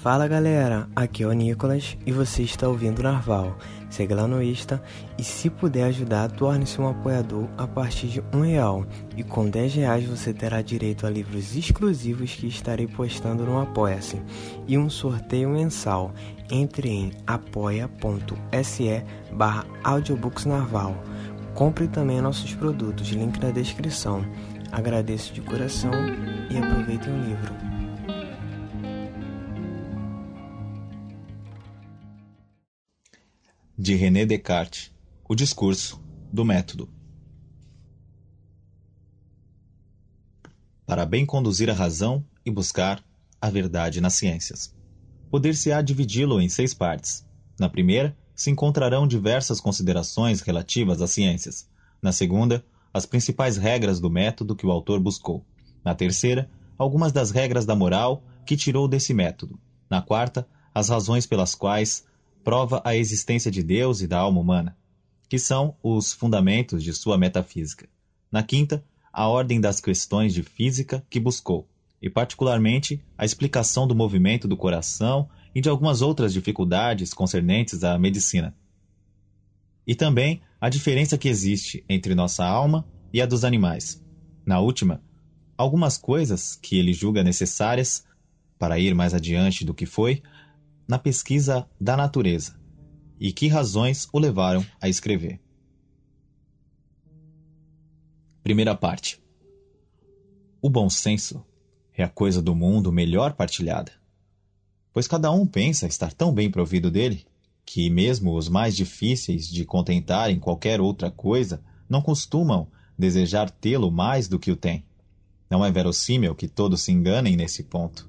Fala galera, aqui é o Nicolas e você está ouvindo Narval. Segue lá no Insta e se puder ajudar, torne-se um apoiador a partir de R$1 e com R$10 você terá direito a livros exclusivos que estarei postando no Apoia-se e um sorteio mensal. Entre em apoia.se/audiobooksnarval. Compre também nossos produtos, link na descrição. Agradeço de coração e aproveitem o livro. De René Descartes, o discurso do método. Para bem conduzir a razão e buscar a verdade nas ciências. Poder-se-á dividi-lo em 6 partes. Na primeira, se encontrarão diversas considerações relativas às ciências. Na segunda, as principais regras do método que o autor buscou. Na terceira, algumas das regras da moral que tirou desse método. Na quarta, as razões pelas quais prova a existência de Deus e da alma humana, que são os fundamentos de sua metafísica. Na quinta, a ordem das questões de física que buscou, e particularmente a explicação do movimento do coração e de algumas outras dificuldades concernentes à medicina. E também a diferença que existe entre nossa alma e a dos animais. Na última, algumas coisas que ele julga necessárias para ir mais adiante do que foi na pesquisa da natureza, e que razões o levaram a escrever. Primeira parte. O bom senso é a coisa do mundo melhor partilhada, pois cada um pensa estar tão bem provido dele, que mesmo os mais difíceis de contentar em qualquer outra coisa não costumam desejar tê-lo mais do que o têm. Não é verossímil que todos se enganem nesse ponto.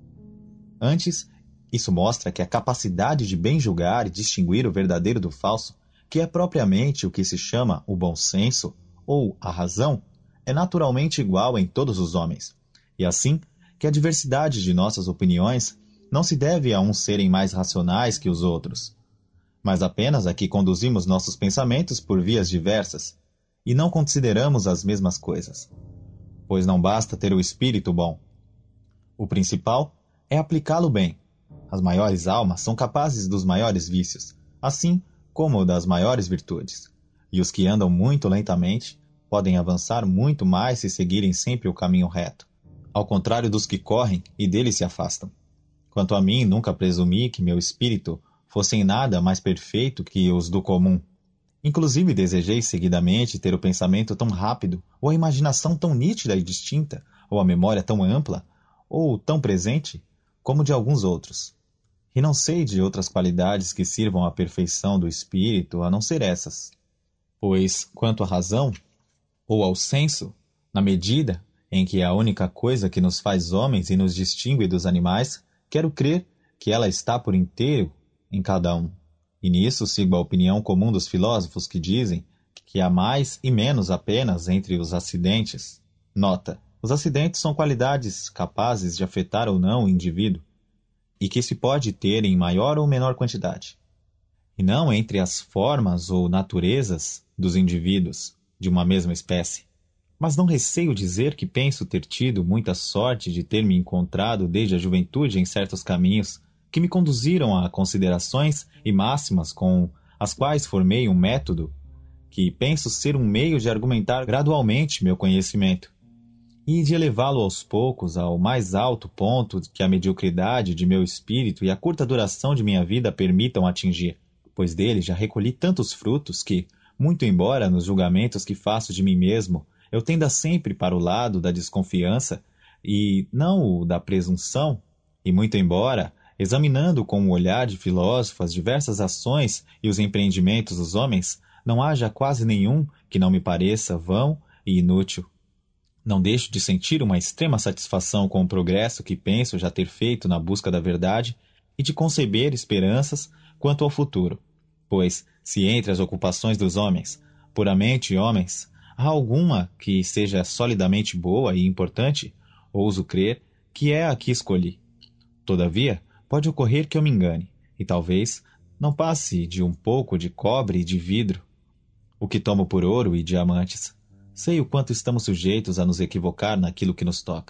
Antes, isso mostra que a capacidade de bem julgar e distinguir o verdadeiro do falso, que é propriamente o que se chama o bom senso ou a razão, é naturalmente igual em todos os homens, e assim que a diversidade de nossas opiniões não se deve a uns serem mais racionais que os outros, mas apenas a que conduzimos nossos pensamentos por vias diversas, e não consideramos as mesmas coisas. Pois não basta ter o espírito bom. O principal é aplicá-lo bem. As maiores almas são capazes dos maiores vícios, assim como das maiores virtudes. E os que andam muito lentamente podem avançar muito mais se seguirem sempre o caminho reto, ao contrário dos que correm e dele se afastam. Quanto a mim, nunca presumi que meu espírito fosse em nada mais perfeito que os do comum. Inclusive desejei seguidamente ter o pensamento tão rápido, ou a imaginação tão nítida e distinta, ou a memória tão ampla, ou tão presente, como de alguns outros. E não sei de outras qualidades que sirvam à perfeição do espírito, a não ser essas. Pois, quanto à razão, ou ao senso, na medida em que é a única coisa que nos faz homens e nos distingue dos animais, quero crer que ela está por inteiro em cada um. E nisso sigo a opinião comum dos filósofos que dizem que há mais e menos apenas entre os acidentes. Nota: os acidentes são qualidades capazes de afetar ou não o indivíduo, e que se pode ter em maior ou menor quantidade, e não entre as formas ou naturezas dos indivíduos de uma mesma espécie. Mas não receio dizer que penso ter tido muita sorte de ter me encontrado desde a juventude em certos caminhos que me conduziram a considerações e máximas com as quais formei um método que penso ser um meio de argumentar gradualmente meu conhecimento, e de elevá-lo aos poucos ao mais alto ponto que a mediocridade de meu espírito e a curta duração de minha vida permitam atingir, pois dele já recolhi tantos frutos que, muito embora nos julgamentos que faço de mim mesmo eu tenda sempre para o lado da desconfiança e não o da presunção, e muito embora, examinando com o olhar de filósofo as diversas ações e os empreendimentos dos homens, não haja quase nenhum que não me pareça vão e inútil. Não deixo de sentir uma extrema satisfação com o progresso que penso já ter feito na busca da verdade e de conceber esperanças quanto ao futuro, pois, se entre as ocupações dos homens, puramente homens, há alguma que seja solidamente boa e importante, ouso crer que é a que escolhi. Todavia, pode ocorrer que eu me engane, e talvez não passe de um pouco de cobre e de vidro, o que tomo por ouro e diamantes. Sei o quanto estamos sujeitos a nos equivocar naquilo que nos toca,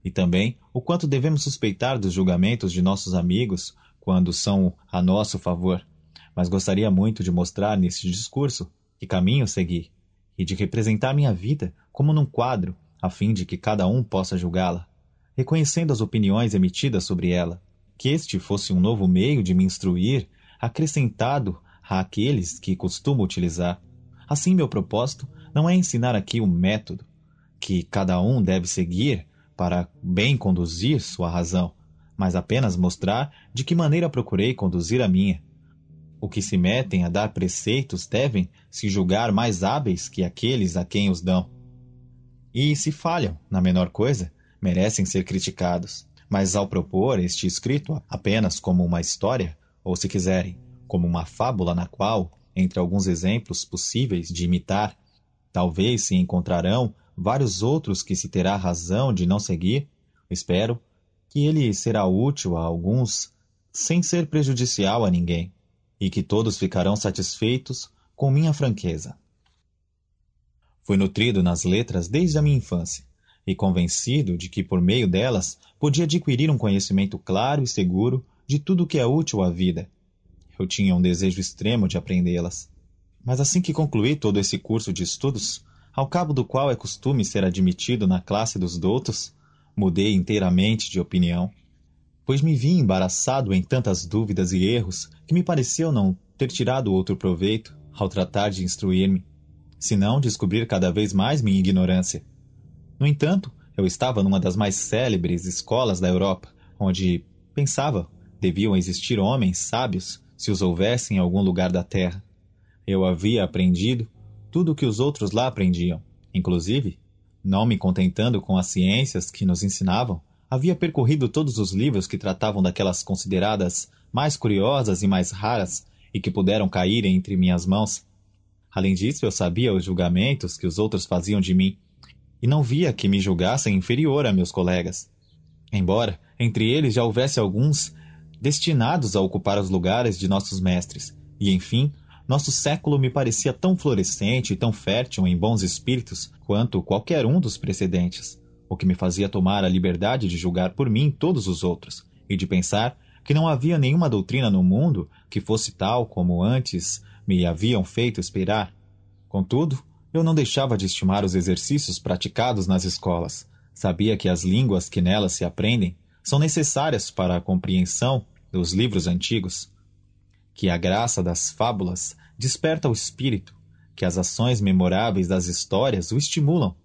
e também o quanto devemos suspeitar dos julgamentos de nossos amigos quando são a nosso favor, mas gostaria muito de mostrar neste discurso que caminho seguir e de representar minha vida como num quadro, a fim de que cada um possa julgá-la, reconhecendo as opiniões emitidas sobre ela, que este fosse um novo meio de me instruir, acrescentado àqueles que costumo utilizar. Assim, meu propósito não é ensinar aqui um método que cada um deve seguir para bem conduzir sua razão, mas apenas mostrar de que maneira procurei conduzir a minha. O que se metem a dar preceitos devem se julgar mais hábeis que aqueles a quem os dão. E, se falham na menor coisa, merecem ser criticados. Mas ao propor este escrito apenas como uma história, ou se quiserem, como uma fábula na qual, entre alguns exemplos possíveis de imitar, talvez se encontrarão vários outros que se terá razão de não seguir, espero que ele será útil a alguns sem ser prejudicial a ninguém, e que todos ficarão satisfeitos com minha franqueza. Fui nutrido nas letras desde a minha infância, e convencido de que por meio delas podia adquirir um conhecimento claro e seguro de tudo o que é útil à vida. Eu tinha um desejo extremo de aprendê-las. Mas assim que concluí todo esse curso de estudos, ao cabo do qual é costume ser admitido na classe dos doutos, mudei inteiramente de opinião, pois me vi embaraçado em tantas dúvidas e erros que me pareceu não ter tirado outro proveito ao tratar de instruir-me, senão descobrir cada vez mais minha ignorância. No entanto, eu estava numa das mais célebres escolas da Europa, onde, pensava, deviam existir homens sábios se os houvesse em algum lugar da terra. Eu havia aprendido tudo o que os outros lá aprendiam. Inclusive, não me contentando com as ciências que nos ensinavam, havia percorrido todos os livros que tratavam daquelas consideradas mais curiosas e mais raras e que puderam cair entre minhas mãos. Além disso, eu sabia os julgamentos que os outros faziam de mim, e não via que me julgassem inferior a meus colegas. Embora entre eles já houvesse alguns destinados a ocupar os lugares de nossos mestres, e enfim, nosso século me parecia tão florescente e tão fértil em bons espíritos quanto qualquer um dos precedentes, o que me fazia tomar a liberdade de julgar por mim todos os outros, e de pensar que não havia nenhuma doutrina no mundo que fosse tal como antes me haviam feito esperar. Contudo, eu não deixava de estimar os exercícios praticados nas escolas. Sabia que as línguas que nelas se aprendem são necessárias para a compreensão dos livros antigos, que a graça das fábulas desperta o espírito, que as ações memoráveis das histórias o estimulam,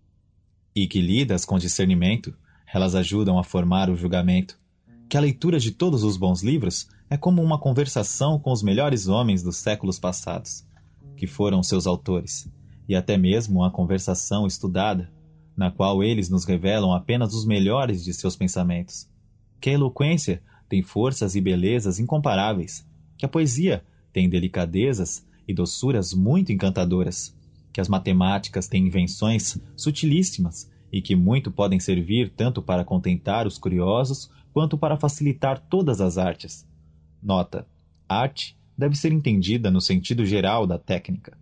e que, lidas com discernimento, elas ajudam a formar o julgamento, que a leitura de todos os bons livros é como uma conversação com os melhores homens dos séculos passados, que foram seus autores, e até mesmo uma conversação estudada, na qual eles nos revelam apenas os melhores de seus pensamentos, que a eloquência tem forças e belezas incomparáveis, que a poesia tem delicadezas e doçuras muito encantadoras, que as matemáticas têm invenções sutilíssimas e que muito podem servir tanto para contentar os curiosos quanto para facilitar todas as artes. Nota: arte deve ser entendida no sentido geral da técnica.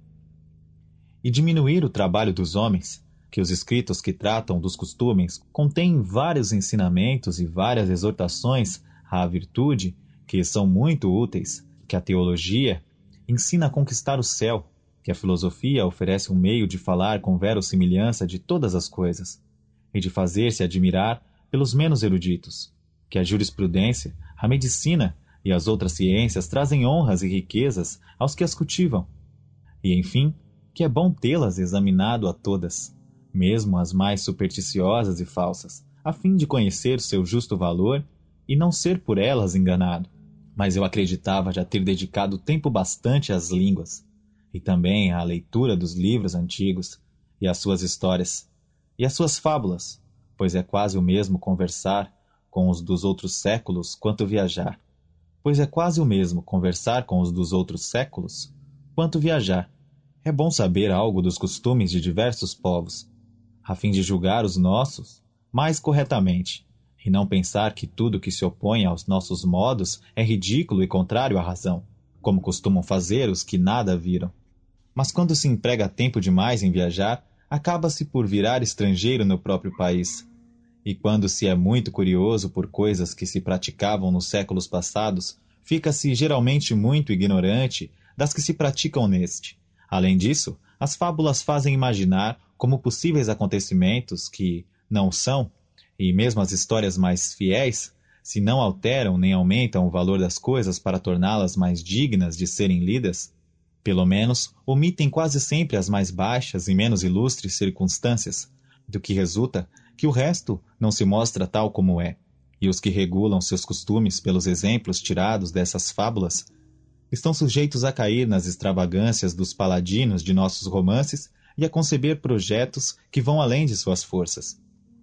E diminuir o trabalho dos homens, que os escritos que tratam dos costumes contêm vários ensinamentos e várias exortações à virtude que são muito úteis, que a teologia ensina a conquistar o céu, que a filosofia oferece um meio de falar com verossimilhança de todas as coisas, e de fazer-se admirar pelos menos eruditos, que a jurisprudência, a medicina e as outras ciências trazem honras e riquezas aos que as cultivam, e, enfim, que é bom tê-las examinado a todas, mesmo as mais supersticiosas e falsas, a fim de conhecer seu justo valor e não ser por elas enganado. Mas eu acreditava já ter dedicado tempo bastante às línguas, e também à leitura dos livros antigos, e às suas histórias, e às suas fábulas, pois é quase o mesmo conversar com os dos outros séculos quanto viajar. Pois é quase o mesmo conversar com os dos outros séculos quanto viajar. É bom saber algo dos costumes de diversos povos, a fim de julgar os nossos mais corretamente, e não pensar que tudo que se opõe aos nossos modos é ridículo e contrário à razão, como costumam fazer os que nada viram. Mas quando se emprega tempo demais em viajar, acaba-se por virar estrangeiro no próprio país, E quando se é muito curioso por coisas que se praticavam nos séculos passados, fica-se geralmente muito ignorante das que se praticam neste. Além disso, as fábulas fazem imaginar como possíveis acontecimentos que não são, e mesmo as histórias mais fiéis, se não alteram nem aumentam o valor das coisas para torná-las mais dignas de serem lidas, pelo menos omitem quase sempre as mais baixas e menos ilustres circunstâncias, do que resulta que o resto não se mostra tal como é, e os que regulam seus costumes pelos exemplos tirados dessas fábulas estão sujeitos a cair nas extravagâncias dos paladinos de nossos romances e a conceber projetos que vão além de suas forças.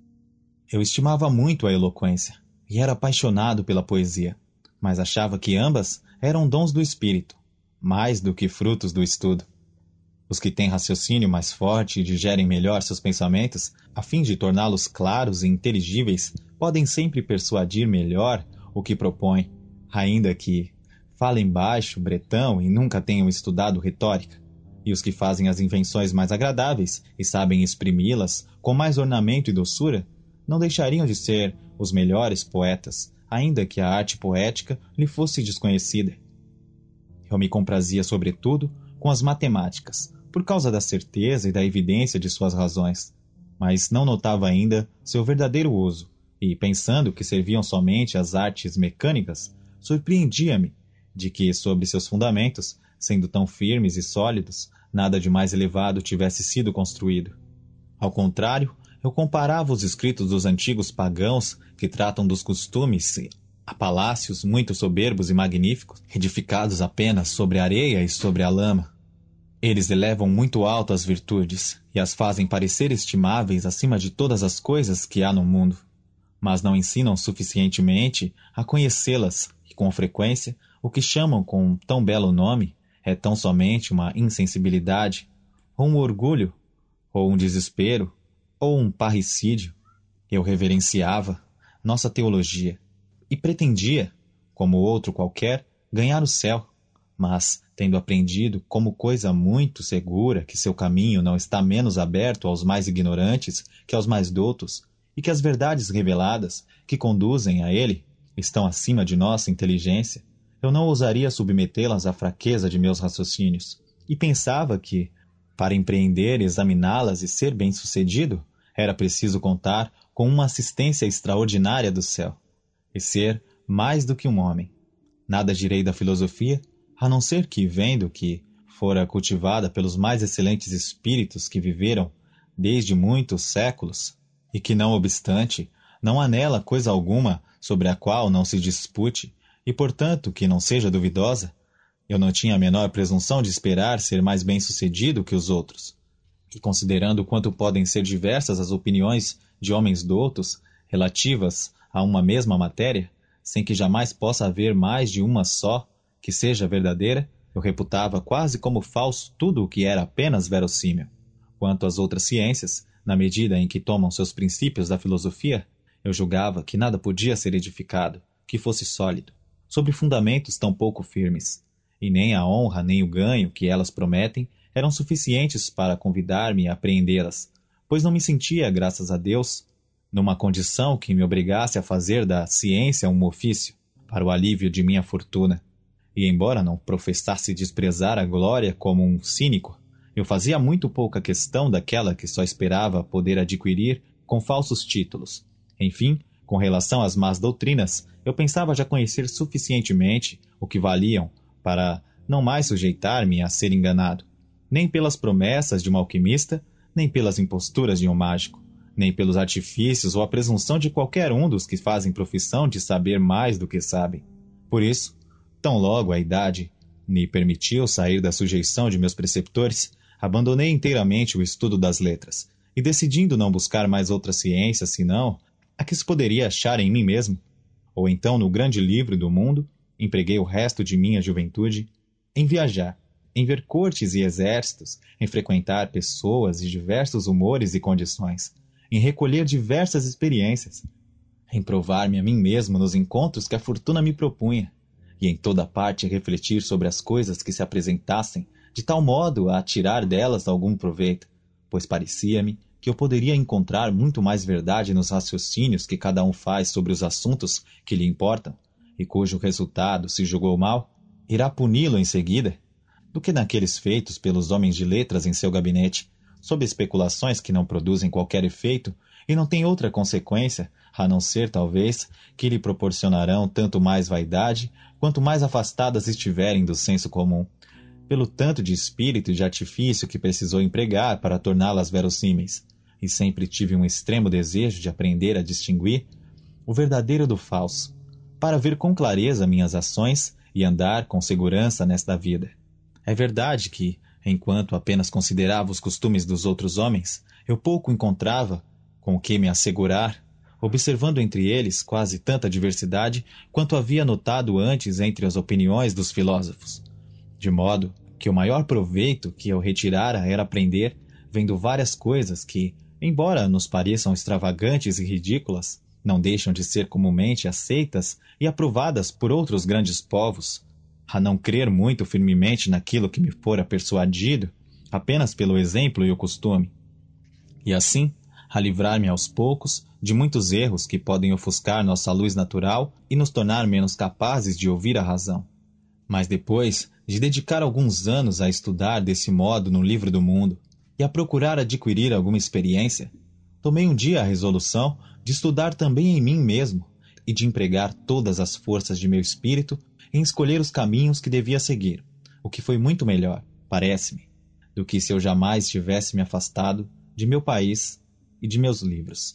Eu estimava muito a eloquência e era apaixonado pela poesia, mas achava que ambas eram dons do espírito, mais do que frutos do estudo. Os que têm raciocínio mais forte e digerem melhor seus pensamentos, a fim de torná-los claros e inteligíveis, podem sempre persuadir melhor o que propõem, ainda que falem baixo, bretão e nunca tenham estudado retórica. E os que fazem as invenções mais agradáveis e sabem exprimi-las com mais ornamento e doçura, não deixariam de ser os melhores poetas, ainda que a arte poética lhe fosse desconhecida. Eu me comprazia, sobretudo, com as matemáticas, por causa da certeza e da evidência de suas razões, mas não notava ainda seu verdadeiro uso, e, pensando que serviam somente às artes mecânicas, surpreendia-me de que, sobre seus fundamentos, sendo tão firmes e sólidos, nada de mais elevado tivesse sido construído. Ao contrário, eu comparava os escritos dos antigos pagãos que tratam dos costumes a palácios muito soberbos e magníficos, edificados apenas sobre a areia e sobre a lama. Eles elevam muito alto as virtudes e as fazem parecer estimáveis acima de todas as coisas que há no mundo, mas não ensinam suficientemente a conhecê-las e, com frequência, o que chamam com tão belo nome é tão somente uma insensibilidade, ou um orgulho, ou um desespero, ou um parricídio. Eu reverenciava nossa teologia e pretendia, como outro qualquer, ganhar o céu, mas, tendo aprendido como coisa muito segura que seu caminho não está menos aberto aos mais ignorantes que aos mais doutos, e que as verdades reveladas que conduzem a ele estão acima de nossa inteligência, eu não ousaria submetê-las à fraqueza de meus raciocínios, e pensava que, para empreender, examiná-las e ser bem-sucedido, era preciso contar com uma assistência extraordinária do céu, e ser mais do que um homem. Nada direi da filosofia, a não ser que, vendo que fora cultivada pelos mais excelentes espíritos que viveram desde muitos séculos, e que, não obstante, não há nela coisa alguma sobre a qual não se dispute, e, portanto, que não seja duvidosa, eu não tinha a menor presunção de esperar ser mais bem-sucedido que os outros. E considerando quanto podem ser diversas as opiniões de homens doutos relativas a uma mesma matéria, sem que jamais possa haver mais de uma só que seja verdadeira, eu reputava quase como falso tudo o que era apenas verossímil. Quanto às outras ciências, na medida em que tomam seus princípios da filosofia, eu julgava que nada podia ser edificado, que fosse sólido, sobre fundamentos tão pouco firmes, e nem a honra nem o ganho que elas prometem eram suficientes para convidar-me a apreendê-las, pois não me sentia, graças a Deus, numa condição que me obrigasse a fazer da ciência um ofício, para o alívio de minha fortuna. E embora não professasse desprezar a glória como um cínico, eu fazia muito pouca questão daquela que só esperava poder adquirir com falsos títulos. Enfim, com relação às más doutrinas, eu pensava já conhecer suficientemente o que valiam para não mais sujeitar-me a ser enganado, nem pelas promessas de um alquimista, nem pelas imposturas de um mágico, nem pelos artifícios ou a presunção de qualquer um dos que fazem profissão de saber mais do que sabem. Por isso, tão logo a idade me permitiu sair da sujeição de meus preceptores, abandonei inteiramente o estudo das letras, e decidindo não buscar mais outra ciência senão a que se poderia achar em mim mesmo, ou então no grande livro do mundo, empreguei o resto de minha juventude em viajar, em ver cortes e exércitos, em frequentar pessoas de diversos humores e condições, em recolher diversas experiências, em provar-me a mim mesmo nos encontros que a fortuna me propunha, e em toda parte refletir sobre as coisas que se apresentassem, de tal modo a tirar delas algum proveito, pois parecia-me que eu poderia encontrar muito mais verdade nos raciocínios que cada um faz sobre os assuntos que lhe importam, e cujo resultado, se julgou mal, irá puni-lo em seguida, do que naqueles feitos pelos homens de letras em seu gabinete, sob especulações que não produzem qualquer efeito e não têm outra consequência, a não ser, talvez, que lhe proporcionarão tanto mais vaidade, quanto mais afastadas estiverem do senso comum, pelo tanto de espírito e de artifício que precisou empregar para torná-las verossímeis, e sempre tive um extremo desejo de aprender a distinguir o verdadeiro do falso, para ver com clareza minhas ações e andar com segurança nesta vida. É verdade que, enquanto apenas considerava os costumes dos outros homens, eu pouco encontrava com o que me assegurar, observando entre eles quase tanta diversidade quanto havia notado antes entre as opiniões dos filósofos. De modo que o maior proveito que eu retirara era aprender, vendo várias coisas que, embora nos pareçam extravagantes e ridículas, não deixam de ser comumente aceitas e aprovadas por outros grandes povos, a não crer muito firmemente naquilo que me fora persuadido, apenas pelo exemplo e o costume. E assim, a livrar-me aos poucos de muitos erros que podem ofuscar nossa luz natural e nos tornar menos capazes de ouvir a razão. Mas depois de dedicar alguns anos a estudar desse modo no livro do mundo e a procurar adquirir alguma experiência, tomei um dia a resolução de estudar também em mim mesmo e de empregar todas as forças de meu espírito em escolher os caminhos que devia seguir, o que foi muito melhor, parece-me, do que se eu jamais tivesse me afastado de meu país e de meus livros.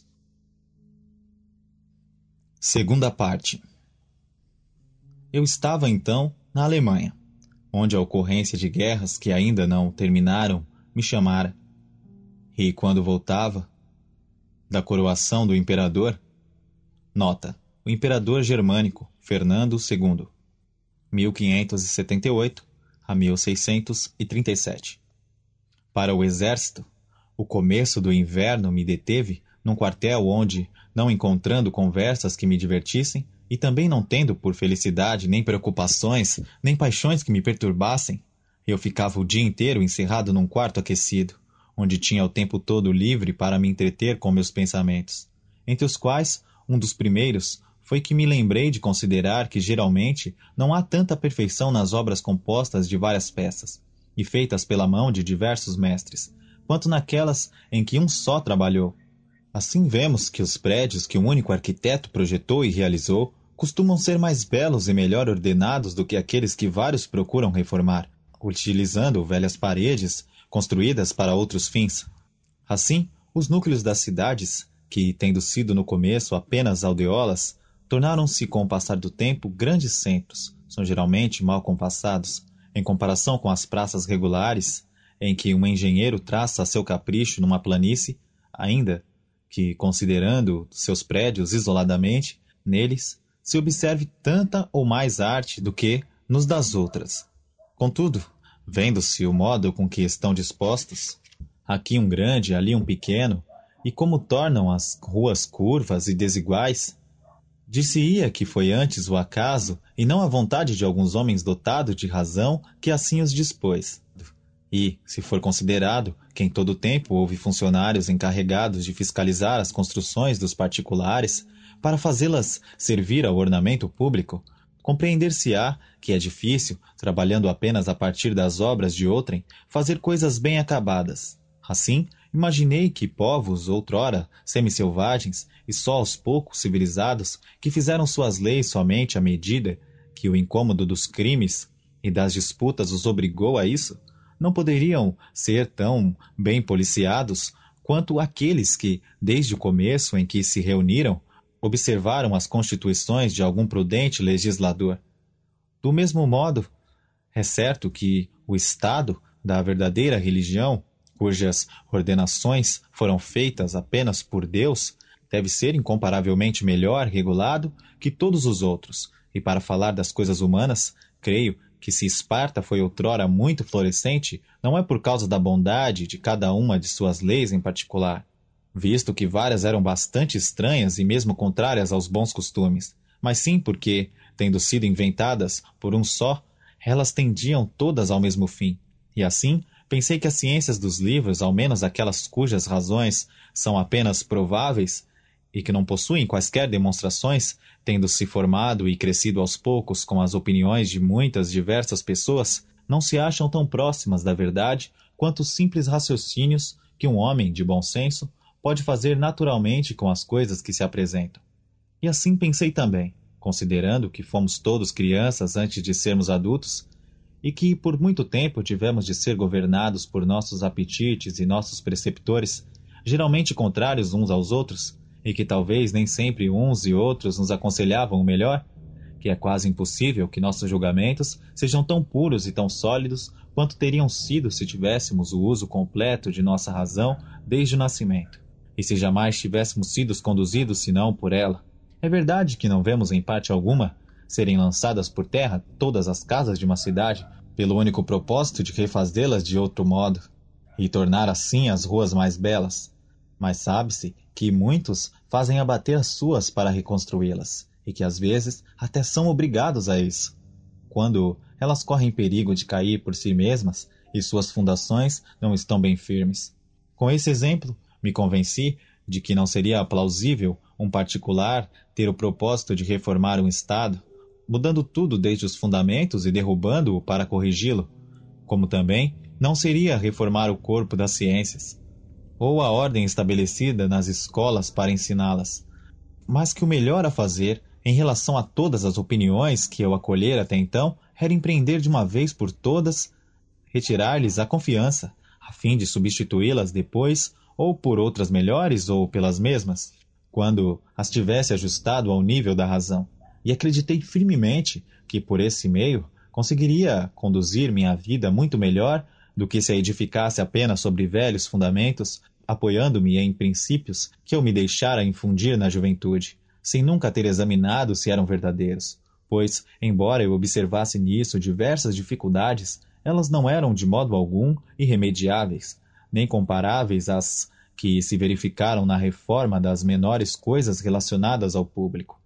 Segunda parte. Eu estava, então, na Alemanha, onde a ocorrência de guerras que ainda não terminaram me chamara. E quando voltava da coroação do imperador, nota, o imperador germânico Fernando II, 1578 a 1637. Para o exército, o começo do inverno me deteve num quartel onde, não encontrando conversas que me divertissem, e também não tendo por felicidade nem preocupações, nem paixões que me perturbassem, eu ficava o dia inteiro encerrado num quarto aquecido, onde tinha o tempo todo livre para me entreter com meus pensamentos, entre os quais, um dos primeiros, foi que me lembrei de considerar que geralmente não há tanta perfeição nas obras compostas de várias peças, e feitas pela mão de diversos mestres, quanto naquelas em que um só trabalhou. Assim vemos que os prédios que um único arquiteto projetou e realizou costumam ser mais belos e melhor ordenados do que aqueles que vários procuram reformar, utilizando velhas paredes construídas para outros fins. Assim, os núcleos das cidades, que, tendo sido no começo apenas aldeolas, tornaram-se com o passar do tempo grandes centros, são geralmente mal compassados, em comparação com as praças regulares, em que um engenheiro traça a seu capricho numa planície, ainda que, considerando seus prédios isoladamente, neles se observe tanta ou mais arte do que nos das outras. Contudo, vendo-se o modo com que estão dispostos, aqui um grande, ali um pequeno, e como tornam as ruas curvas e desiguais, dir-se-ia que foi antes o acaso e não a vontade de alguns homens dotados de razão que assim os dispôs. E, se for considerado que em todo o tempo houve funcionários encarregados de fiscalizar as construções dos particulares para fazê-las servir ao ornamento público, compreender-se-á que é difícil, trabalhando apenas a partir das obras de outrem, fazer coisas bem acabadas. Assim, imaginei que povos, outrora semi-selvagens e só aos poucos civilizados, que fizeram suas leis somente à medida que o incômodo dos crimes e das disputas os obrigou a isso, não poderiam ser tão bem policiados quanto aqueles que, desde o começo em que se reuniram, observaram as constituições de algum prudente legislador. Do mesmo modo, é certo que o Estado da verdadeira religião, cujas ordenações foram feitas apenas por Deus, deve ser incomparavelmente melhor regulado que todos os outros, e para falar das coisas humanas, creio que se Esparta foi outrora muito florescente, não é por causa da bondade de cada uma de suas leis em particular, visto que várias eram bastante estranhas e mesmo contrárias aos bons costumes, mas sim porque, tendo sido inventadas por um só, elas tendiam todas ao mesmo fim, e assim pensei que as ciências dos livros, ao menos aquelas cujas razões são apenas prováveis e que não possuem quaisquer demonstrações, tendo se formado e crescido aos poucos com as opiniões de muitas diversas pessoas, não se acham tão próximas da verdade quanto os simples raciocínios que um homem de bom senso pode fazer naturalmente com as coisas que se apresentam. E assim pensei também, considerando que fomos todos crianças antes de sermos adultos, e que por muito tempo tivemos de ser governados por nossos apetites e nossos preceptores, geralmente contrários uns aos outros, e que talvez nem sempre uns e outros nos aconselhavam o melhor, que é quase impossível que nossos julgamentos sejam tão puros e tão sólidos quanto teriam sido se tivéssemos o uso completo de nossa razão desde o nascimento, e se jamais tivéssemos sido conduzidos senão por ela. É verdade que não vemos em parte alguma serem lançadas por terra todas as casas de uma cidade pelo único propósito de refazê-las de outro modo e tornar assim as ruas mais belas. Mas sabe-se que muitos fazem abater as suas para reconstruí-las e que às vezes até são obrigados a isso, quando elas correm perigo de cair por si mesmas e suas fundações não estão bem firmes. Com esse exemplo, me convenci de que não seria plausível um particular ter o propósito de reformar um Estado, mudando tudo desde os fundamentos e derrubando-o para corrigi-lo, como também não seria reformar o corpo das ciências, ou a ordem estabelecida nas escolas para ensiná-las, mas que o melhor a fazer, em relação a todas as opiniões que eu acolhera até então, era empreender de uma vez por todas, retirar-lhes a confiança, a fim de substituí-las depois, ou por outras melhores, ou pelas mesmas, quando as tivesse ajustado ao nível da razão. E acreditei firmemente que, por esse meio, conseguiria conduzir minha vida muito melhor do que se a edificasse apenas sobre velhos fundamentos, apoiando-me em princípios que eu me deixara infundir na juventude, sem nunca ter examinado se eram verdadeiros, pois, embora eu observasse nisso diversas dificuldades, elas não eram de modo algum irremediáveis, nem comparáveis às que se verificaram na reforma das menores coisas relacionadas ao público.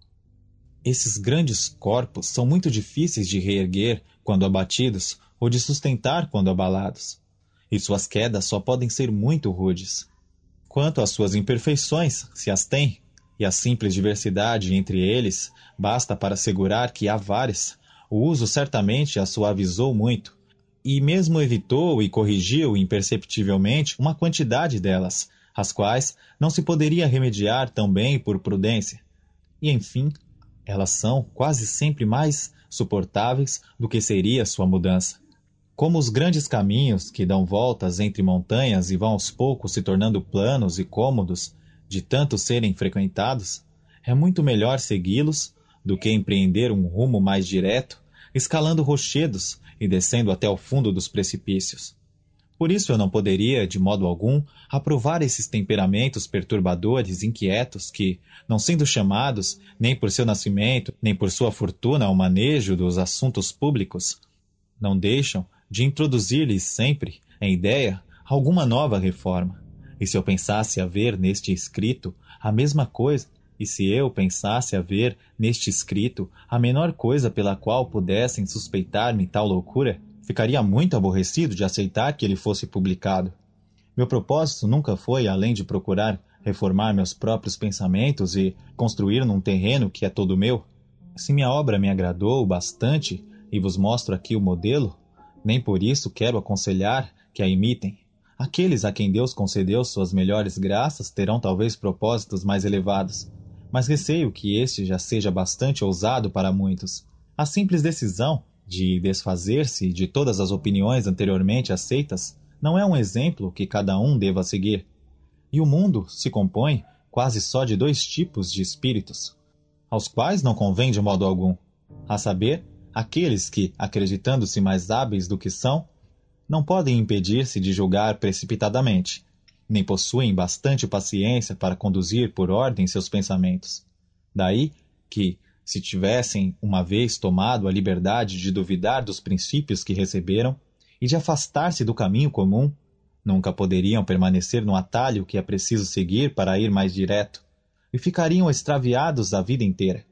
Esses grandes corpos são muito difíceis de reerguer quando abatidos ou de sustentar quando abalados, e suas quedas só podem ser muito rudes. Quanto às suas imperfeições, se as tem, e a simples diversidade entre eles basta para assegurar que há várias, o uso certamente a suavizou muito, e mesmo evitou e corrigiu imperceptivelmente uma quantidade delas, as quais não se poderia remediar tão bem por prudência. E, enfim, elas são quase sempre mais suportáveis do que seria sua mudança. Como os grandes caminhos que dão voltas entre montanhas e vão aos poucos se tornando planos e cômodos, de tanto serem frequentados, é muito melhor segui-los do que empreender um rumo mais direto, escalando rochedos e descendo até o fundo dos precipícios. Por isso eu não poderia, de modo algum, aprovar esses temperamentos perturbadores, inquietos, que, não sendo chamados, nem por seu nascimento, nem por sua fortuna ao manejo dos assuntos públicos, não deixam de introduzir-lhes sempre, em ideia, alguma nova reforma. E se eu pensasse haver neste escrito a mesma coisa, e se eu pensasse haver neste escrito a menor coisa pela qual pudessem suspeitar-me tal loucura, ficaria muito aborrecido de aceitar que ele fosse publicado. Meu propósito nunca foi além de procurar reformar meus próprios pensamentos e construir num terreno que é todo meu. Se minha obra me agradou bastante e vos mostro aqui o modelo, nem por isso quero aconselhar que a imitem. Aqueles a quem Deus concedeu suas melhores graças terão talvez propósitos mais elevados, mas receio que este já seja bastante ousado para muitos. A simples decisão de desfazer-se de todas as opiniões anteriormente aceitas não é um exemplo que cada um deva seguir. E o mundo se compõe quase só de dois tipos de espíritos, aos quais não convém de modo algum, a saber, aqueles que, acreditando-se mais hábeis do que são, não podem impedir-se de julgar precipitadamente, nem possuem bastante paciência para conduzir por ordem seus pensamentos. Daí que, se tivessem uma vez tomado a liberdade de duvidar dos princípios que receberam e de afastar-se do caminho comum, nunca poderiam permanecer no atalho que é preciso seguir para ir mais direto, e ficariam extraviados a vida inteira.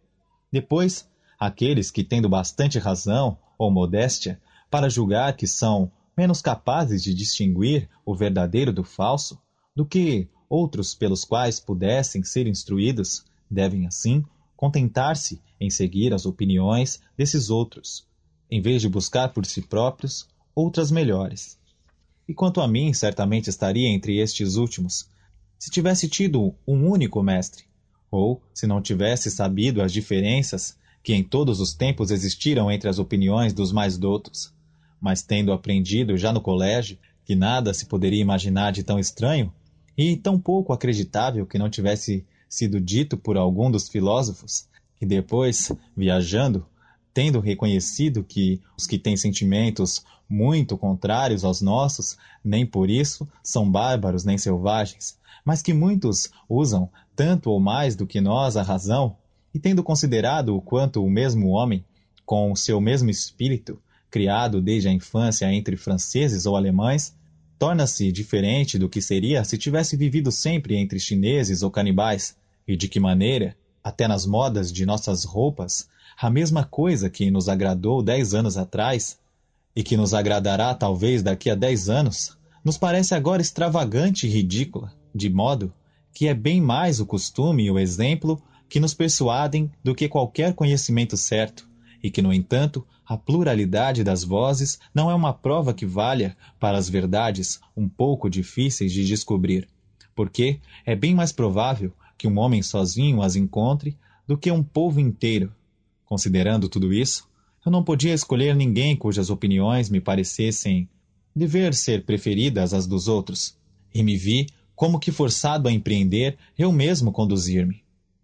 Depois, aqueles que, tendo bastante razão ou modéstia para julgar que são menos capazes de distinguir o verdadeiro do falso, do que outros pelos quais pudessem ser instruídos, devem, assim, contentar-se em seguir as opiniões desses outros, em vez de buscar por si próprios outras melhores. E quanto a mim, certamente estaria entre estes últimos, se tivesse tido um único mestre, ou se não tivesse sabido as diferenças que em todos os tempos existiram entre as opiniões dos mais doutos, mas tendo aprendido já no colégio que nada se poderia imaginar de tão estranho e tão pouco acreditável que não tivesse sido dito por algum dos filósofos, e depois, viajando, tendo reconhecido que os que têm sentimentos muito contrários aos nossos, nem por isso são bárbaros nem selvagens, mas que muitos usam tanto ou mais do que nós a razão, e tendo considerado o quanto o mesmo homem, com o seu mesmo espírito, criado desde a infância entre franceses ou alemães, torna-se diferente do que seria se tivesse vivido sempre entre chineses ou canibais, e de que maneira, até nas modas de nossas roupas, a mesma coisa que nos agradou 10 anos atrás, e que nos agradará talvez daqui a 10 anos, nos parece agora extravagante e ridícula, de modo que é bem mais o costume e o exemplo que nos persuadem do que qualquer conhecimento certo, e que, no entanto, a pluralidade das vozes não é uma prova que valha para as verdades um pouco difíceis de descobrir, porque é bem mais provável que um homem sozinho as encontre do que um povo inteiro. Considerando tudo isso, eu não podia escolher ninguém cujas opiniões me parecessem dever ser preferidas às dos outros, e me vi como que forçado a empreender eu mesmo conduzir-me.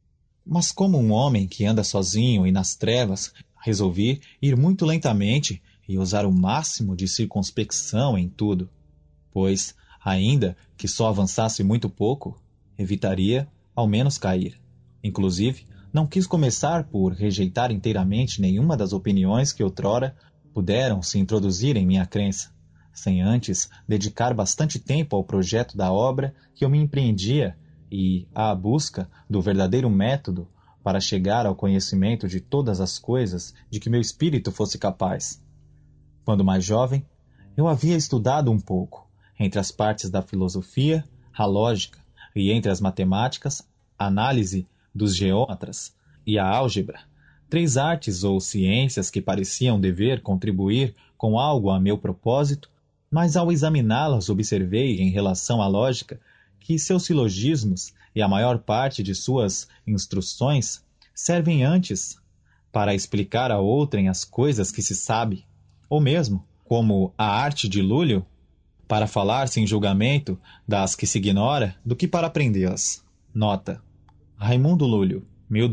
Mas como um homem que anda sozinho e nas trevas, resolvi ir muito lentamente e usar o máximo de circunspecção em tudo, pois, ainda que só avançasse muito pouco, evitaria ao menos cair. Inclusive, não quis começar por rejeitar inteiramente nenhuma das opiniões que outrora puderam se introduzir em minha crença, sem antes dedicar bastante tempo ao projeto da obra que eu me empreendia e à busca do verdadeiro método para chegar ao conhecimento de todas as coisas de que meu espírito fosse capaz. Quando mais jovem, eu havia estudado um pouco, entre as partes da filosofia, a lógica, e entre as matemáticas, a análise dos geômetras e a álgebra, 3 artes ou ciências que pareciam dever contribuir com algo a meu propósito, mas ao examiná-las observei, em relação à lógica, que seus silogismos e a maior parte de suas instruções servem antes para explicar a outrem as coisas que se sabe, ou mesmo, como a arte de Lúlio, para falar sem julgamento das que se ignora do que para aprendê-las. Nota: Raimundo Lúlio,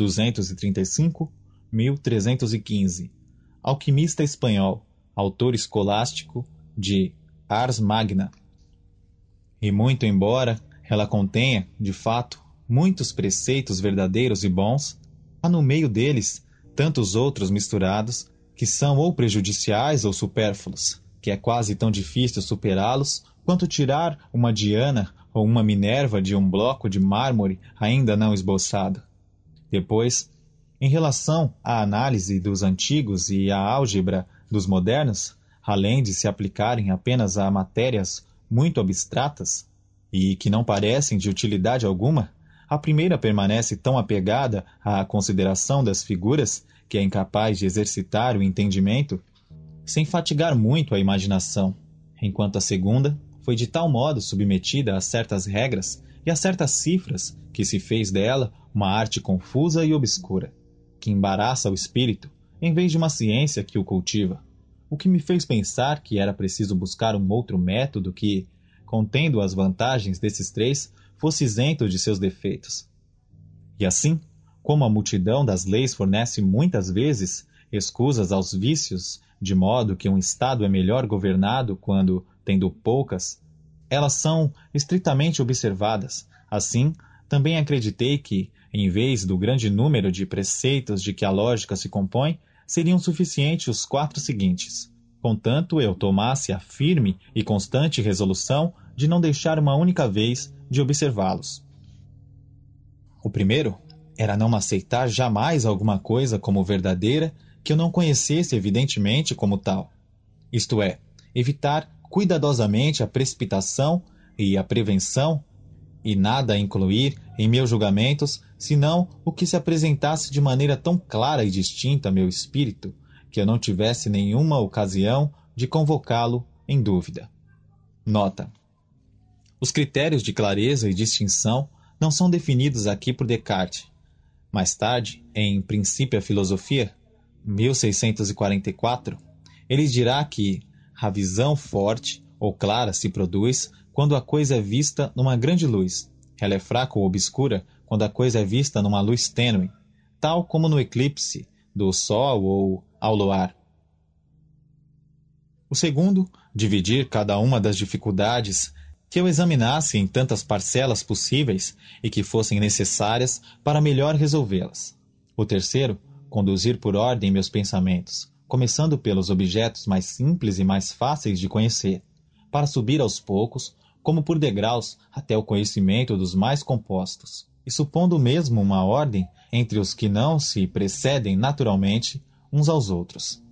1235-1315, alquimista espanhol, autor escolástico de Ars Magna. E muito embora ela contenha, de fato, muitos preceitos verdadeiros e bons, há no meio deles tantos outros misturados que são ou prejudiciais ou supérfluos, que é quase tão difícil superá-los quanto tirar uma Diana ou uma Minerva de um bloco de mármore ainda não esboçado. Depois, em relação à análise dos antigos e à álgebra dos modernos, além de se aplicarem apenas a matérias muito abstratas e que não parecem de utilidade alguma, a primeira permanece tão apegada à consideração das figuras que é incapaz de exercitar o entendimento sem fatigar muito a imaginação, enquanto a segunda foi de tal modo submetida a certas regras e a certas cifras que se fez dela uma arte confusa e obscura, que embaraça o espírito em vez de uma ciência que o cultiva, o que me fez pensar que era preciso buscar um outro método que, contendo as vantagens desses 3, fosse isento de seus defeitos. E assim, como a multidão das leis fornece muitas vezes escusas aos vícios, de modo que um Estado é melhor governado quando, tendo poucas, elas são estritamente observadas. Assim, também acreditei que, em vez do grande número de preceitos de que a lógica se compõe, seriam suficientes os 4 seguintes, contanto eu tomasse a firme e constante resolução de não deixar uma única vez de observá-los. O primeiro era não aceitar jamais alguma coisa como verdadeira que eu não conhecesse evidentemente como tal. Isto é, evitar cuidadosamente a precipitação e a prevenção, e nada a incluir em meus julgamentos, senão o que se apresentasse de maneira tão clara e distinta a meu espírito, que eu não tivesse nenhuma ocasião de convocá-lo em dúvida. Nota: os critérios de clareza e distinção não são definidos aqui por Descartes. Mais tarde, em Princípio à Filosofia, 1644, ele dirá que a visão forte ou clara se produz quando a coisa é vista numa grande luz. Ela é fraca ou obscura quando a coisa é vista numa luz tênue, tal como no eclipse do Sol ou ao luar. O segundo, dividir cada uma das dificuldades que eu examinasse em tantas parcelas possíveis e que fossem necessárias para melhor resolvê-las. O terceiro, conduzir por ordem meus pensamentos, começando pelos objetos mais simples e mais fáceis de conhecer, para subir aos poucos, como por degraus, até o conhecimento dos mais compostos, e supondo mesmo uma ordem entre os que não se precedem naturalmente uns aos outros.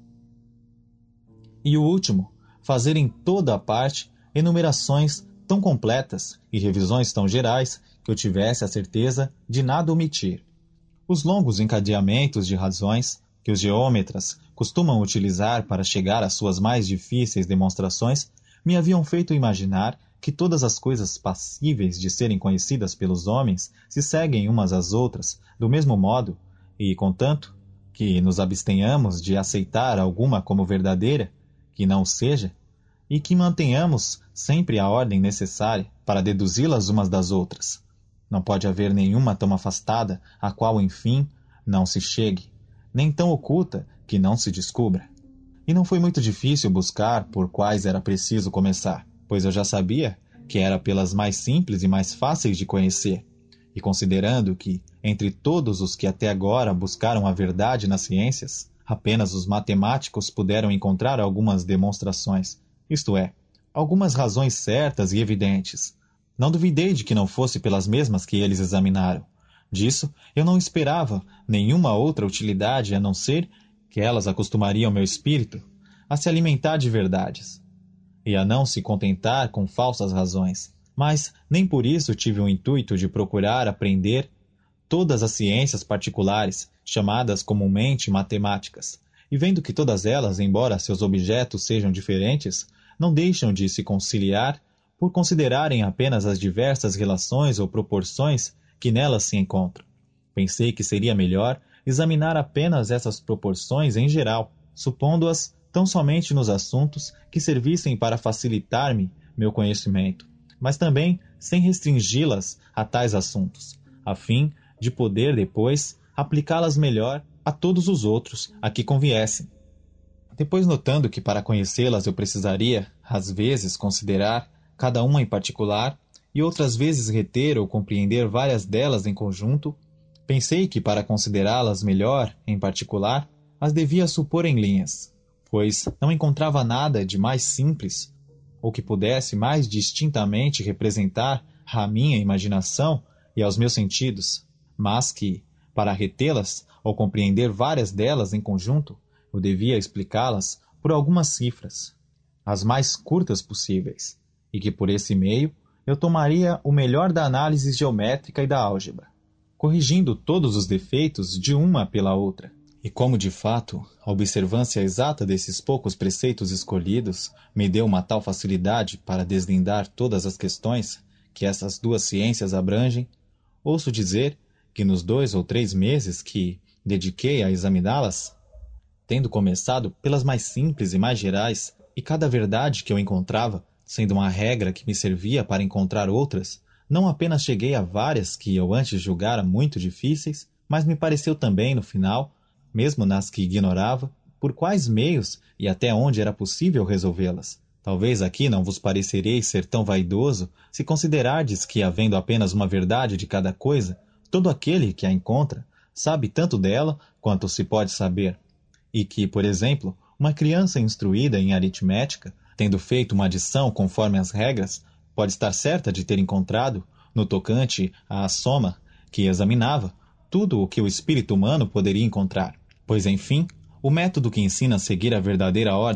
E o último, fazer em toda a parte enumerações tão completas e revisões tão gerais que eu tivesse a certeza de nada omitir. Os longos encadeamentos de razões que os geômetras costumam utilizar para chegar às suas mais difíceis demonstrações me haviam feito imaginar que todas as coisas passíveis de serem conhecidas pelos homens se seguem umas às outras do mesmo modo e, contanto, que nos abstenhamos de aceitar alguma como verdadeira, que não seja, e que mantenhamos sempre a ordem necessária para deduzi-las umas das outras. Não pode haver nenhuma tão afastada a qual, enfim, não se chegue, nem tão oculta que não se descubra. E não foi muito difícil buscar por quais era preciso começar, pois eu já sabia que era pelas mais simples e mais fáceis de conhecer, e considerando que, entre todos os que até agora buscaram a verdade nas ciências, apenas os matemáticos puderam encontrar algumas demonstrações, isto é, algumas razões certas e evidentes. Não duvidei de que não fosse pelas mesmas que eles examinaram. Disso, eu não esperava nenhuma outra utilidade a não ser que elas acostumariam meu espírito a se alimentar de verdades, e a não se contentar com falsas razões. Mas nem por isso tive o intuito de procurar aprender todas as ciências particulares, chamadas comumente matemáticas, e vendo que todas elas, embora seus objetos sejam diferentes, não deixam de se conciliar por considerarem apenas as diversas relações ou proporções que nelas se encontram. Pensei que seria melhor examinar apenas essas proporções em geral, supondo-as tão somente nos assuntos que servissem para facilitar-me meu conhecimento, mas também sem restringi-las a tais assuntos, a fim de poder depois aplicá-las melhor a todos os outros a que conviessem. Depois, notando que para conhecê-las eu precisaria, às vezes, considerar cada uma em particular e outras vezes reter ou compreender várias delas em conjunto, pensei que para considerá-las melhor em particular, as devia supor em linhas, pois não encontrava nada de mais simples ou que pudesse mais distintamente representar à minha imaginação e aos meus sentidos, mas que, para retê-las ou compreender várias delas em conjunto, eu devia explicá-las por algumas cifras, as mais curtas possíveis, e que por esse meio eu tomaria o melhor da análise geométrica e da álgebra, corrigindo todos os defeitos de uma pela outra. E como, de fato, a observância exata desses poucos preceitos escolhidos me deu uma tal facilidade para desvendar todas as questões que essas duas ciências abrangem, ouço dizer que nos 2 ou 3 meses que dediquei a examiná-las, tendo começado pelas mais simples e mais gerais, e cada verdade que eu encontrava, sendo uma regra que me servia para encontrar outras, não apenas cheguei a várias que eu antes julgara muito difíceis, mas me pareceu também, no final, mesmo nas que ignorava, por quais meios e até onde era possível resolvê-las. Talvez aqui não vos parecereis ser tão vaidoso se considerardes que, havendo apenas uma verdade de cada coisa, todo aquele que a encontra sabe tanto dela quanto se pode saber, e que, por exemplo, uma criança instruída em aritmética, tendo feito uma adição conforme as regras, pode estar certa de ter encontrado, no tocante à soma que examinava, tudo o que o espírito humano poderia encontrar. Pois, enfim, o método que ensina a seguir a verdadeira ordem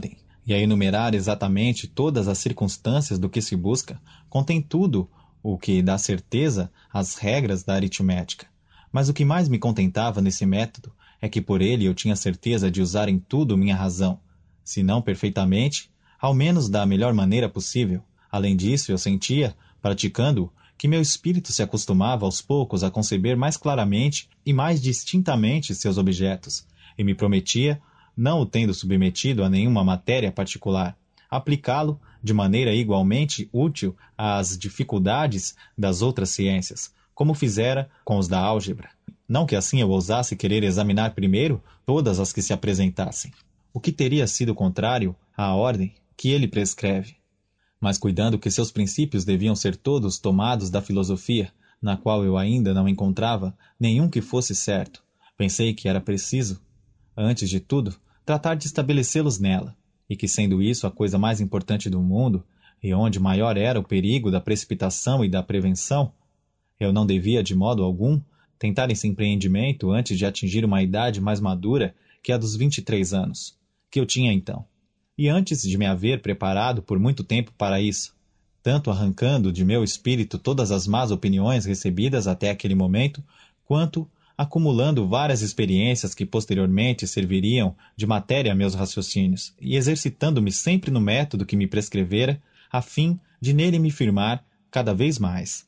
E a enumerar exatamente todas as circunstâncias do que se busca, contém tudo o que dá certeza às regras da aritmética. Mas o que mais me contentava nesse método é que por ele eu tinha certeza de usar em tudo minha razão, se não perfeitamente, ao menos da melhor maneira possível. Além disso, eu sentia, praticando-o, que meu espírito se acostumava aos poucos a conceber mais claramente e mais distintamente seus objetos, e me prometia, não o tendo submetido a nenhuma matéria particular, aplicá-lo de maneira igualmente útil às dificuldades das outras ciências, como fizera com os da álgebra. Não que assim eu ousasse querer examinar primeiro todas as que se apresentassem, o que teria sido contrário à ordem que ele prescreve, mas cuidando que seus princípios deviam ser todos tomados da filosofia, na qual eu ainda não encontrava nenhum que fosse certo, pensei que era preciso, antes de tudo, tratar de estabelecê-los nela, e que sendo isso a coisa mais importante do mundo, e onde maior era o perigo da precipitação e da prevenção, eu não devia de modo algum tentar esse empreendimento antes de atingir uma idade mais madura que a dos 23 anos, que eu tinha então, e antes de me haver preparado por muito tempo para isso, tanto arrancando de meu espírito todas as más opiniões recebidas até aquele momento, quanto acumulando várias experiências que posteriormente serviriam de matéria a meus raciocínios, e exercitando-me sempre no método que me prescrevera, a fim de nele me firmar cada vez mais.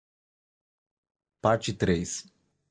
Parte 3.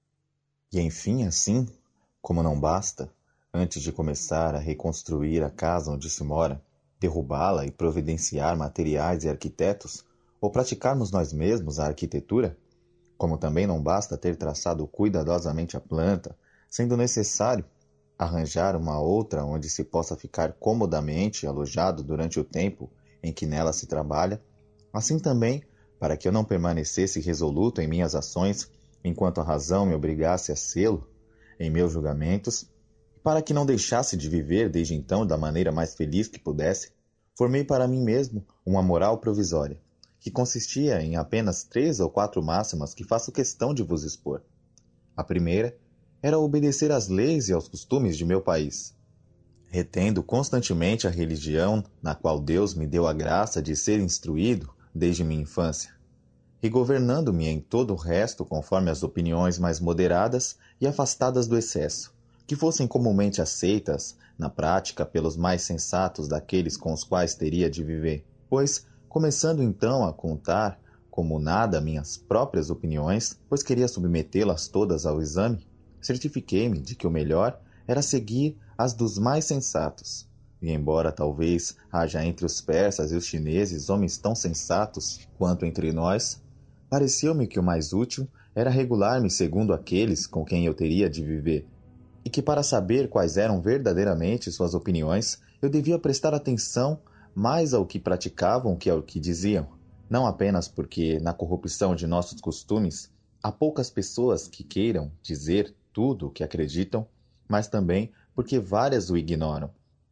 E enfim, assim, como não basta, antes de começar a reconstruir a casa onde se mora, derrubá-la e providenciar materiais e arquitetos, ou praticarmos nós mesmos a arquitetura, como também não basta ter traçado cuidadosamente a planta, sendo necessário arranjar uma outra onde se possa ficar comodamente alojado durante o tempo em que nela se trabalha, assim também, para que eu não permanecesse resoluto em minhas ações, enquanto a razão me obrigasse a sê-lo em meus julgamentos, para que não deixasse de viver desde então da maneira mais feliz que pudesse, formei para mim mesmo uma moral provisória, que consistia em apenas 3 ou 4 máximas que faço questão de vos expor. A primeira era obedecer às leis e aos costumes de meu país, retendo constantemente a religião na qual Deus me deu a graça de ser instruído desde minha infância, e governando-me em todo o resto conforme as opiniões mais moderadas e afastadas do excesso, que fossem comumente aceitas na prática pelos mais sensatos daqueles com os quais teria de viver, pois, começando então a contar como nada minhas próprias opiniões, pois queria submetê-las todas ao exame, certifiquei-me de que o melhor era seguir as dos mais sensatos. E embora talvez haja entre os persas e os chineses homens tão sensatos quanto entre nós, pareceu-me que o mais útil era regular-me segundo aqueles com quem eu teria de viver, e que para saber quais eram verdadeiramente suas opiniões, eu devia prestar atenção mais ao que praticavam que ao que diziam, não apenas porque, na corrupção de nossos costumes, há poucas pessoas que queiram dizer tudo o que acreditam, mas também porque várias o ignoram.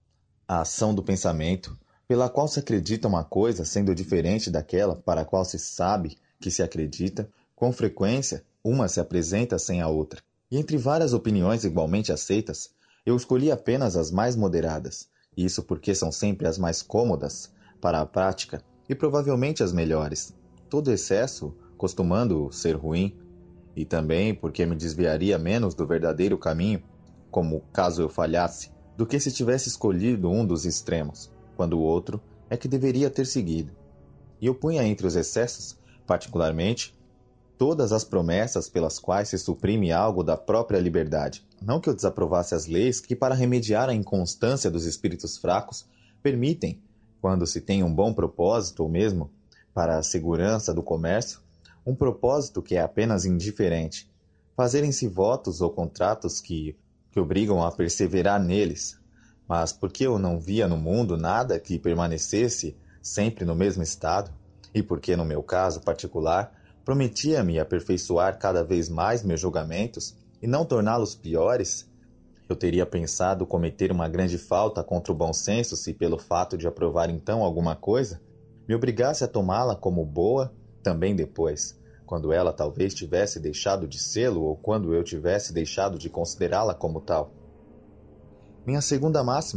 A ação do pensamento, pela qual se acredita uma coisa sendo diferente daquela para a qual se sabe que se acredita, com frequência, uma se apresenta sem a outra. E entre várias opiniões igualmente aceitas, eu escolhi apenas as mais moderadas, isso porque são sempre as mais cômodas para a prática e provavelmente as melhores, todo excesso costumando ser ruim, e também porque me desviaria menos do verdadeiro caminho, como caso eu falhasse, do que se tivesse escolhido um dos extremos, quando o outro é que deveria ter seguido. E eu punha entre os excessos, particularmente, todas as promessas pelas quais se suprime algo da própria liberdade. Não que eu desaprovasse as leis que, para remediar a inconstância dos espíritos fracos, permitem, quando se tem um bom propósito, ou mesmo para a segurança do comércio, um propósito que é apenas indiferente, fazerem-se votos ou contratos que obrigam a perseverar neles, mas porque eu não via no mundo nada que permanecesse sempre no mesmo estado, e porque, no meu caso particular, prometia-me aperfeiçoar cada vez mais meus julgamentos e não torná-los piores, eu teria pensado cometer uma grande falta contra o bom senso se, pelo fato de aprovar então alguma coisa, me obrigasse a tomá-la como boa também depois, quando ela talvez tivesse deixado de sê-lo ou quando eu tivesse deixado de considerá-la como tal. Minha segunda máxima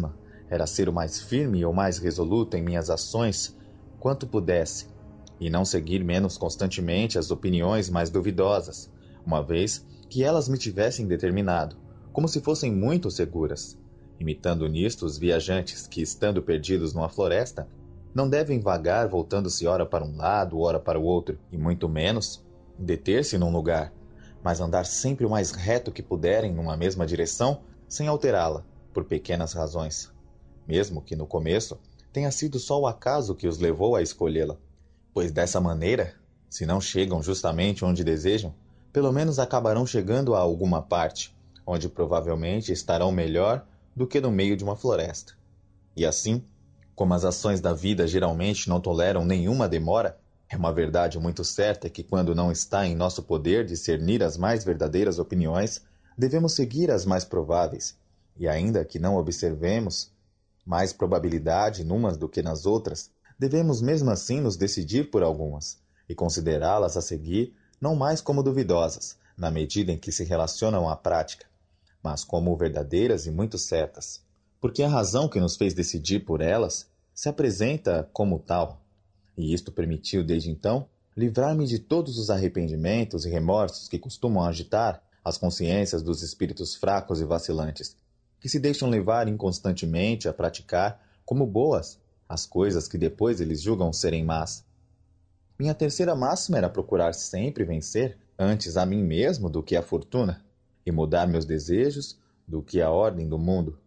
era ser o mais firme ou mais resoluto em minhas ações quanto pudesse, e não seguir menos constantemente as opiniões mais duvidosas, uma vez que elas me tivessem determinado, como se fossem muito seguras, imitando nisto os viajantes que, estando perdidos numa floresta, não devem vagar voltando-se ora para um lado, ora para o outro, e muito menos deter-se num lugar, mas andar sempre o mais reto que puderem numa mesma direção, sem alterá-la, por pequenas razões, mesmo que no começo tenha sido só o acaso que os levou a escolhê-la, pois dessa maneira, se não chegam justamente onde desejam, pelo menos acabarão chegando a alguma parte, onde provavelmente estarão melhor do que no meio de uma floresta. E assim, como as ações da vida geralmente não toleram nenhuma demora, é uma verdade muito certa que quando não está em nosso poder discernir as mais verdadeiras opiniões, devemos seguir as mais prováveis, e ainda que não observemos mais probabilidade numas do que nas outras, devemos mesmo assim nos decidir por algumas, e considerá-las a seguir não mais como duvidosas, na medida em que se relacionam à prática, mas como verdadeiras e muito certas, porque a razão que nos fez decidir por elas se apresenta como tal, e isto permitiu desde então livrar-me de todos os arrependimentos e remorsos que costumam agitar as consciências dos espíritos fracos e vacilantes, que se deixam levar inconstantemente a praticar como boas as coisas que depois eles julgam serem más. Minha terceira máxima era procurar sempre vencer antes a mim mesmo do que a fortuna, e mudar meus desejos do que a ordem do mundo.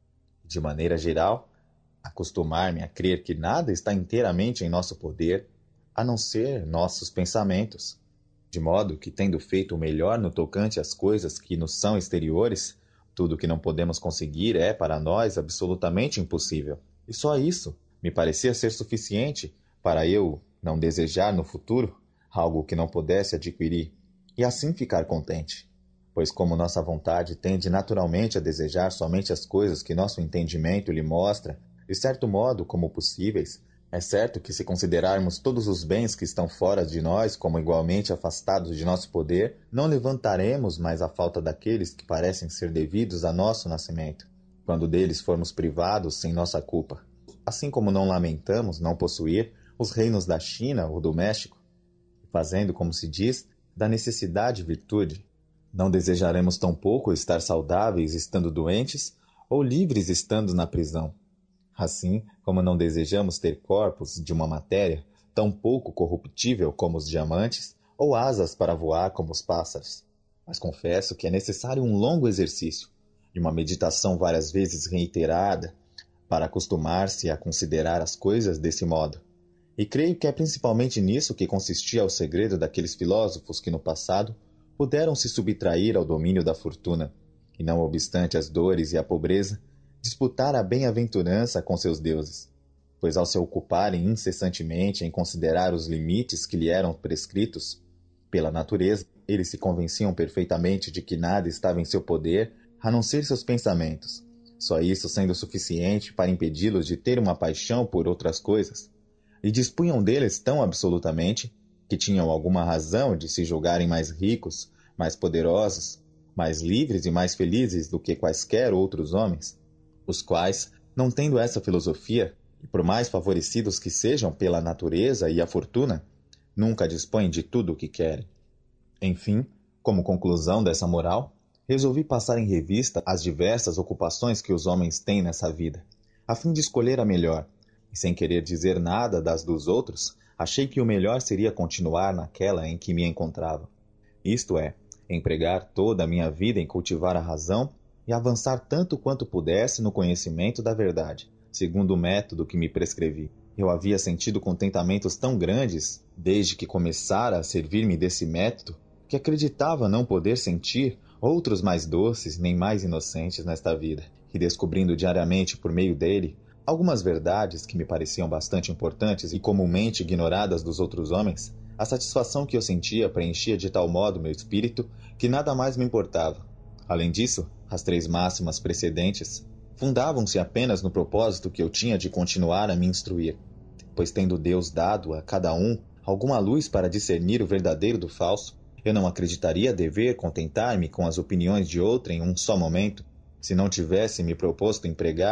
De maneira geral, acostumar-me a crer que nada está inteiramente em nosso poder, a não ser nossos pensamentos, de modo que, tendo feito o melhor no tocante às coisas que nos são exteriores, tudo o que não podemos conseguir é, para nós, absolutamente impossível. E só isso me parecia ser suficiente para eu não desejar no futuro algo que não pudesse adquirir, e assim ficar contente. Pois como nossa vontade tende naturalmente a desejar somente as coisas que nosso entendimento lhe mostra, de certo modo como possíveis, é certo que se considerarmos todos os bens que estão fora de nós como igualmente afastados de nosso poder, não levantaremos mais a falta daqueles que parecem ser devidos a nosso nascimento, quando deles formos privados sem nossa culpa. Assim como não lamentamos não possuir os reinos da China ou do México, fazendo, como se diz, da necessidade virtude. Não desejaremos tampouco estar saudáveis estando doentes ou livres estando na prisão. Assim como não desejamos ter corpos de uma matéria tão pouco corruptível como os diamantes ou asas para voar como os pássaros. Mas confesso que é necessário um longo exercício e uma meditação várias vezes reiterada para acostumar-se a considerar as coisas desse modo. E creio que é principalmente nisso que consistia o segredo daqueles filósofos que no passado puderam se subtrair ao domínio da fortuna, e não obstante as dores e a pobreza, disputar a bem-aventurança com seus deuses, pois ao se ocuparem incessantemente em considerar os limites que lhe eram prescritos pela natureza, eles se convenciam perfeitamente de que nada estava em seu poder a não ser seus pensamentos, só isso sendo suficiente para impedi-los de ter uma paixão por outras coisas, e dispunham deles tão absolutamente que tinham alguma razão de se julgarem mais ricos, mais poderosos, mais livres e mais felizes do que quaisquer outros homens, os quais, não tendo essa filosofia, e por mais favorecidos que sejam pela natureza e a fortuna, nunca dispõem de tudo o que querem. Enfim, como conclusão dessa moral, resolvi passar em revista as diversas ocupações que os homens têm nessa vida, a fim de escolher a melhor, e sem querer dizer nada das dos outros, achei que o melhor seria continuar naquela em que me encontrava. Isto é, empregar toda a minha vida em cultivar a razão e avançar tanto quanto pudesse no conhecimento da verdade, segundo o método que me prescrevi. Eu havia sentido contentamentos tão grandes, desde que começara a servir-me desse método, que acreditava não poder sentir outros mais doces nem mais inocentes nesta vida, e descobrindo diariamente por meio dele algumas verdades que me pareciam bastante importantes e comumente ignoradas dos outros homens, a satisfação que eu sentia preenchia de tal modo meu espírito que nada mais me importava. Além disso, as 3 máximas precedentes fundavam-se apenas no propósito que eu tinha de continuar a me instruir, pois tendo Deus dado a cada um alguma luz para discernir o verdadeiro do falso, eu não acreditaria dever contentar-me com as opiniões de outrem um só momento, se não tivesse me proposto empregar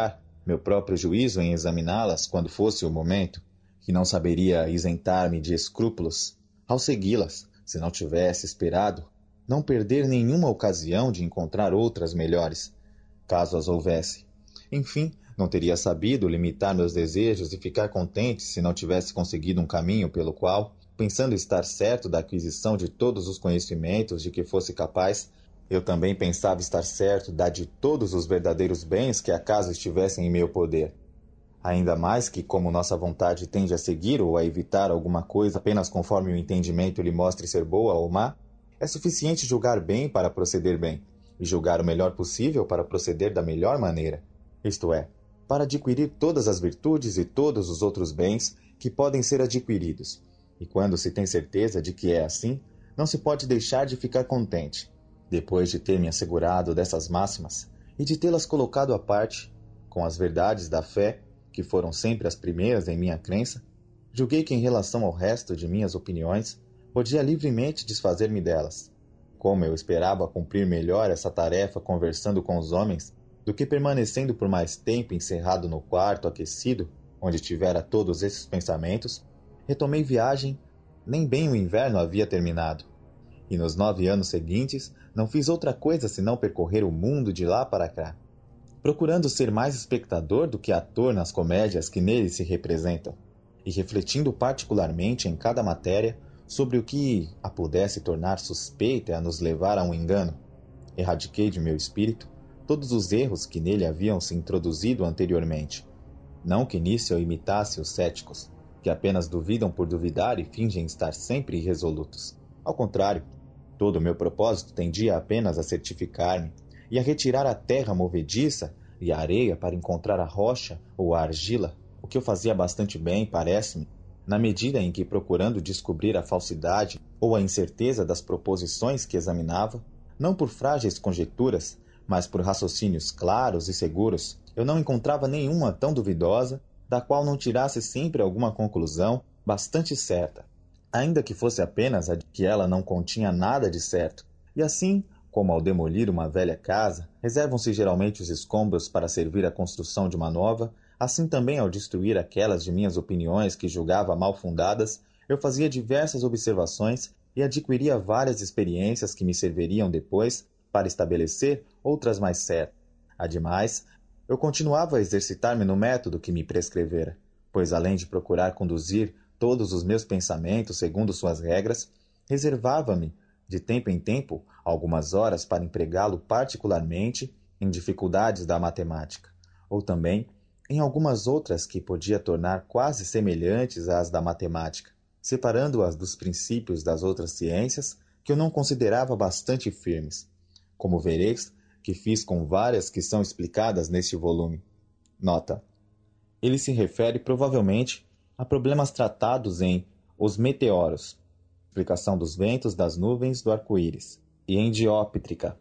meu próprio juízo em examiná-las quando fosse o momento, que não saberia isentar-me de escrúpulos ao segui-las, se não tivesse esperado não perder nenhuma ocasião de encontrar outras melhores, caso as houvesse. Enfim, não teria sabido limitar meus desejos e ficar contente se não tivesse conseguido um caminho pelo qual, pensando estar certo da aquisição de todos os conhecimentos de que fosse capaz, eu também pensava estar certo da de todos os verdadeiros bens que acaso estivessem em meu poder. Ainda mais que, como nossa vontade tende a seguir ou a evitar alguma coisa apenas conforme o entendimento lhe mostre ser boa ou má, é suficiente julgar bem para proceder bem, e julgar o melhor possível para proceder da melhor maneira, isto é, para adquirir todas as virtudes e todos os outros bens que podem ser adquiridos. E quando se tem certeza de que é assim, não se pode deixar de ficar contente. Depois de ter me assegurado dessas máximas e de tê-las colocado à parte, com as verdades da fé, que foram sempre as primeiras em minha crença, julguei que em relação ao resto de minhas opiniões, podia livremente desfazer-me delas. Como eu esperava cumprir melhor essa tarefa conversando com os homens, do que permanecendo por mais tempo encerrado no quarto aquecido, onde tivera todos esses pensamentos, retomei viagem, nem bem o inverno havia terminado. E nos 9 anos seguintes não fiz outra coisa senão percorrer o mundo de lá para cá, procurando ser mais espectador do que ator nas comédias que nele se representam, e refletindo particularmente em cada matéria sobre o que a pudesse tornar suspeita a nos levar a um engano. Erradiquei de meu espírito todos os erros que nele haviam se introduzido anteriormente. Não que nisso eu imitasse os céticos, que apenas duvidam por duvidar e fingem estar sempre irresolutos. Ao contrário, todo o meu propósito tendia apenas a certificar-me e a retirar a terra movediça e a areia para encontrar a rocha ou a argila, o que eu fazia bastante bem, parece-me, na medida em que, procurando descobrir a falsidade ou a incerteza das proposições que examinava, não por frágeis conjecturas, mas por raciocínios claros e seguros, eu não encontrava nenhuma tão duvidosa, da qual não tirasse sempre alguma conclusão bastante certa, ainda que fosse apenas a de que ela não continha nada de certo. E assim, como ao demolir uma velha casa, reservam-se geralmente os escombros para servir à construção de uma nova, assim também ao destruir aquelas de minhas opiniões que julgava mal fundadas, eu fazia diversas observações e adquiria várias experiências que me serviriam depois para estabelecer outras mais certas. Ademais, eu continuava a exercitar-me no método que me prescrevera, pois além de procurar conduzir todos os meus pensamentos segundo suas regras, reservava-me, de tempo em tempo, algumas horas para empregá-lo particularmente em dificuldades da matemática, ou também em algumas outras que podia tornar quase semelhantes às da matemática, separando-as dos princípios das outras ciências que eu não considerava bastante firmes, como vereis que fiz com várias que são explicadas neste volume. Nota: ele se refere provavelmente a problemas tratados em Os Meteoros, explicação dos ventos das nuvens do arco-íris, e em Dióptrica,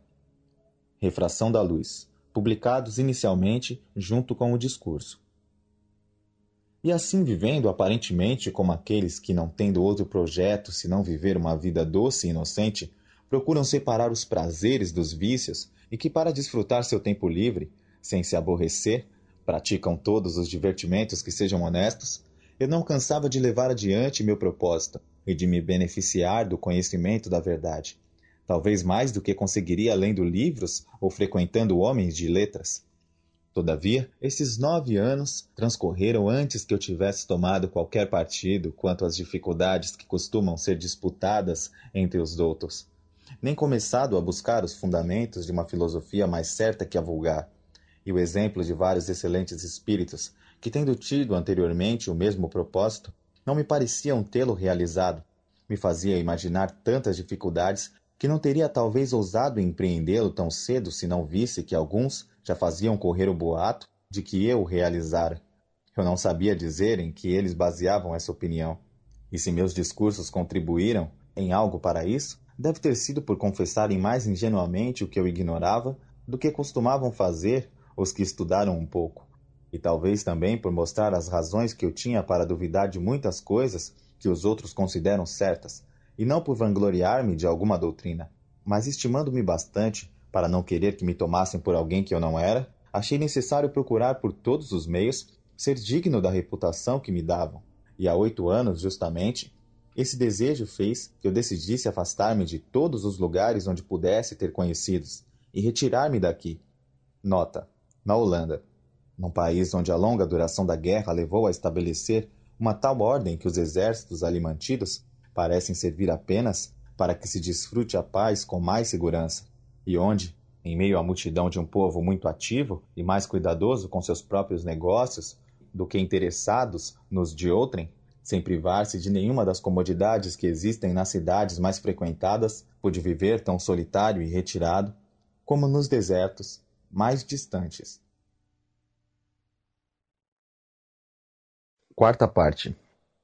refração da luz, publicados inicialmente junto com o discurso. E assim vivendo aparentemente como aqueles que, não tendo outro projeto senão viver uma vida doce e inocente, procuram separar os prazeres dos vícios e que, para desfrutar seu tempo livre, sem se aborrecer, praticam todos os divertimentos que sejam honestos, eu não cansava de levar adiante meu propósito e de me beneficiar do conhecimento da verdade, talvez mais do que conseguiria lendo livros ou frequentando homens de letras. Todavia, esses 9 anos transcorreram antes que eu tivesse tomado qualquer partido quanto às dificuldades que costumam ser disputadas entre os doutos, nem começado a buscar os fundamentos de uma filosofia mais certa que a vulgar, e o exemplo de vários excelentes espíritos que, tendo tido anteriormente o mesmo propósito, não me pareciam tê-lo realizado, me fazia imaginar tantas dificuldades que não teria talvez ousado empreendê-lo tão cedo se não visse que alguns já faziam correr o boato de que eu o realizara. Eu não sabia dizer em que eles baseavam essa opinião, e se meus discursos contribuíram em algo para isso, deve ter sido por confessarem mais ingenuamente o que eu ignorava do que costumavam fazer os que estudaram um pouco, e talvez também por mostrar as razões que eu tinha para duvidar de muitas coisas que os outros consideram certas, e não por vangloriar-me de alguma doutrina, mas estimando-me bastante para não querer que me tomassem por alguém que eu não era, achei necessário procurar por todos os meios ser digno da reputação que me davam. E há 8 anos, justamente, esse desejo fez que eu decidisse afastar-me de todos os lugares onde pudesse ter conhecidos e retirar-me daqui. Nota: na Holanda, num país onde a longa duração da guerra levou a estabelecer uma tal ordem que os exércitos ali mantidos parecem servir apenas para que se desfrute a paz com mais segurança, e onde, em meio à multidão de um povo muito ativo e mais cuidadoso com seus próprios negócios do que interessados nos de outrem, sem privar-se de nenhuma das comodidades que existem nas cidades mais frequentadas, pude viver tão solitário e retirado, como nos desertos mais distantes. Quarta parte.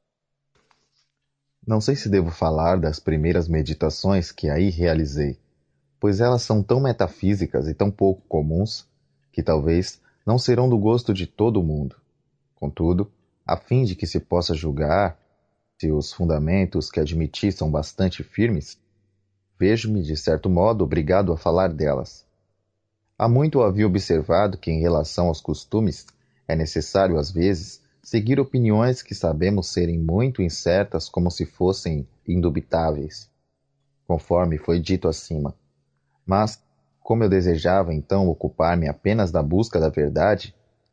Não sei se devo falar das primeiras meditações que aí realizei, pois elas são tão metafísicas e tão pouco comuns que talvez não serão do gosto de todo mundo. Contudo, a fim de que se possa julgar se os fundamentos que admiti são bastante firmes, vejo-me, de certo modo, obrigado a falar delas. Há muito havia observado que, em relação aos costumes, é necessário, às vezes, seguir opiniões que sabemos serem muito incertas como se fossem indubitáveis, conforme foi dito acima. Mas, como eu desejava então ocupar-me apenas da busca da verdade,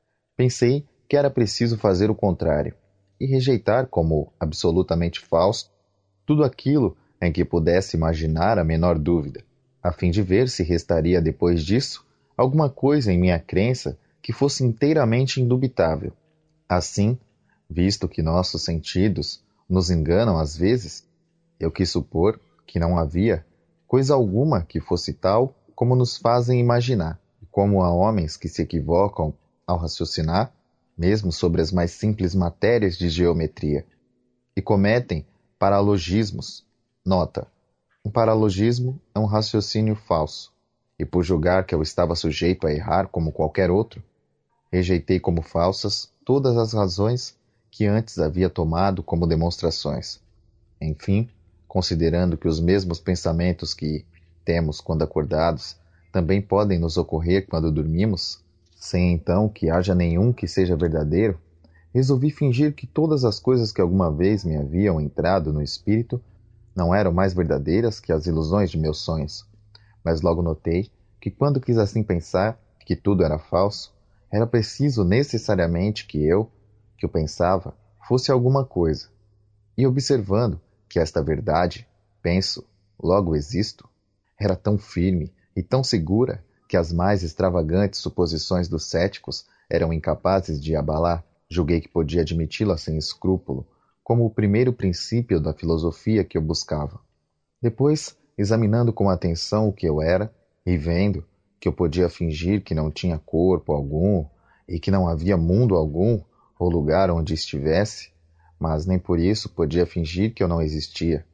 pensei que era preciso fazer o contrário e rejeitar como absolutamente falso tudo aquilo em que pudesse imaginar a menor dúvida, a fim de ver se restaria depois disso alguma coisa em minha crença que fosse inteiramente indubitável. Assim, visto que nossos sentidos nos enganam às vezes, eu quis supor que não havia coisa alguma que fosse tal como nos fazem imaginar, e como há homens que se equivocam ao raciocinar, mesmo sobre as mais simples matérias de geometria, e cometem paralogismos. Nota: um paralogismo é um raciocínio falso, e por julgar que eu estava sujeito a errar como qualquer outro, rejeitei como falsas todas as razões que antes havia tomado como demonstrações. Enfim, considerando que os mesmos pensamentos que temos quando acordados também podem nos ocorrer quando dormimos, sem então que haja nenhum que seja verdadeiro, resolvi fingir que todas as coisas que alguma vez me haviam entrado no espírito não eram mais verdadeiras que as ilusões de meus sonhos. Mas logo notei que quando quis assim pensar que tudo era falso, era preciso necessariamente que eu, que o pensava, fosse alguma coisa. E observando que esta verdade, penso, logo existo, era tão firme e tão segura que as mais extravagantes suposições dos céticos eram incapazes de abalar, julguei que podia admiti-la sem escrúpulo, como o primeiro princípio da filosofia que eu buscava. Depois, examinando com atenção o que eu era, e vendo que eu podia fingir que não tinha corpo algum, e que não havia mundo algum, ou lugar onde estivesse, mas nem por isso podia fingir que eu não existia.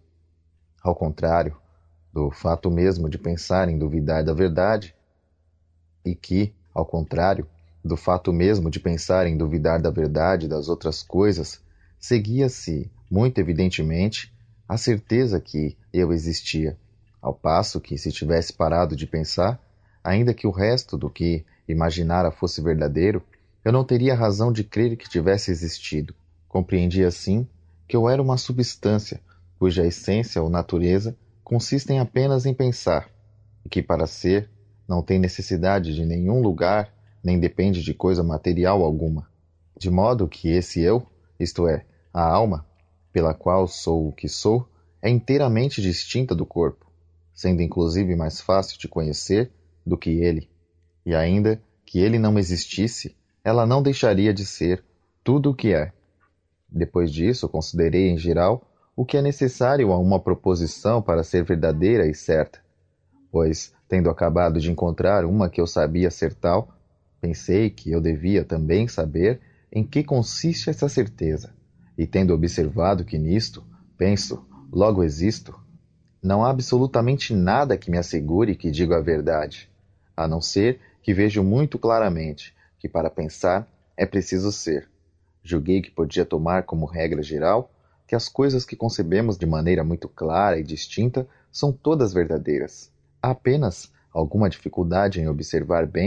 Ao contrário, do fato mesmo de pensar em duvidar da verdade, e que, ao contrário, do fato mesmo de pensar em duvidar da verdade das outras coisas, seguia-se, muito evidentemente, a certeza que eu existia, ao passo que, se tivesse parado de pensar, ainda que o resto do que imaginara fosse verdadeiro, eu não teria razão de crer que tivesse existido. Compreendi assim que eu era uma substância, cuja essência ou natureza consistem apenas em pensar, e que para ser não tem necessidade de nenhum lugar, nem depende de coisa material alguma. De modo que esse eu, isto é, a alma, pela qual sou o que sou, é inteiramente distinta do corpo, sendo inclusive mais fácil de conhecer do que ele. E ainda que ele não existisse, ela não deixaria de ser tudo o que é. Depois disso, considerei em geral o que é necessário a uma proposição para ser verdadeira e certa, pois, tendo acabado de encontrar uma que eu sabia ser tal, pensei que eu devia também saber em que consiste essa certeza, e tendo observado que nisto, penso, logo existo, não há absolutamente nada que me assegure que digo a verdade, a não ser que vejo muito claramente que para pensar é preciso ser. Julguei que podia tomar como regra geral que as coisas que concebemos de maneira muito clara e distinta são todas verdadeiras. Há apenas alguma dificuldade em observar bem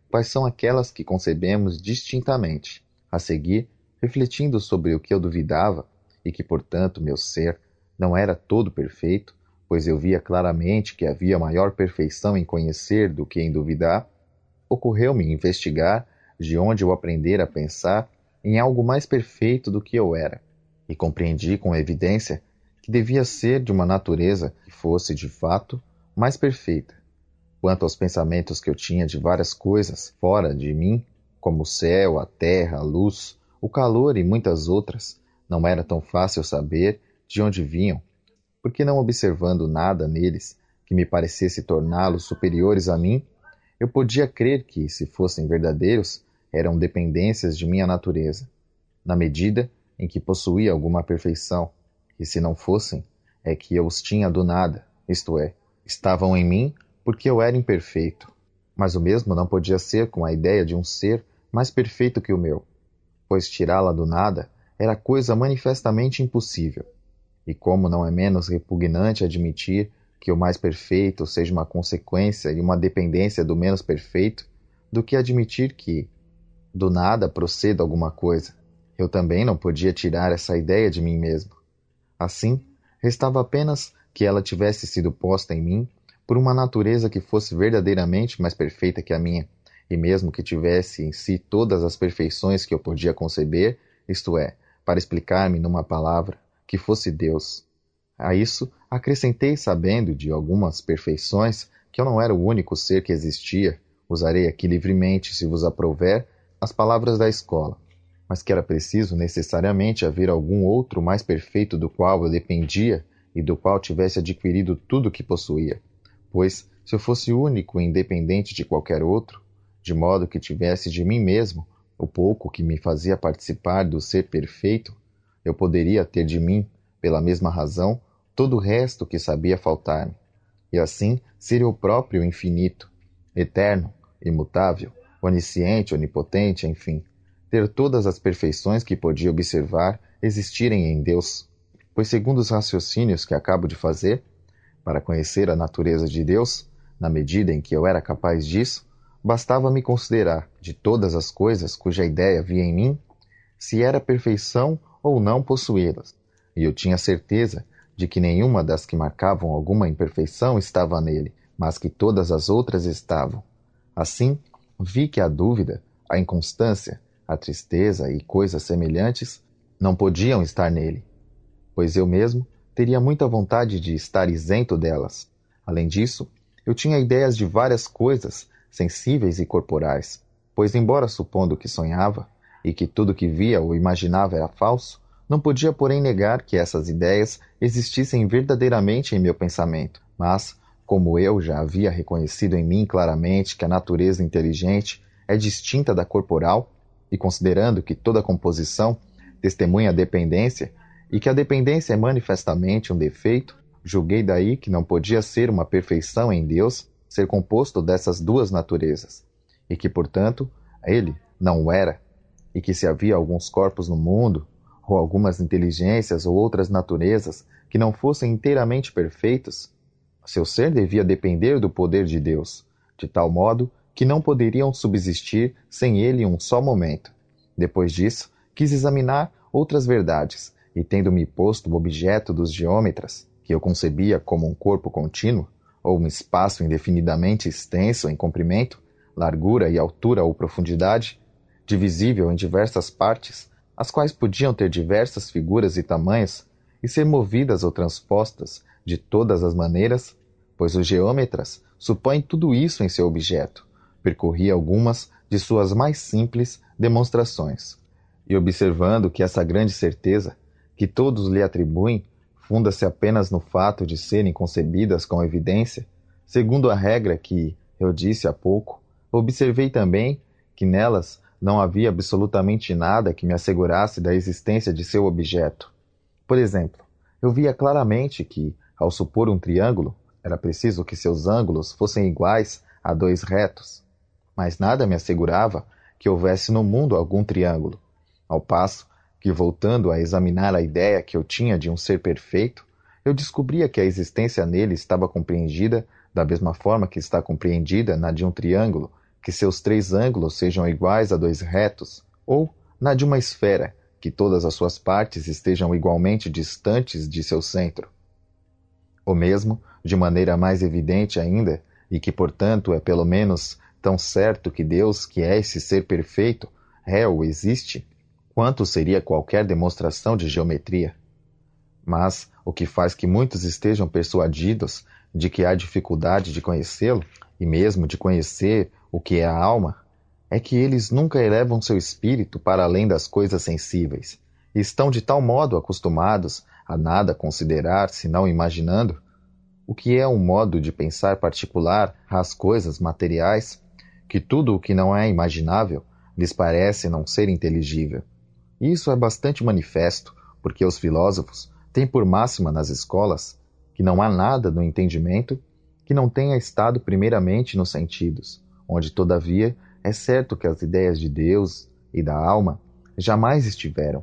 quais são aquelas que concebemos distintamente. A seguir, refletindo sobre o que eu duvidava, e que, portanto, meu ser não era todo perfeito, pois eu via claramente que havia maior perfeição em conhecer do que em duvidar, ocorreu-me investigar de onde eu aprendera a pensar em algo mais perfeito do que eu era, e compreendi com evidência que devia ser de uma natureza que fosse, de fato, mais perfeita. Quanto aos pensamentos que eu tinha de várias coisas fora de mim, como o céu, a terra, a luz, o calor e muitas outras, não era tão fácil saber de onde vinham, porque não observando nada neles que me parecesse torná-los superiores a mim, eu podia crer que, se fossem verdadeiros, eram dependências de minha natureza, na medida em que possuía alguma perfeição, e se não fossem, é que eu os tinha do nada, isto é, estavam em mim porque eu era imperfeito. Mas o mesmo não podia ser com a ideia de um ser mais perfeito que o meu, pois tirá-la do nada era coisa manifestamente impossível. E como não é menos repugnante admitir que o mais perfeito seja uma consequência e uma dependência do menos perfeito, do que admitir que, do nada, proceda alguma coisa, eu também não podia tirar essa ideia de mim mesmo. Assim, restava apenas que ela tivesse sido posta em mim por uma natureza que fosse verdadeiramente mais perfeita que a minha, e mesmo que tivesse em si todas as perfeições que eu podia conceber, isto é, para explicar-me numa palavra, que fosse Deus. A isso acrescentei, sabendo de algumas perfeições, que eu não era o único ser que existia, usarei aqui livremente, se vos aprouver, as palavras da escola, mas que era preciso necessariamente haver algum outro mais perfeito do qual eu dependia e do qual tivesse adquirido tudo o que possuía, pois, se eu fosse único e independente de qualquer outro, de modo que tivesse de mim mesmo o pouco que me fazia participar do ser perfeito, eu poderia ter de mim, pela mesma razão, todo o resto que sabia faltar-me, e assim ser eu próprio infinito, eterno, imutável, onisciente, onipotente, enfim, ter todas as perfeições que podia observar existirem em Deus, pois segundo os raciocínios que acabo de fazer, para conhecer a natureza de Deus, na medida em que eu era capaz disso, bastava-me considerar, de todas as coisas cuja ideia havia em mim, se era perfeição ou não possuí-las, e eu tinha certeza de que nenhuma das que marcavam alguma imperfeição estava nele, mas que todas as outras estavam. Assim, vi que a dúvida, a inconstância, a tristeza e coisas semelhantes não podiam estar nele, pois eu mesmo teria muita vontade de estar isento delas. Além disso, eu tinha ideias de várias coisas, sensíveis e corporais, pois, embora supondo que sonhava, e que tudo que via ou imaginava era falso, não podia, porém, negar que essas ideias existissem verdadeiramente em meu pensamento. Mas, como eu já havia reconhecido em mim claramente que a natureza inteligente é distinta da corporal, e considerando que toda composição testemunha a dependência, e que a dependência é manifestamente um defeito, julguei daí que não podia ser uma perfeição em Deus ser composto dessas duas naturezas, e que, portanto, ele não o era, e que se havia alguns corpos no mundo, ou algumas inteligências ou outras naturezas que não fossem inteiramente perfeitos, seu ser devia depender do poder de Deus, de tal modo que não poderiam subsistir sem ele um só momento. Depois disso, quis examinar outras verdades, e tendo-me posto o objeto dos geômetras, que eu concebia como um corpo contínuo, ou um espaço indefinidamente extenso em comprimento, largura e altura ou profundidade, divisível em diversas partes, as quais podiam ter diversas figuras e tamanhos, e ser movidas ou transpostas de todas as maneiras, pois os geômetras supõem tudo isso em seu objeto, percorri algumas de suas mais simples demonstrações, e observando que essa grande certeza, que todos lhe atribuem, funda-se apenas no fato de serem concebidas com evidência, segundo a regra que eu disse há pouco, observei também que nelas não havia absolutamente nada que me assegurasse da existência de seu objeto. Por exemplo, eu via claramente que, ao supor um triângulo, era preciso que seus ângulos fossem iguais a dois retos, mas nada me assegurava que houvesse no mundo algum triângulo, ao passo que, voltando a examinar a ideia que eu tinha de um ser perfeito, eu descobria que a existência nele estava compreendida da mesma forma que está compreendida na de um triângulo que seus 3 ângulos sejam iguais a 2 retos, ou na de uma esfera, que todas as suas partes estejam igualmente distantes de seu centro. Ou mesmo, de maneira mais evidente ainda, e que portanto é pelo menos tão certo que Deus, que é esse ser perfeito, é ou existe, quanto seria qualquer demonstração de geometria. Mas o que faz que muitos estejam persuadidos de que há dificuldade de conhecê-lo, e mesmo de conhecer o que é a alma, é que eles nunca elevam seu espírito para além das coisas sensíveis, e estão de tal modo acostumados a nada considerar, senão imaginando, o que é um modo de pensar particular às coisas materiais, que tudo o que não é imaginável lhes parece não ser inteligível. E isso é bastante manifesto, porque os filósofos têm por máxima nas escolas que não há nada no entendimento que não tenha estado primeiramente nos sentidos, onde, todavia, é certo que as ideias de Deus e da alma jamais estiveram.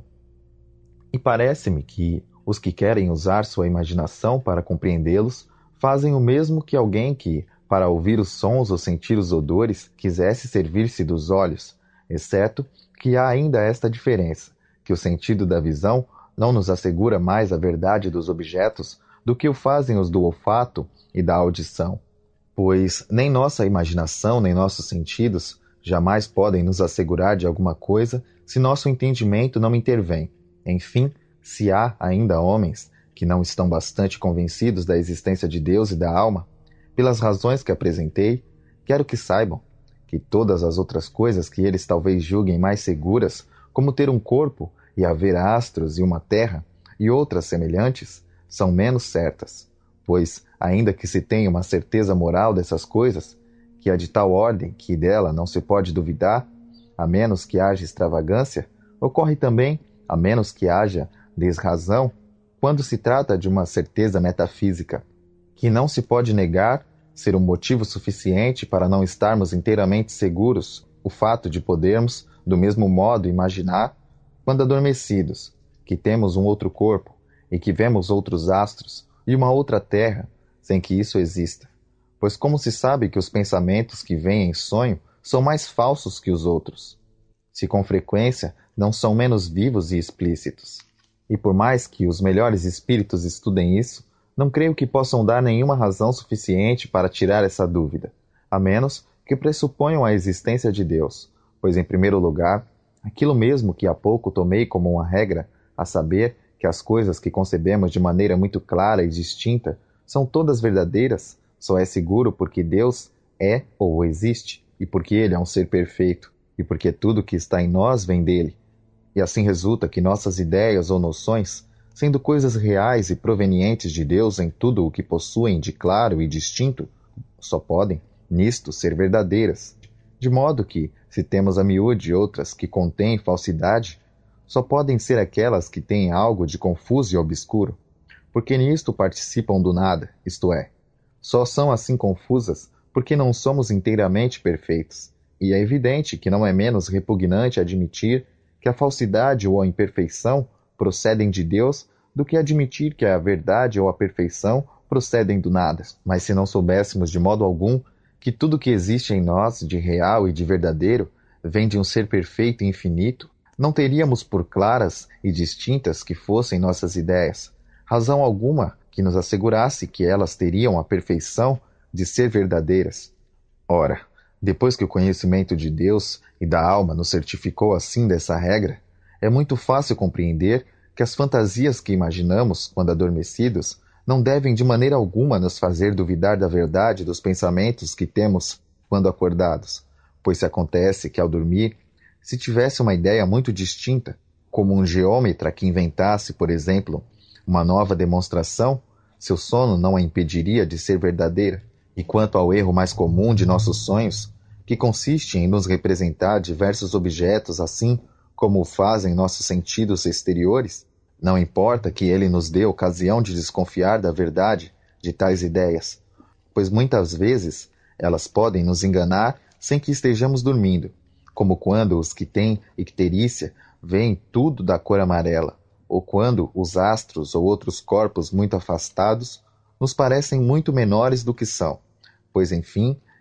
E parece-me que os que querem usar sua imaginação para compreendê-los fazem o mesmo que alguém que, para ouvir os sons ou sentir os odores, quisesse servir-se dos olhos, exceto que há ainda esta diferença, que o sentido da visão não nos assegura mais a verdade dos objetos do que o fazem os do olfato e da audição, pois nem nossa imaginação nem nossos sentidos jamais podem nos assegurar de alguma coisa se nosso entendimento não intervém. Enfim, se há ainda homens que não estão bastante convencidos da existência de Deus e da alma, pelas razões que apresentei, quero que saibam que todas as outras coisas que eles talvez julguem mais seguras, como ter um corpo e haver astros e uma terra, e outras semelhantes, são menos certas, pois, ainda que se tenha uma certeza moral dessas coisas, que é de tal ordem que dela não se pode duvidar, a menos que haja extravagância, ocorre também, a menos que haja desrazão, quando se trata de uma certeza metafísica, que não se pode negar ser um motivo suficiente para não estarmos inteiramente seguros o fato de podermos, do mesmo modo, imaginar, quando adormecidos, que temos um outro corpo e que vemos outros astros e uma outra terra, sem que isso exista. Pois como se sabe que os pensamentos que vêm em sonho são mais falsos que os outros, se com frequência não são menos vivos e explícitos. E por mais que os melhores espíritos estudem isso, não creio que possam dar nenhuma razão suficiente para tirar essa dúvida, a menos que pressuponham a existência de Deus, pois, em primeiro lugar, aquilo mesmo que há pouco tomei como uma regra, a saber que as coisas que concebemos de maneira muito clara e distinta são todas verdadeiras, só é seguro porque Deus é ou existe, e porque Ele é um ser perfeito, e porque tudo que está em nós vem dele. E assim resulta que nossas ideias ou noções, sendo coisas reais e provenientes de Deus em tudo o que possuem de claro e distinto, só podem, nisto, ser verdadeiras. De modo que, se temos a miúde outras que contêm falsidade, só podem ser aquelas que têm algo de confuso e obscuro, porque nisto participam do nada, isto é, só são assim confusas porque não somos inteiramente perfeitos, e é evidente que não é menos repugnante admitir que a falsidade ou a imperfeição procedem de Deus do que admitir que a verdade ou a perfeição procedem do nada. Mas se não soubéssemos de modo algum que tudo que existe em nós de real e de verdadeiro vem de um ser perfeito e infinito, não teríamos por claras e distintas que fossem nossas ideias, razão alguma que nos assegurasse que elas teriam a perfeição de ser verdadeiras. Ora, depois que o conhecimento de Deus e da alma nos certificou assim dessa regra, é muito fácil compreender que as fantasias que imaginamos quando adormecidos não devem de maneira alguma nos fazer duvidar da verdade dos pensamentos que temos quando acordados, pois se acontece que ao dormir, se tivesse uma ideia muito distinta, como um geômetra que inventasse, por exemplo, uma nova demonstração, seu sono não a impediria de ser verdadeira. E quanto ao erro mais comum de nossos sonhos, que consiste em nos representar diversos objetos assim como o fazem nossos sentidos exteriores, não importa que ele nos dê ocasião de desconfiar da verdade de tais ideias, pois muitas vezes elas podem nos enganar sem que estejamos dormindo, como quando os que têm icterícia veem tudo da cor amarela, ou quando os astros ou outros corpos muito afastados nos parecem muito menores do que são, pois, enfim,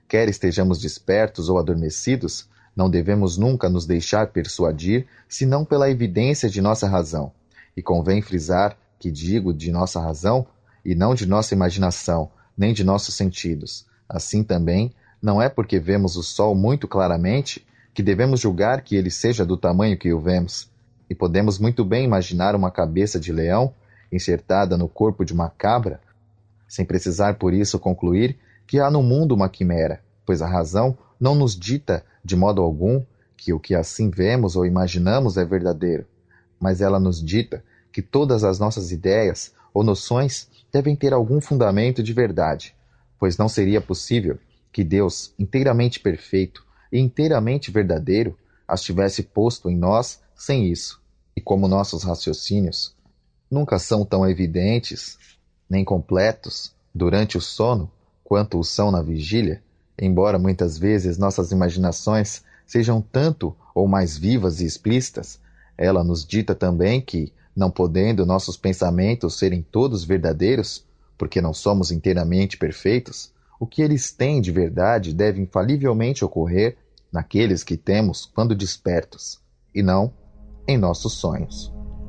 quer estejamos despertos ou adormecidos, não devemos nunca nos deixar persuadir, senão pela evidência de nossa razão. E convém frisar que digo de nossa razão, e não de nossa imaginação, nem de nossos sentidos. Assim também, não é porque vemos o sol muito claramente que devemos julgar que ele seja do tamanho que o vemos. E podemos muito bem imaginar uma cabeça de leão enxertada no corpo de uma cabra, sem precisar por isso concluir que há no mundo uma quimera, pois a razão não nos dita de modo algum que o que assim vemos ou imaginamos é verdadeiro, mas ela nos dita que todas as nossas ideias ou noções devem ter algum fundamento de verdade, pois não seria possível que Deus, inteiramente perfeito e inteiramente verdadeiro, as tivesse posto em nós sem isso. E como nossos raciocínios nunca são tão evidentes nem completos durante o sono quanto o são na vigília, embora muitas vezes nossas imaginações sejam tanto ou mais vivas e explícitas, ela nos dita também que, não podendo nossos pensamentos serem todos verdadeiros, porque não somos inteiramente perfeitos, o que eles têm de verdade deve infalivelmente ocorrer naqueles que temos quando despertos, e não em nossos sonhos.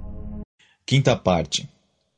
Quinta parte.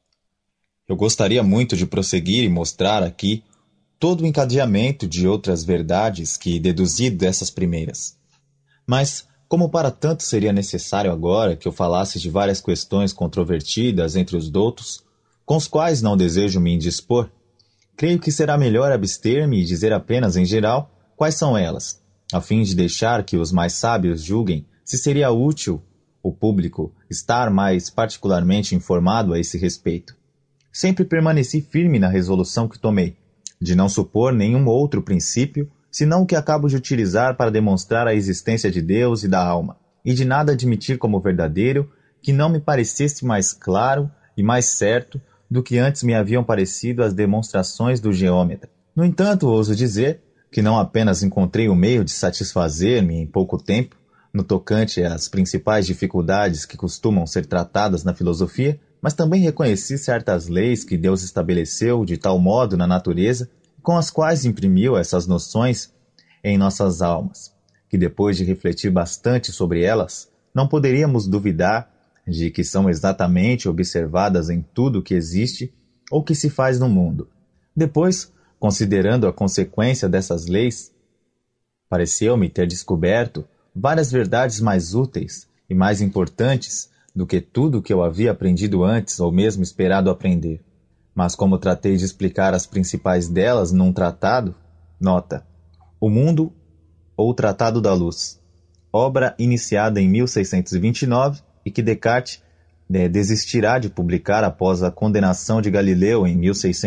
Eu gostaria muito de prosseguir e mostrar aqui todo o encadeamento de outras verdades que deduzi dessas primeiras. Mas, como para tanto seria necessário agora que eu falasse de várias questões controvertidas entre os doutos, com os quais não desejo me indispor, creio que será melhor abster-me e dizer apenas em geral quais são elas, a fim de deixar que os mais sábios julguem se seria útil o público estar mais particularmente informado a esse respeito. Sempre permaneci firme na resolução que tomei, de não supor nenhum outro princípio, senão o que acabo de utilizar para demonstrar a existência de Deus e da alma, e de nada admitir como verdadeiro que não me parecesse mais claro e mais certo do que antes me haviam parecido as demonstrações do geômetra. No entanto, ouso dizer que não apenas encontrei o meio de satisfazer-me em pouco tempo, no tocante às principais dificuldades que costumam ser tratadas na filosofia, mas também reconheci certas leis que Deus estabeleceu de tal modo na natureza, com as quais imprimiu essas noções em nossas almas, que depois de refletir bastante sobre elas, não poderíamos duvidar de que são exatamente observadas em tudo que existe ou que se faz no mundo. Depois, considerando a consequência dessas leis, pareceu-me ter descoberto várias verdades mais úteis e mais importantes do que tudo que eu havia aprendido antes ou mesmo esperado aprender. Mas como tratei de explicar as principais delas num tratado, nota, O Mundo ou Tratado da Luz, obra iniciada em 1629 e que Descartes desistirá de publicar após a condenação de Galileu em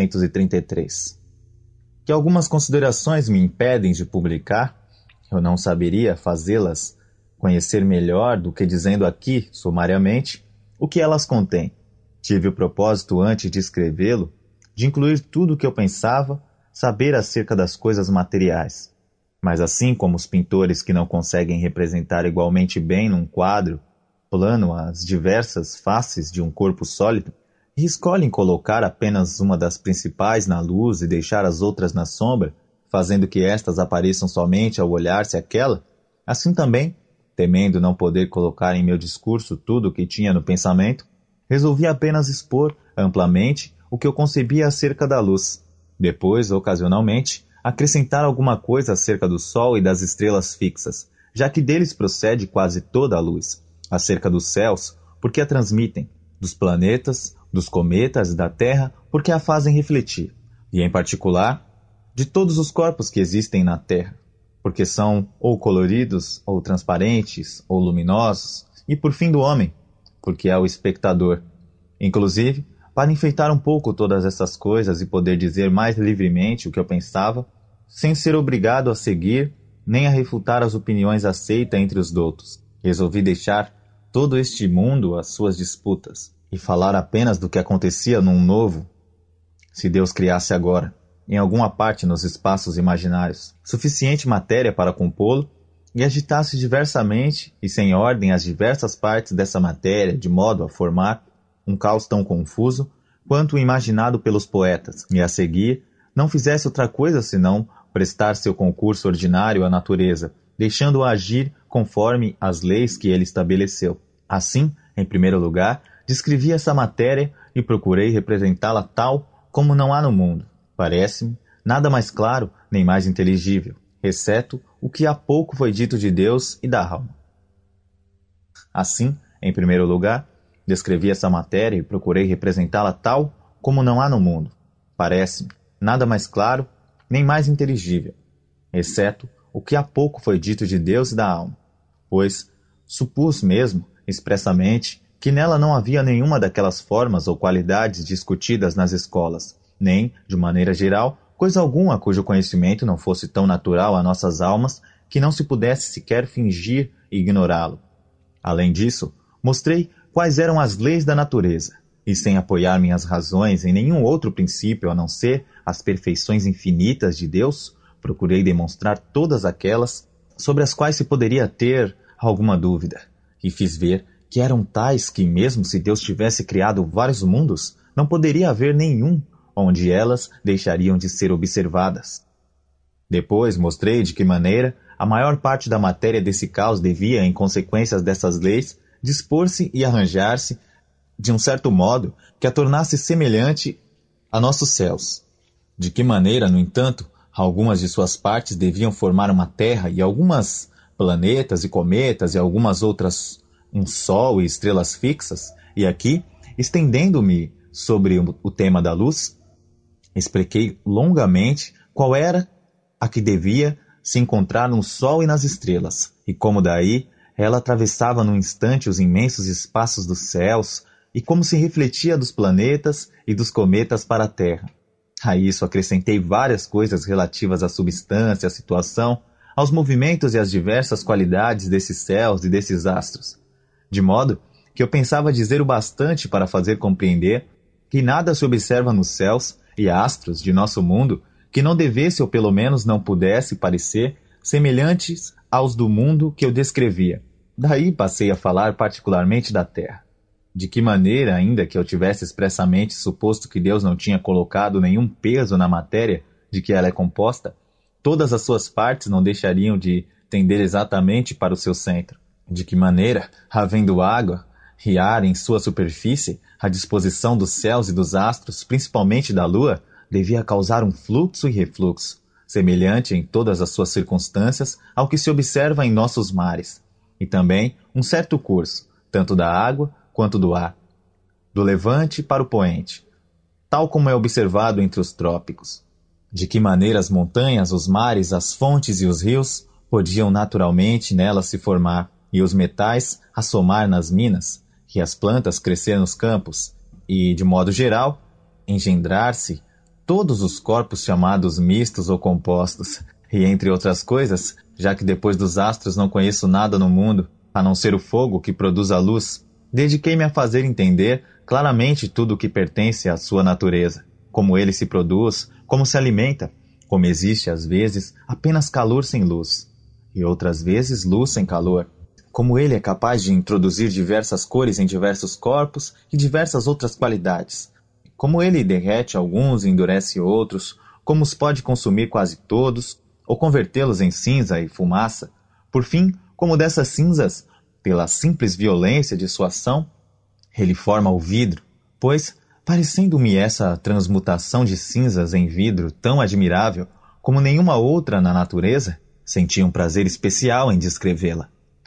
1633. Que algumas considerações me impedem de publicar, eu não saberia fazê-las conhecer melhor do que dizendo aqui, sumariamente, o que elas contêm. Tive o propósito, antes de escrevê-lo, de incluir tudo o que eu pensava saber acerca das coisas materiais. Mas assim como os pintores que não conseguem representar igualmente bem num quadro plano as diversas faces de um corpo sólido, e escolhem colocar apenas uma das principais na luz e deixar as outras na sombra, fazendo que estas apareçam somente ao olhar-se aquela, assim também, temendo não poder colocar em meu discurso tudo o que tinha no pensamento, resolvi apenas expor amplamente o que eu concebia acerca da luz. Depois, ocasionalmente, acrescentar alguma coisa acerca do Sol e das estrelas fixas, já que deles procede quase toda a luz, acerca dos céus, porque a transmitem, dos planetas, dos cometas e da Terra, porque a fazem refletir, e em particular, de todos os corpos que existem na Terra, porque são ou coloridos, ou transparentes, ou luminosos, e por fim do homem, porque é o espectador. Inclusive, para enfeitar um pouco todas essas coisas e poder dizer mais livremente o que eu pensava, sem ser obrigado a seguir nem a refutar as opiniões aceitas entre os doutos, resolvi deixar todo este mundo às suas disputas e falar apenas do que acontecia num novo, se Deus criasse agora, em alguma parte nos espaços imaginários, suficiente matéria para compô-lo, e agitasse diversamente e sem ordem as diversas partes dessa matéria, de modo a formar um caos tão confuso quanto o imaginado pelos poetas, e a seguir não fizesse outra coisa senão prestar seu concurso ordinário à natureza, deixando-a agir conforme as leis que ele estabeleceu. Assim, em primeiro lugar, descrevi essa matéria e procurei representá-la tal como não há no mundo. Parece-me nada mais claro nem mais inteligível, exceto o que há pouco foi dito de Deus e da alma. Assim, em primeiro lugar, descrevi essa matéria e procurei representá-la tal como não há no mundo. Parece-me nada mais claro nem mais inteligível, exceto o que há pouco foi dito de Deus e da alma, pois supus mesmo, expressamente, que nela não havia nenhuma daquelas formas ou qualidades discutidas nas escolas, nem, de maneira geral, coisa alguma cujo conhecimento não fosse tão natural a nossas almas que não se pudesse sequer fingir ignorá-lo. Além disso, mostrei quais eram as leis da natureza, e sem apoiar minhas razões em nenhum outro princípio a não ser as perfeições infinitas de Deus, procurei demonstrar todas aquelas sobre as quais se poderia ter alguma dúvida, e fiz ver que eram tais que, mesmo se Deus tivesse criado vários mundos, não poderia haver nenhum onde elas deixariam de ser observadas. Depois mostrei de que maneira a maior parte da matéria desse caos devia, em consequências dessas leis, dispor-se e arranjar-se de um certo modo que a tornasse semelhante a nossos céus. De que maneira, no entanto, algumas de suas partes deviam formar uma terra e algumas planetas e cometas e algumas outras um sol e estrelas fixas, e aqui, estendendo-me sobre o tema da luz, expliquei longamente qual era a que devia se encontrar no sol e nas estrelas, e como daí ela atravessava num instante os imensos espaços dos céus, e como se refletia dos planetas e dos cometas para a Terra. A isso acrescentei várias coisas relativas à substância, à situação, aos movimentos e às diversas qualidades desses céus e desses astros, de modo que eu pensava dizer o bastante para fazer compreender que nada se observa nos céus e astros de nosso mundo que não devesse ou pelo menos não pudesse parecer semelhantes aos do mundo que eu descrevia. Daí passei a falar particularmente da Terra. De que maneira, ainda que eu tivesse expressamente suposto que Deus não tinha colocado nenhum peso na matéria de que ela é composta, todas as suas partes não deixariam de tender exatamente para o seu centro. De que maneira, havendo água e ar em sua superfície, a disposição dos céus e dos astros, principalmente da lua, devia causar um fluxo e refluxo, semelhante em todas as suas circunstâncias ao que se observa em nossos mares, e também um certo curso, tanto da água quanto do ar, do levante para o poente, tal como é observado entre os trópicos. De que maneira as montanhas, os mares, as fontes e os rios podiam naturalmente nelas se formar, e os metais assomar nas minas, e as plantas crescer nos campos, e, de modo geral, engendrar-se todos os corpos chamados mistos ou compostos, e entre outras coisas, já que depois dos astros não conheço nada no mundo, a não ser o fogo que produz a luz, dediquei-me a fazer entender claramente tudo o que pertence à sua natureza, como ele se produz, como se alimenta, como existe às vezes apenas calor sem luz, e outras vezes luz sem calor, como ele é capaz de introduzir diversas cores em diversos corpos e diversas outras qualidades, como ele derrete alguns e endurece outros, como os pode consumir quase todos, ou convertê-los em cinza e fumaça, por fim, como dessas cinzas, pela simples violência de sua ação, ele forma o vidro, pois, parecendo-me essa transmutação de cinzas em vidro tão admirável como nenhuma outra na natureza, senti um prazer especial em descrevê-la.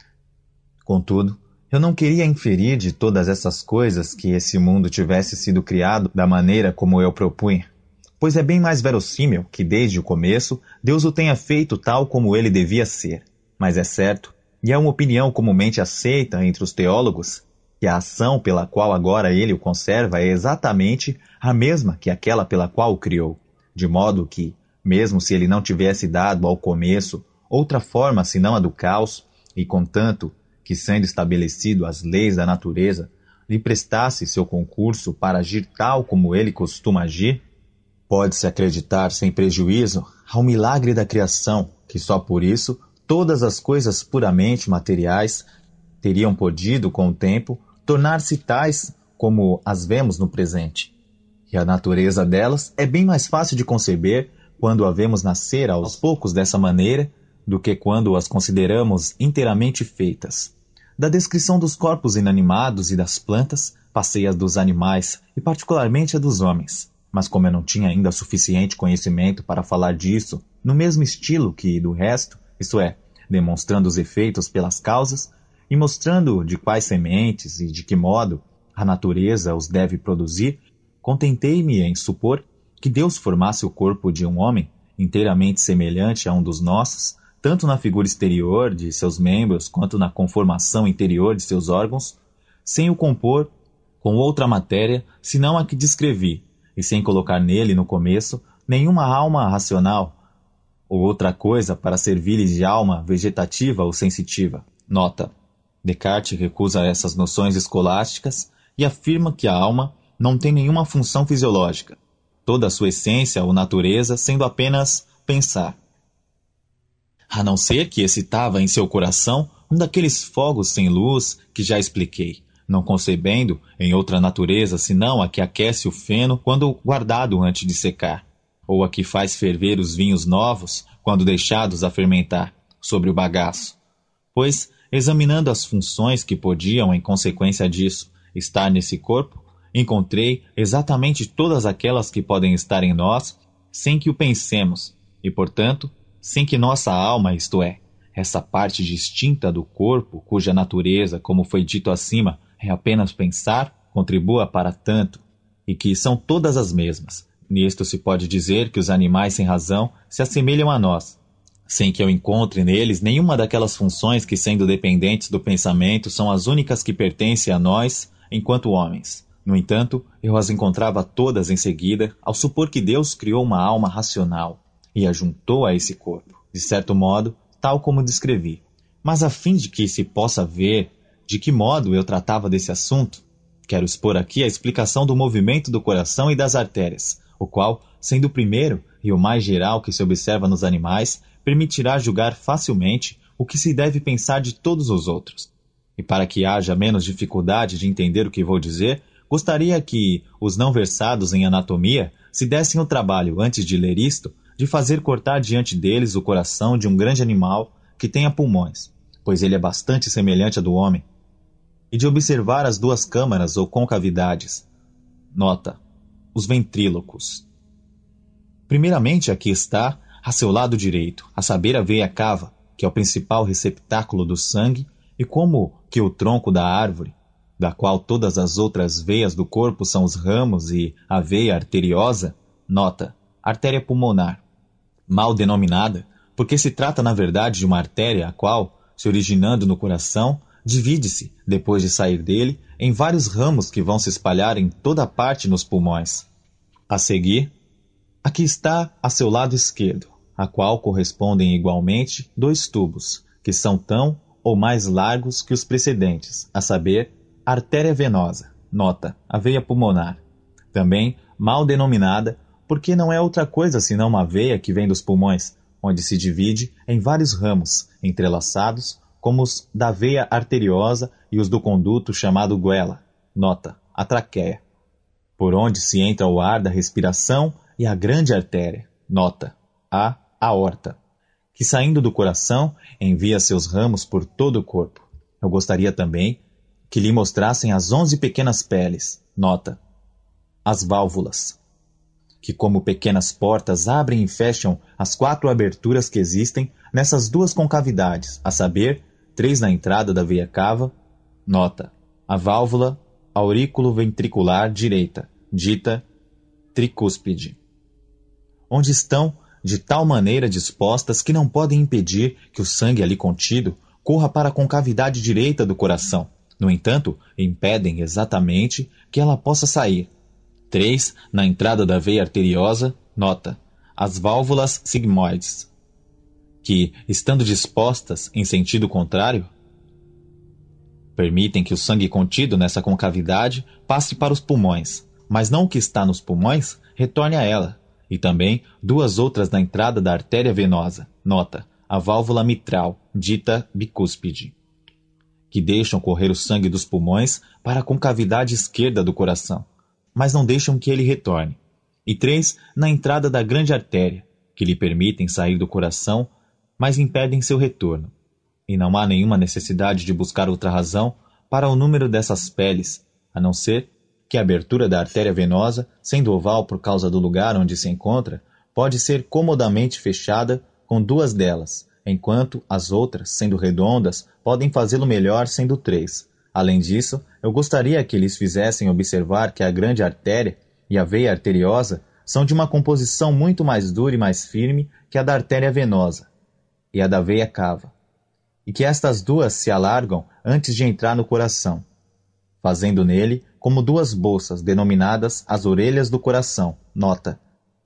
Contudo, eu não queria inferir de todas essas coisas que esse mundo tivesse sido criado da maneira como eu propunha, pois é bem mais verossímil que desde o começo Deus o tenha feito tal como ele devia ser. Mas é certo, e é uma opinião comumente aceita entre os teólogos, que a ação pela qual agora ele o conserva é exatamente a mesma que aquela pela qual o criou, de modo que, mesmo se ele não tivesse dado ao começo outra forma senão a do caos, e contanto que, sendo estabelecido as leis da natureza, lhe prestasse seu concurso para agir tal como ele costuma agir, pode-se acreditar sem prejuízo ao milagre da criação, que só por isso todas as coisas puramente materiais teriam podido, com o tempo, tornar-se tais como as vemos no presente. E a natureza delas é bem mais fácil de conceber quando a vemos nascer aos poucos dessa maneira, do que quando as consideramos inteiramente feitas. Da descrição dos corpos inanimados e das plantas, passei a dos animais, e particularmente a dos homens. Mas como eu não tinha ainda suficiente conhecimento para falar disso, no mesmo estilo que do resto, isto é, demonstrando os efeitos pelas causas, e mostrando de quais sementes e de que modo a natureza os deve produzir, contentei-me em supor que Deus formasse o corpo de um homem, inteiramente semelhante a um dos nossos, tanto na figura exterior de seus membros quanto na conformação interior de seus órgãos, sem o compor com outra matéria senão a que descrevi, e sem colocar nele, no começo, nenhuma alma racional, ou outra coisa para servir-lhe de alma vegetativa ou sensitiva. Nota: Descartes recusa essas noções escolásticas e afirma que a alma não tem nenhuma função fisiológica, toda a sua essência ou natureza sendo apenas pensar. A não ser que excitava em seu coração um daqueles fogos sem luz que já expliquei, não concebendo em outra natureza senão a que aquece o feno quando guardado antes de secar, ou a que faz ferver os vinhos novos quando deixados a fermentar sobre o bagaço. Pois, examinando as funções que podiam, em consequência disso, estar nesse corpo, encontrei exatamente todas aquelas que podem estar em nós sem que o pensemos, e, portanto, sem que nossa alma, isto é, essa parte distinta do corpo, cuja natureza, como foi dito acima, é apenas pensar, contribua para tanto, e que são todas as mesmas. Nisto se pode dizer que os animais sem razão se assemelham a nós, sem que eu encontre neles nenhuma daquelas funções que, sendo dependentes do pensamento, são as únicas que pertencem a nós enquanto homens. No entanto, eu as encontrava todas em seguida, ao supor que Deus criou uma alma racional e a juntou a esse corpo, de certo modo, tal como descrevi. Mas a fim de que se possa ver de que modo eu tratava desse assunto, quero expor aqui a explicação do movimento do coração e das artérias, o qual, sendo o primeiro e o mais geral que se observa nos animais, permitirá julgar facilmente o que se deve pensar de todos os outros. E para que haja menos dificuldade de entender o que vou dizer, gostaria que os não versados em anatomia se dessem o trabalho, antes de ler isto, de fazer cortar diante deles o coração de um grande animal que tenha pulmões, pois ele é bastante semelhante ao do homem, e de observar as duas câmaras ou concavidades. Nota: os ventrílocos. Primeiramente, aqui está, a seu lado direito, a saber a veia cava, que é o principal receptáculo do sangue, e como que o tronco da árvore, da qual todas as outras veias do corpo são os ramos, e a veia arteriosa, nota: artéria pulmonar, mal denominada, porque se trata na verdade de uma artéria a qual, se originando no coração, divide-se, depois de sair dele, em vários ramos que vão se espalhar em toda parte nos pulmões. A seguir, aqui está a seu lado esquerdo, a qual correspondem igualmente dois tubos, que são tão ou mais largos que os precedentes, a saber, a artéria venosa, nota, a veia pulmonar, também mal denominada, porque não é outra coisa senão uma veia que vem dos pulmões, onde se divide em vários ramos, entrelaçados, como os da veia arteriosa e os do conduto chamado goela, nota, a traqueia, por onde se entra o ar da respiração, e a grande artéria, nota, a aorta, que saindo do coração envia seus ramos por todo o corpo. Eu gostaria também que lhe mostrassem as 11 pequenas peles, nota, as válvulas, que como pequenas portas abrem e fecham as 4 aberturas que existem nessas duas concavidades, a saber, 3 na entrada da veia cava, nota, a válvula auriculo-ventricular direita, dita tricúspide, onde estão de tal maneira dispostas que não podem impedir que o sangue ali contido corra para a concavidade direita do coração. No entanto, impedem exatamente que ela possa sair. 3 na entrada da veia arteriosa, nota, as válvulas sigmoides, que, estando dispostas em sentido contrário, permitem que o sangue contido nessa concavidade passe para os pulmões, mas não o que está nos pulmões retorne a ela, e também 2 outras na entrada da artéria venosa, nota, a válvula mitral, dita bicúspide, que deixam correr o sangue dos pulmões para a concavidade esquerda do coração, mas não deixam que ele retorne, e 3 na entrada da grande artéria, que lhe permitem sair do coração, mas impedem seu retorno. E não há nenhuma necessidade de buscar outra razão para o número dessas peles, a não ser que a abertura da artéria venosa, sendo oval por causa do lugar onde se encontra, pode ser comodamente fechada com 2 delas, enquanto as outras, sendo redondas, podem fazê-lo melhor sendo 3. Além disso, eu gostaria que eles fizessem observar que a grande artéria e a veia arteriosa são de uma composição muito mais dura e mais firme que a da artéria venosa e a da veia cava, e que estas duas se alargam antes de entrar no coração, fazendo nele como 2 bolsas denominadas as orelhas do coração, nota,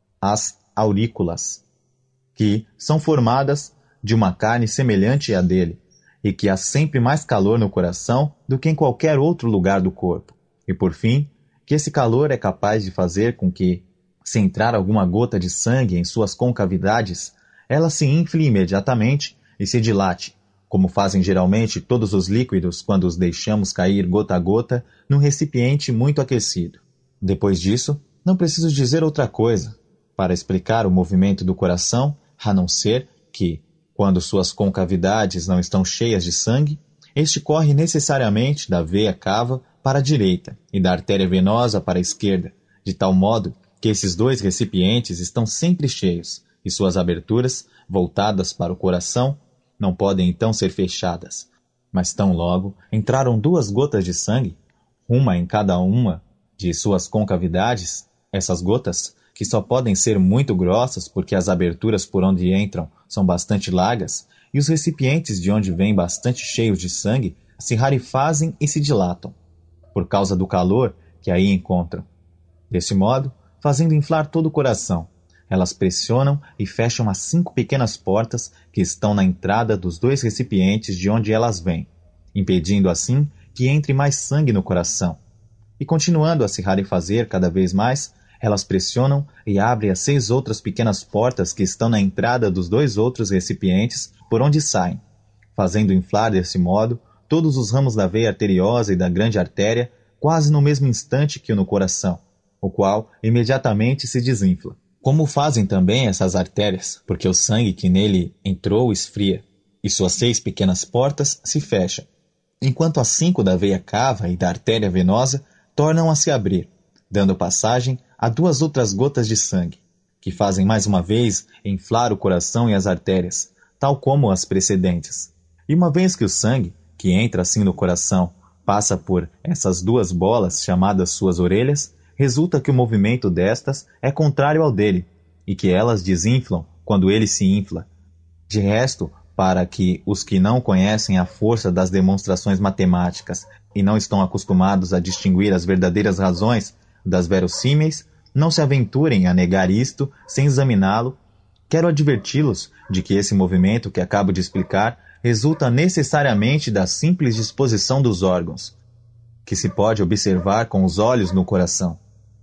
as aurículas, que são formadas de uma carne semelhante à dele, e que há sempre mais calor no coração do que em qualquer outro lugar do corpo, e por fim, que esse calor é capaz de fazer com que, se entrar alguma gota de sangue em suas concavidades, ela se infle imediatamente e se dilate, como fazem geralmente todos os líquidos quando os deixamos cair gota a gota num recipiente muito aquecido. Depois disso, não preciso dizer outra coisa para explicar o movimento do coração, a não ser que, quando suas concavidades não estão cheias de sangue, este corre necessariamente da veia cava para a direita e da artéria venosa para a esquerda, de tal modo que esses 2 recipientes estão sempre cheios e suas aberturas, voltadas para o coração, não podem então ser fechadas. Mas tão logo entraram 2 gotas de sangue, uma em cada uma de suas concavidades, essas gotas, que só podem ser muito grossas porque as aberturas por onde entram são bastante largas, e os recipientes de onde vêm bastante cheios de sangue se rarefazem e se dilatam, por causa do calor que aí encontram. Desse modo, fazendo inflar todo o coração, elas pressionam e fecham as 5 pequenas portas que estão na entrada dos 2 recipientes de onde elas vêm, impedindo assim que entre mais sangue no coração. E continuando a se rarefazer cada vez mais, elas pressionam e abrem as 6 outras pequenas portas que estão na entrada dos 2 outros recipientes por onde saem, fazendo inflar desse modo todos os ramos da veia arteriosa e da grande artéria quase no mesmo instante que o no coração, o qual imediatamente se desinfla. Como fazem também essas artérias, porque o sangue que nele entrou esfria, e suas 6 pequenas portas se fecham, enquanto as 5 da veia cava e da artéria venosa tornam a se abrir, dando passagem a 2 outras gotas de sangue, que fazem mais uma vez inflar o coração e as artérias, tal como as precedentes. E uma vez que o sangue, que entra assim no coração, passa por essas 2 bolas chamadas suas orelhas, resulta que o movimento destas é contrário ao dele, e que elas desinflam quando ele se infla. De resto, para que os que não conhecem a força das demonstrações matemáticas e não estão acostumados a distinguir as verdadeiras razões das verossímeis, não se aventurem a negar isto sem examiná-lo, quero adverti-los de que esse movimento que acabo de explicar resulta necessariamente da simples disposição dos órgãos, que se pode observar com os olhos no coração,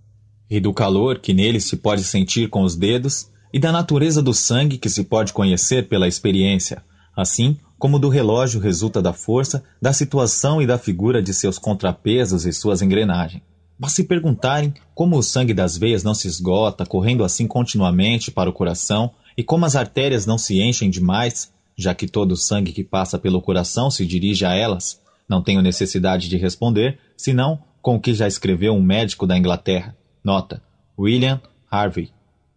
e do calor que nele se pode sentir com os dedos, e da natureza do sangue que se pode conhecer pela experiência, assim como do relógio resulta da força, da situação e da figura de seus contrapesos e suas engrenagens. Mas se perguntarem como o sangue das veias não se esgota, correndo assim continuamente para o coração, e como as artérias não se enchem demais, já que todo o sangue que passa pelo coração se dirige a elas, não tenho necessidade de responder, senão com o que já escreveu um médico da Inglaterra. Nota: William Harvey,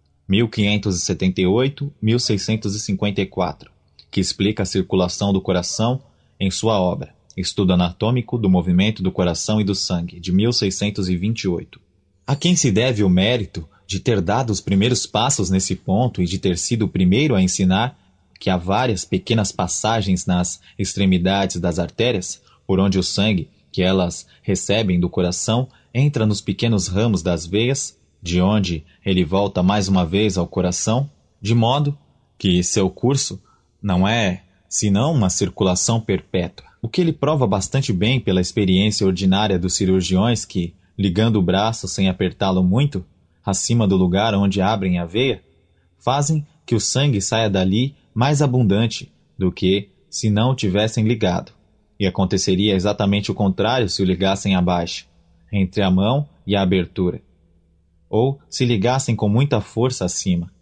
1578-1654, que explica a circulação do coração em sua obra Estudo Anatômico do Movimento do Coração e do Sangue, de 1628. A quem se deve o mérito de ter dado os primeiros passos nesse ponto e de ter sido o primeiro a ensinar que há várias pequenas passagens nas extremidades das artérias, por onde o sangue que elas recebem do coração entra nos pequenos ramos das veias, de onde ele volta mais uma vez ao coração, de modo que seu curso não é senão uma circulação perpétua, o que ele prova bastante bem pela experiência ordinária dos cirurgiões que, ligando o braço sem apertá-lo muito, acima do lugar onde abrem a veia, fazem que o sangue saia dali mais abundante do que se não o tivessem ligado, e aconteceria exatamente o contrário se o ligassem abaixo, entre a mão e a abertura, ou se ligassem com muita força acima,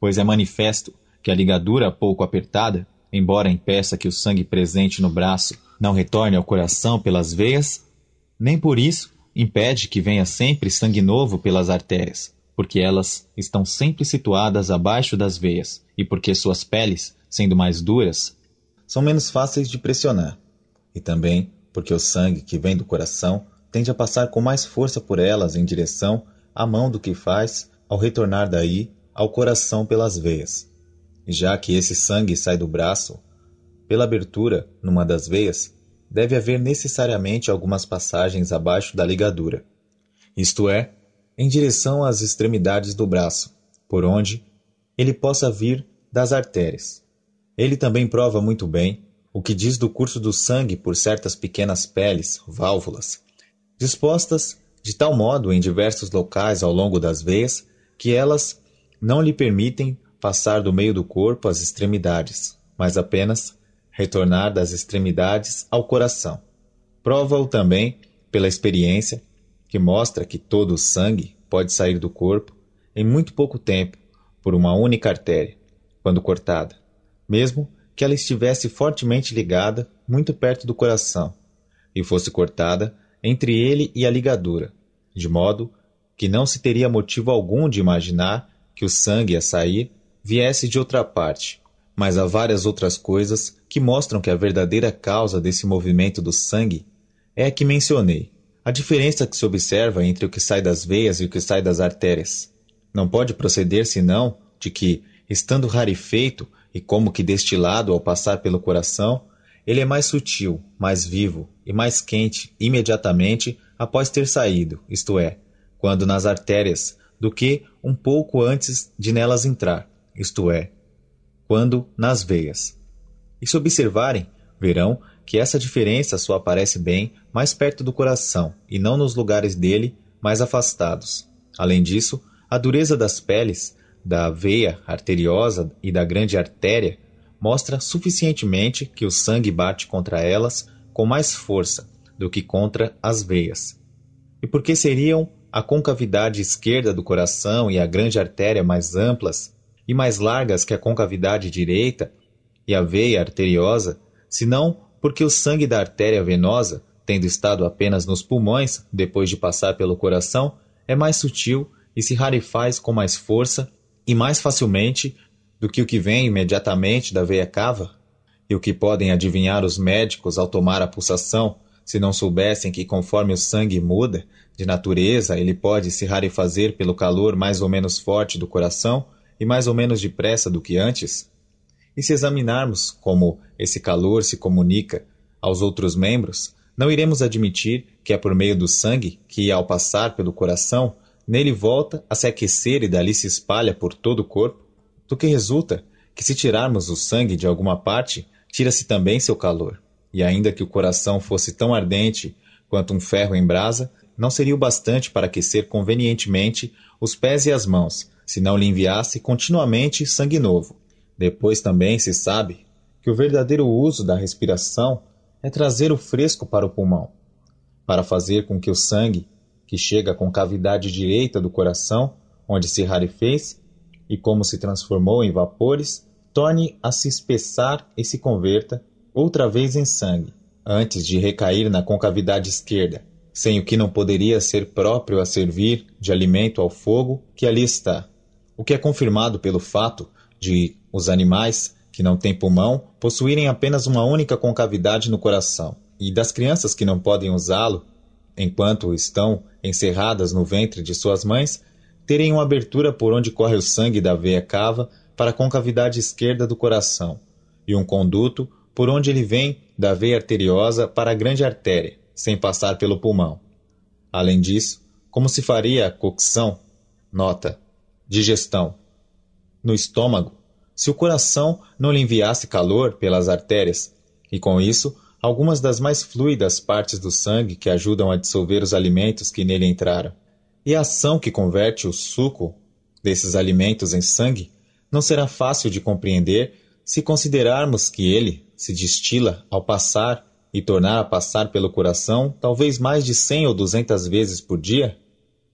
pois é manifesto que a ligadura pouco apertada, embora impeça que o sangue presente no braço não retorne ao coração pelas veias, nem por isso impede que venha sempre sangue novo pelas artérias, porque elas estão sempre situadas abaixo das veias e porque suas peles, sendo mais duras, são menos fáceis de pressionar, e também porque o sangue que vem do coração tende a passar com mais força por elas em direção à mão do que faz ao retornar daí ao coração pelas veias. E já que esse sangue sai do braço, pela abertura numa das veias, deve haver necessariamente algumas passagens abaixo da ligadura, isto é, em direção às extremidades do braço, por onde ele possa vir das artérias. Ele também prova muito bem o que diz do curso do sangue por certas pequenas peles, válvulas, dispostas de tal modo em diversos locais ao longo das veias que elas não lhe permitem passar do meio do corpo às extremidades, mas apenas retornar das extremidades ao coração. Prova-o também pela experiência, que mostra que todo o sangue pode sair do corpo em muito pouco tempo por uma única artéria, quando cortada, mesmo que ela estivesse fortemente ligada muito perto do coração e fosse cortada entre ele e a ligadura, de modo que não se teria motivo algum de imaginar que o sangue a sair viesse de outra parte, mas há várias outras coisas que mostram que a verdadeira causa desse movimento do sangue é a que mencionei, a diferença que se observa entre o que sai das veias e o que sai das artérias. Não pode proceder senão de que, estando rarefeito e como que destilado ao passar pelo coração, ele é mais sutil, mais vivo e mais quente imediatamente após ter saído, isto é, quando nas artérias, do que um pouco antes de nelas entrar, isto é, quando nas veias. E se observarem, verão que essa diferença só aparece bem mais perto do coração e não nos lugares dele mais afastados. Além disso, a dureza das peles, da veia arteriosa e da grande artéria mostra suficientemente que o sangue bate contra elas com mais força do que contra as veias. E porque seriam a concavidade esquerda do coração e a grande artéria mais amplas e mais largas que a concavidade direita e a veia arteriosa, senão porque o sangue da artéria venosa, tendo estado apenas nos pulmões depois de passar pelo coração, é mais sutil e se rarefaz com mais força e mais facilmente do que o que vem imediatamente da veia cava, e o que podem adivinhar os médicos ao tomar a pulsação, se não soubessem que conforme o sangue muda de natureza, ele pode se rarefazer pelo calor mais ou menos forte do coração e mais ou menos depressa do que antes? E se examinarmos como esse calor se comunica aos outros membros, não iremos admitir que é por meio do sangue que, ao passar pelo coração, nele volta a se aquecer e dali se espalha por todo o corpo, do que resulta que, se tirarmos o sangue de alguma parte, tira-se também seu calor, e ainda que o coração fosse tão ardente quanto um ferro em brasa, não seria o bastante para aquecer convenientemente os pés e as mãos, se não lhe enviasse continuamente sangue novo. Depois também se sabe que o verdadeiro uso da respiração é trazer o fresco para o pulmão, para fazer com que o sangue, que chega à concavidade direita do coração, onde se rarefez, e como se transformou em vapores, torne a se espessar e se converta outra vez em sangue, antes de recair na concavidade esquerda, sem o que não poderia ser próprio a servir de alimento ao fogo que ali está, o que é confirmado pelo fato de os animais que não têm pulmão possuírem apenas uma única concavidade no coração, e das crianças que não podem usá-lo, enquanto estão encerradas no ventre de suas mães, terem uma abertura por onde corre o sangue da veia cava para a concavidade esquerda do coração, e um conduto por onde ele vem da veia arteriosa para a grande artéria, sem passar pelo pulmão. Além disso, como se faria a cocção, nota, digestão, no estômago, se o coração não lhe enviasse calor pelas artérias, e com isso, algumas das mais fluidas partes do sangue que ajudam a dissolver os alimentos que nele entraram. E a ação que converte o suco desses alimentos em sangue não será fácil de compreender se considerarmos que ele se destila ao passar e tornar a passar pelo coração talvez mais de 100 ou 200 vezes por dia.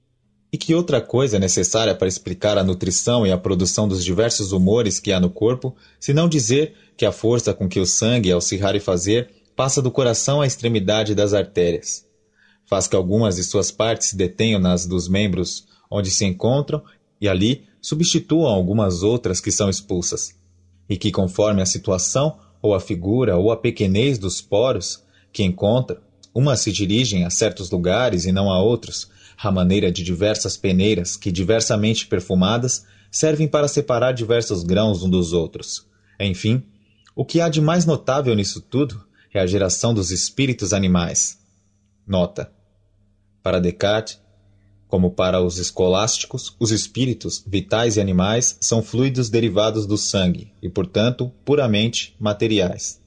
E que outra coisa é necessária para explicar a nutrição e a produção dos diversos humores que há no corpo, se não dizer que a força com que o sangue, ao se rarefazer, passa do coração à extremidade das artérias. Faz que algumas de suas partes se detenham nas dos membros onde se encontram e ali substituam algumas outras que são expulsas. E que, conforme a situação, ou a figura, ou a pequenez dos poros que encontram, umas se dirigem a certos lugares e não a outros, à maneira de diversas peneiras que, diversamente perfumadas, servem para separar diversos grãos um dos outros. Enfim, o que há de mais notável nisso tudo é a geração dos espíritos animais. Nota: para Descartes, como para os escolásticos, os espíritos, vitais e animais, são fluidos derivados do sangue e, portanto, puramente materiais.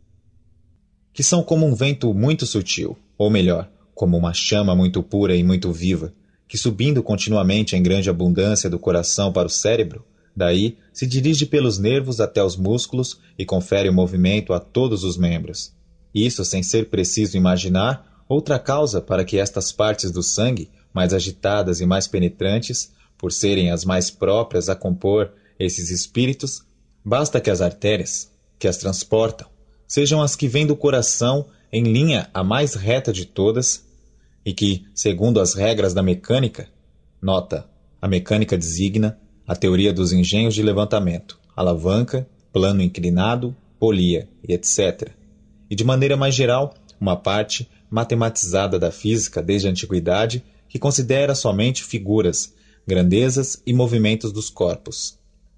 Que são como um vento muito sutil, ou melhor, como uma chama muito pura e muito viva, que subindo continuamente em grande abundância do coração para o cérebro, daí se dirige pelos nervos até os músculos e confere o movimento a todos os membros. Isso sem ser preciso imaginar outra causa para que estas partes do sangue, mais agitadas e mais penetrantes, por serem as mais próprias a compor esses espíritos, basta que as artérias, que as transportam, sejam as que vêm do coração em linha a mais reta de todas, e que, segundo as regras da mecânica, nota, a mecânica designa a teoria dos engenhos de levantamento, alavanca, plano inclinado, polia e etc., e de maneira mais geral, uma parte matematizada da física desde a antiguidade que considera somente figuras, grandezas e movimentos dos corpos,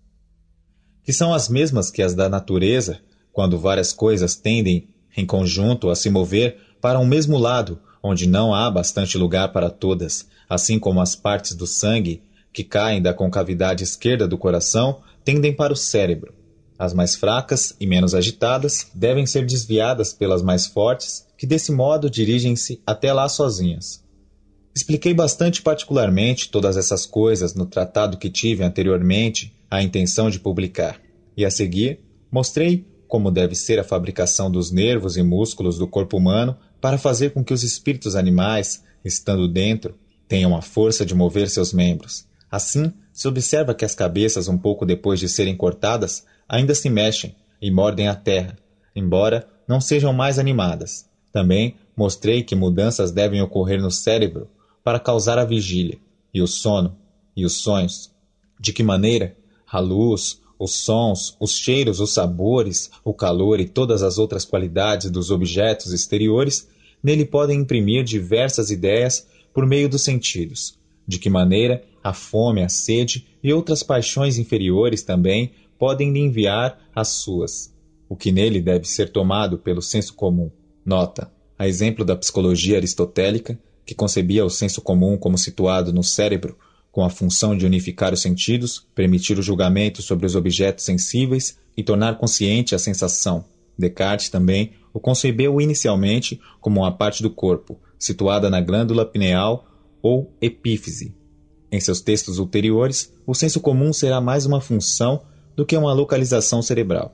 que são as mesmas que as da natureza, quando várias coisas tendem, em conjunto, a se mover para um mesmo lado, onde não há bastante lugar para todas, assim como as partes do sangue, que caem da concavidade esquerda do coração, tendem para o cérebro. As mais fracas e menos agitadas devem ser desviadas pelas mais fortes, que desse modo dirigem-se até lá sozinhas. Expliquei bastante particularmente todas essas coisas no tratado que tive anteriormente a intenção de publicar, e a seguir mostrei como deve ser a fabricação dos nervos e músculos do corpo humano para fazer com que os espíritos animais, estando dentro, tenham a força de mover seus membros. Assim, se observa que as cabeças, um pouco depois de serem cortadas, ainda se mexem e mordem a terra, embora não sejam mais animadas. Também mostrei que mudanças devem ocorrer no cérebro para causar a vigília, e o sono, e os sonhos. De que maneira a luz, os sons, os cheiros, os sabores, o calor e todas as outras qualidades dos objetos exteriores nele podem imprimir diversas ideias por meio dos sentidos. De que maneira a fome, a sede e outras paixões inferiores também podem lhe enviar as suas, o que nele deve ser tomado pelo senso comum. Nota: a exemplo da psicologia aristotélica, que concebia o senso comum como situado no cérebro, com a função de unificar os sentidos, permitir o julgamento sobre os objetos sensíveis e tornar consciente a sensação. Descartes também o concebeu inicialmente como uma parte do corpo, situada na glândula pineal ou epífise. Em seus textos ulteriores, o senso comum será mais uma função do que uma localização cerebral,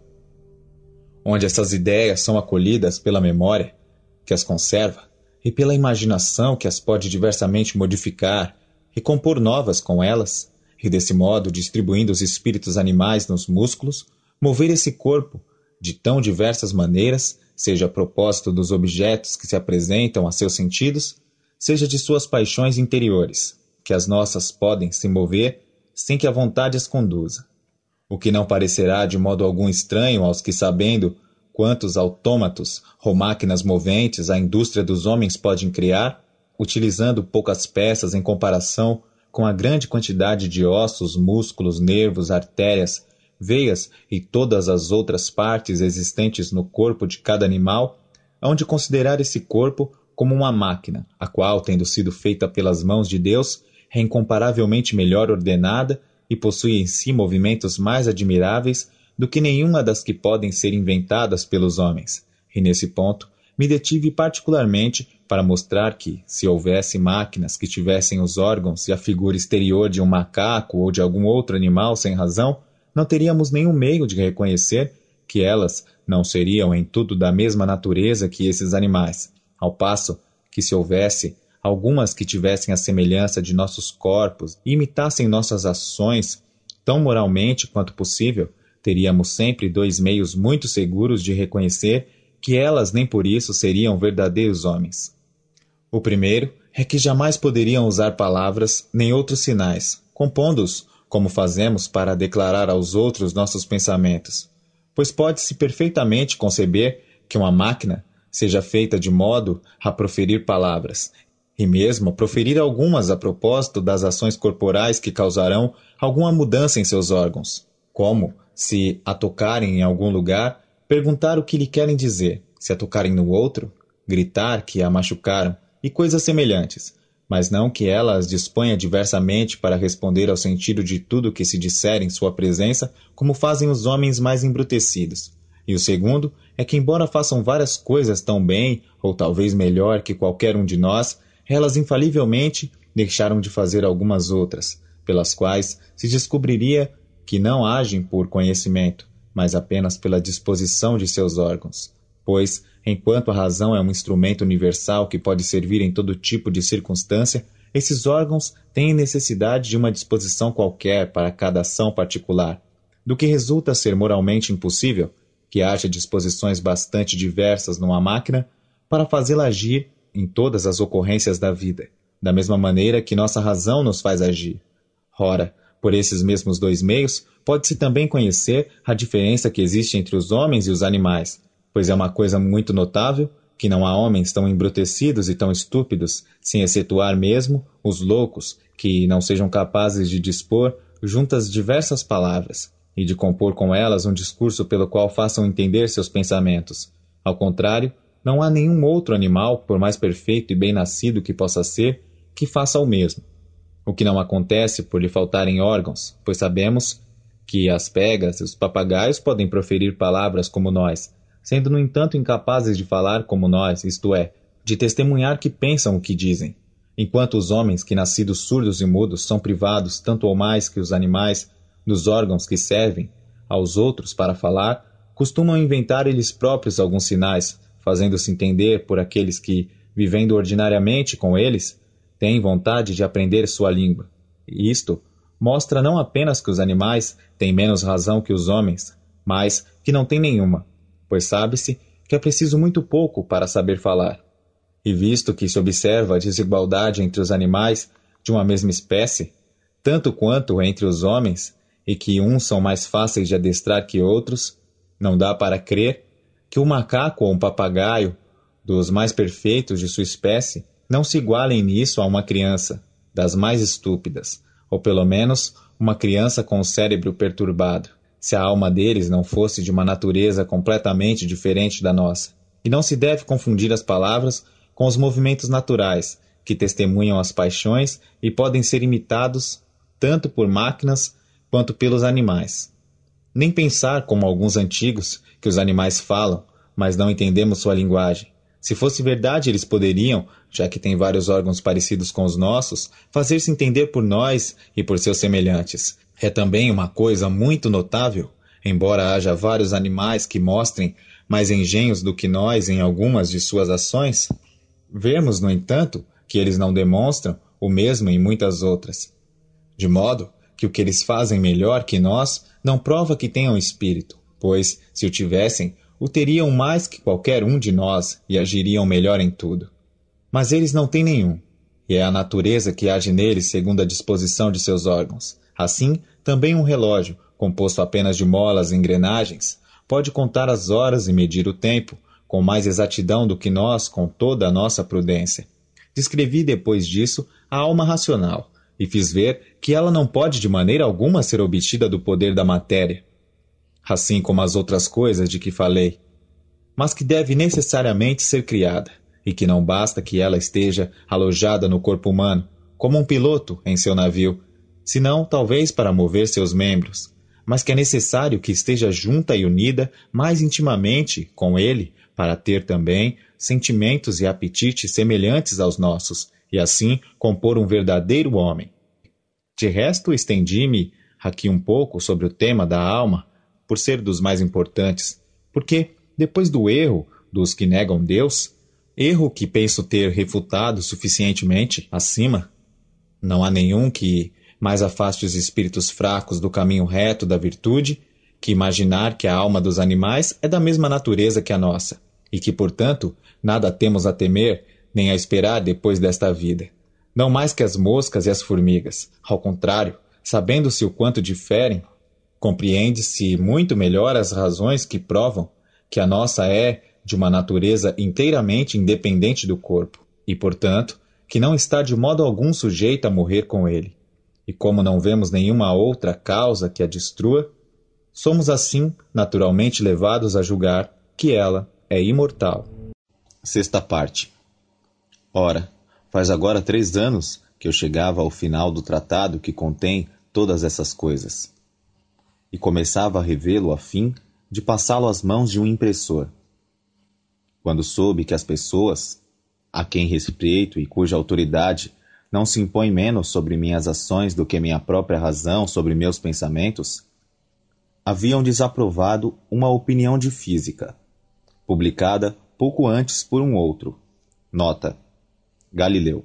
onde essas ideias são acolhidas pela memória, que as conserva, e pela imaginação, que as pode diversamente modificar e compor novas com elas, e desse modo, distribuindo os espíritos animais nos músculos, mover esse corpo de tão diversas maneiras, seja a propósito dos objetos que se apresentam a seus sentidos, seja de suas paixões interiores, que as nossas podem se mover sem que a vontade as conduza. O que não parecerá de modo algum estranho aos que, sabendo quantos autômatos ou máquinas moventes a indústria dos homens pode criar, utilizando poucas peças em comparação com a grande quantidade de ossos, músculos, nervos, artérias, veias e todas as outras partes existentes no corpo de cada animal, hão de considerar esse corpo como uma máquina, a qual, tendo sido feita pelas mãos de Deus, é incomparavelmente melhor ordenada e possui em si movimentos mais admiráveis do que nenhuma das que podem ser inventadas pelos homens. E nesse ponto, me detive particularmente para mostrar que, se houvesse máquinas que tivessem os órgãos e a figura exterior de um macaco ou de algum outro animal sem razão, não teríamos nenhum meio de reconhecer que elas não seriam em tudo da mesma natureza que esses animais, ao passo que, se houvesse algumas que tivessem a semelhança de nossos corpos e imitassem nossas ações tão moralmente quanto possível, teríamos sempre dois meios muito seguros de reconhecer que elas nem por isso seriam verdadeiros homens. O primeiro é que jamais poderiam usar palavras nem outros sinais, compondo-os como fazemos para declarar aos outros nossos pensamentos, pois pode-se perfeitamente conceber que uma máquina seja feita de modo a proferir palavras, e mesmo proferir algumas a propósito das ações corporais que causarão alguma mudança em seus órgãos, como, se a tocarem em algum lugar, perguntar o que lhe querem dizer, se a tocarem no outro, gritar que a machucaram, e coisas semelhantes, mas não que ela as disponha diversamente para responder ao sentido de tudo que se disser em sua presença, como fazem os homens mais embrutecidos. E o segundo é que, embora façam várias coisas tão bem, ou talvez melhor que qualquer um de nós, elas infalivelmente deixaram de fazer algumas outras, pelas quais se descobriria que não agem por conhecimento, mas apenas pela disposição de seus órgãos. Pois, enquanto a razão é um instrumento universal que pode servir em todo tipo de circunstância, esses órgãos têm necessidade de uma disposição qualquer para cada ação particular, do que resulta ser moralmente impossível que haja disposições bastante diversas numa máquina para fazê-la agir em todas as ocorrências da vida, da mesma maneira que nossa razão nos faz agir. Ora, por esses mesmos dois meios, pode-se também conhecer a diferença que existe entre os homens e os animais, pois é uma coisa muito notável que não há homens tão embrutecidos e tão estúpidos, sem excetuar mesmo os loucos, que não sejam capazes de dispor juntas diversas palavras, e de compor com elas um discurso pelo qual façam entender seus pensamentos. Ao contrário, não há nenhum outro animal, por mais perfeito e bem nascido que possa ser, que faça o mesmo. O que não acontece por lhe faltarem órgãos, pois sabemos que as pegas e os papagaios podem proferir palavras como nós, sendo, no entanto, incapazes de falar como nós, isto é, de testemunhar que pensam o que dizem, enquanto os homens que, nascidos surdos e mudos, são privados, tanto ou mais que os animais, dos órgãos que servem aos outros para falar, costumam inventar eles próprios alguns sinais, fazendo-se entender por aqueles que, vivendo ordinariamente com eles, têm vontade de aprender sua língua. E isto mostra não apenas que os animais têm menos razão que os homens, mas que não têm nenhuma, pois sabe-se que é preciso muito pouco para saber falar. E visto que se observa a desigualdade entre os animais de uma mesma espécie, tanto quanto entre os homens, e que uns são mais fáceis de adestrar que outros, não dá para crer que um macaco ou um papagaio, dos mais perfeitos de sua espécie, não se igualem nisso a uma criança, das mais estúpidas, ou pelo menos uma criança com o cérebro perturbado, se a alma deles não fosse de uma natureza completamente diferente da nossa. E não se deve confundir as palavras com os movimentos naturais, que testemunham as paixões e podem ser imitados tanto por máquinas quanto pelos animais. Nem pensar, como alguns antigos, que os animais falam, mas não entendemos sua linguagem. Se fosse verdade, eles poderiam, já que têm vários órgãos parecidos com os nossos, fazer-se entender por nós e por seus semelhantes. É também uma coisa muito notável, embora haja vários animais que mostrem mais engenhos do que nós em algumas de suas ações, vemos, no entanto, que eles não demonstram o mesmo em muitas outras. De modo que o que eles fazem melhor que nós não prova que tenham espírito, pois, se o tivessem, o teriam mais que qualquer um de nós e agiriam melhor em tudo. Mas eles não têm nenhum, e é a natureza que age neles segundo a disposição de seus órgãos. Assim, também um relógio, composto apenas de molas e engrenagens, pode contar as horas e medir o tempo, com mais exatidão do que nós, com toda a nossa prudência. Descrevi depois disso a alma racional, e fiz ver que ela não pode de maneira alguma ser obtida do poder da matéria, assim como as outras coisas de que falei, mas que deve necessariamente ser criada, e que não basta que ela esteja alojada no corpo humano, como um piloto em seu navio, senão talvez para mover seus membros, mas que é necessário que esteja junta e unida mais intimamente com ele para ter também sentimentos e apetites semelhantes aos nossos, e assim compor um verdadeiro homem. De resto, estendi-me aqui um pouco sobre o tema da alma, por ser dos mais importantes, porque, depois do erro dos que negam Deus, erro que penso ter refutado suficientemente acima. Não há nenhum que mais afaste os espíritos fracos do caminho reto da virtude que imaginar que a alma dos animais é da mesma natureza que a nossa, e que, portanto, nada temos a temer nem a esperar depois desta vida. Não mais que as moscas e as formigas. Ao contrário, sabendo-se o quanto diferem, compreende-se muito melhor as razões que provam que a nossa é de uma natureza inteiramente independente do corpo, e, portanto, que não está de modo algum sujeita a morrer com ele. E como não vemos nenhuma outra causa que a destrua, somos assim naturalmente levados a julgar que ela é imortal. Sexta parte. Ora, faz agora 3 anos que eu chegava ao final do tratado que contém todas essas coisas, e começava a revê-lo a fim de passá-lo às mãos de um impressor. Quando soube que as pessoas, a quem respeito e cuja autoridade não se impõe menos sobre minhas ações do que minha própria razão sobre meus pensamentos, haviam desaprovado uma opinião de física, publicada pouco antes por um outro, nota, Galileu,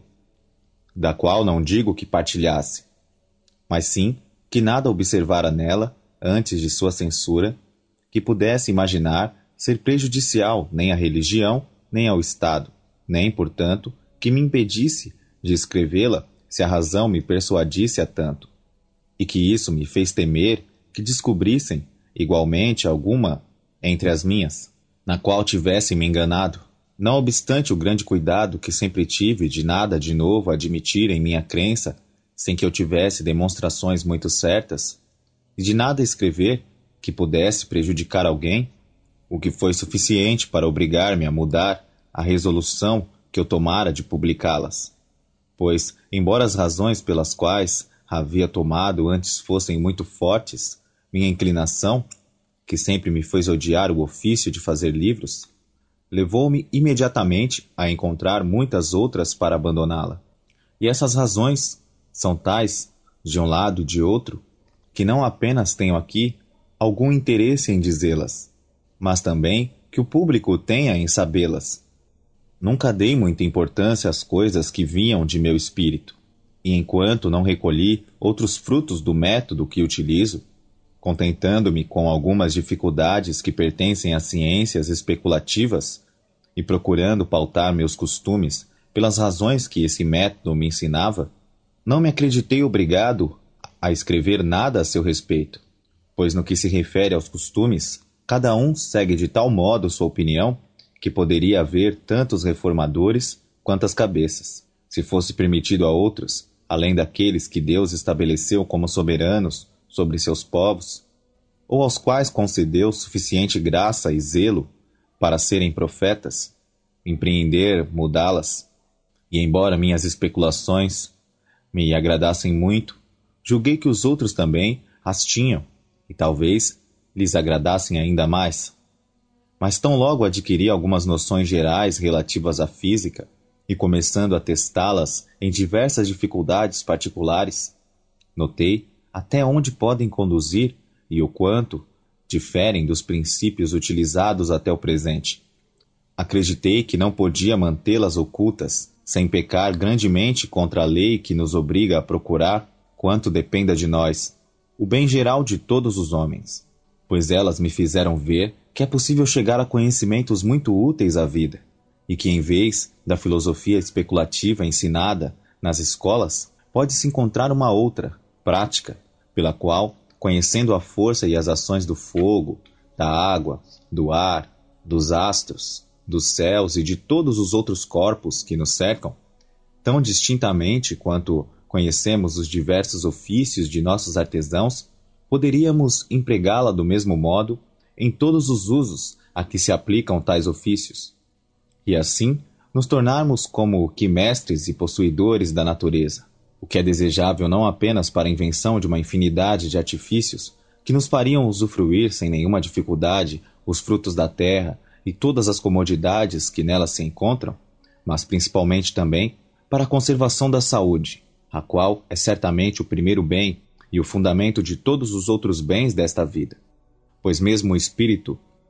da qual não digo que partilhasse, mas sim que nada observara nela, antes de sua censura, que pudesse imaginar ser prejudicial nem à religião, nem ao Estado, nem, portanto, que me impedisse de escrevê-la se a razão me persuadisse a tanto, e que isso me fez temer que descobrissem, igualmente, alguma entre as minhas, na qual tivesse me enganado, não obstante o grande cuidado que sempre tive de nada de novo admitir em minha crença, sem que eu tivesse demonstrações muito certas, e de nada escrever que pudesse prejudicar alguém, o que foi suficiente para obrigar-me a mudar a resolução que eu tomara de publicá-las. Pois, embora as razões pelas quais havia tomado antes fossem muito fortes, minha inclinação, que sempre me fez odiar o ofício de fazer livros, levou-me imediatamente a encontrar muitas outras para abandoná-la. E essas razões são tais, de um lado e de outro, que não apenas tenho aqui algum interesse em dizê-las, mas também que o público tenha em sabê-las. Nunca dei muita importância às coisas que vinham de meu espírito, e enquanto não recolhi outros frutos do método que utilizo, contentando-me com algumas dificuldades que pertencem às ciências especulativas e procurando pautar meus costumes pelas razões que esse método me ensinava, não me acreditei obrigado a escrever nada a seu respeito, pois no que se refere aos costumes, cada um segue de tal modo sua opinião que poderia haver tantos reformadores quantas cabeças, se fosse permitido a outros, além daqueles que Deus estabeleceu como soberanos sobre seus povos, ou aos quais concedeu suficiente graça e zelo para serem profetas, empreender mudá-las. E embora minhas especulações me agradassem muito, julguei que os outros também as tinham, e talvez lhes agradassem ainda mais. Mas tão logo adquiri algumas noções gerais relativas à física, e começando a testá-las em diversas dificuldades particulares, notei até onde podem conduzir e o quanto diferem dos princípios utilizados até o presente. Acreditei que não podia mantê-las ocultas, sem pecar grandemente contra a lei que nos obriga a procurar, quanto dependa de nós, o bem geral de todos os homens, pois elas me fizeram ver que é possível chegar a conhecimentos muito úteis à vida, e que em vez da filosofia especulativa ensinada nas escolas, pode-se encontrar uma outra, prática, pela qual, conhecendo a força e as ações do fogo, da água, do ar, dos astros, dos céus e de todos os outros corpos que nos cercam, tão distintamente quanto conhecemos os diversos ofícios de nossos artesãos, poderíamos empregá-la do mesmo modo em todos os usos a que se aplicam tais ofícios, e assim nos tornarmos como que mestres e possuidores da natureza, o que é desejável não apenas para a invenção de uma infinidade de artifícios que nos fariam usufruir sem nenhuma dificuldade os frutos da terra e todas as comodidades que nela se encontram, mas principalmente também para a conservação da saúde, a qual é certamente o primeiro bem e o fundamento de todos os outros bens desta vida. Pois mesmo o espírito,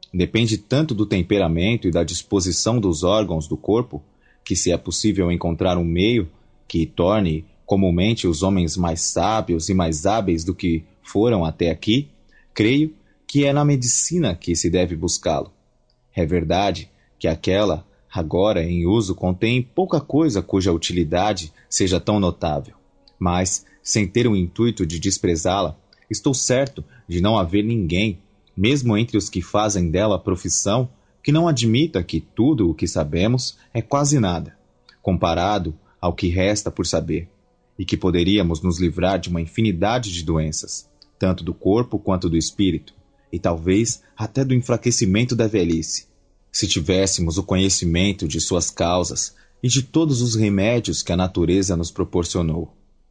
depende tanto do temperamento e da disposição dos órgãos do corpo, que se é possível encontrar um meio que torne comumente os homens mais sábios e mais hábeis do que foram até aqui, creio que é na medicina que se deve buscá-lo. É verdade que aquela, agora em uso, contém pouca coisa cuja utilidade seja tão notável, mas, sem ter o intuito de desprezá-la, estou certo de não haver ninguém, mesmo entre os que fazem dela profissão, que não admita que tudo o que sabemos é quase nada, comparado ao que resta por saber, e que poderíamos nos livrar de uma infinidade de doenças, tanto do corpo quanto do espírito, e talvez até do enfraquecimento da velhice, se tivéssemos o conhecimento de suas causas e de todos os remédios que a natureza nos proporcionou.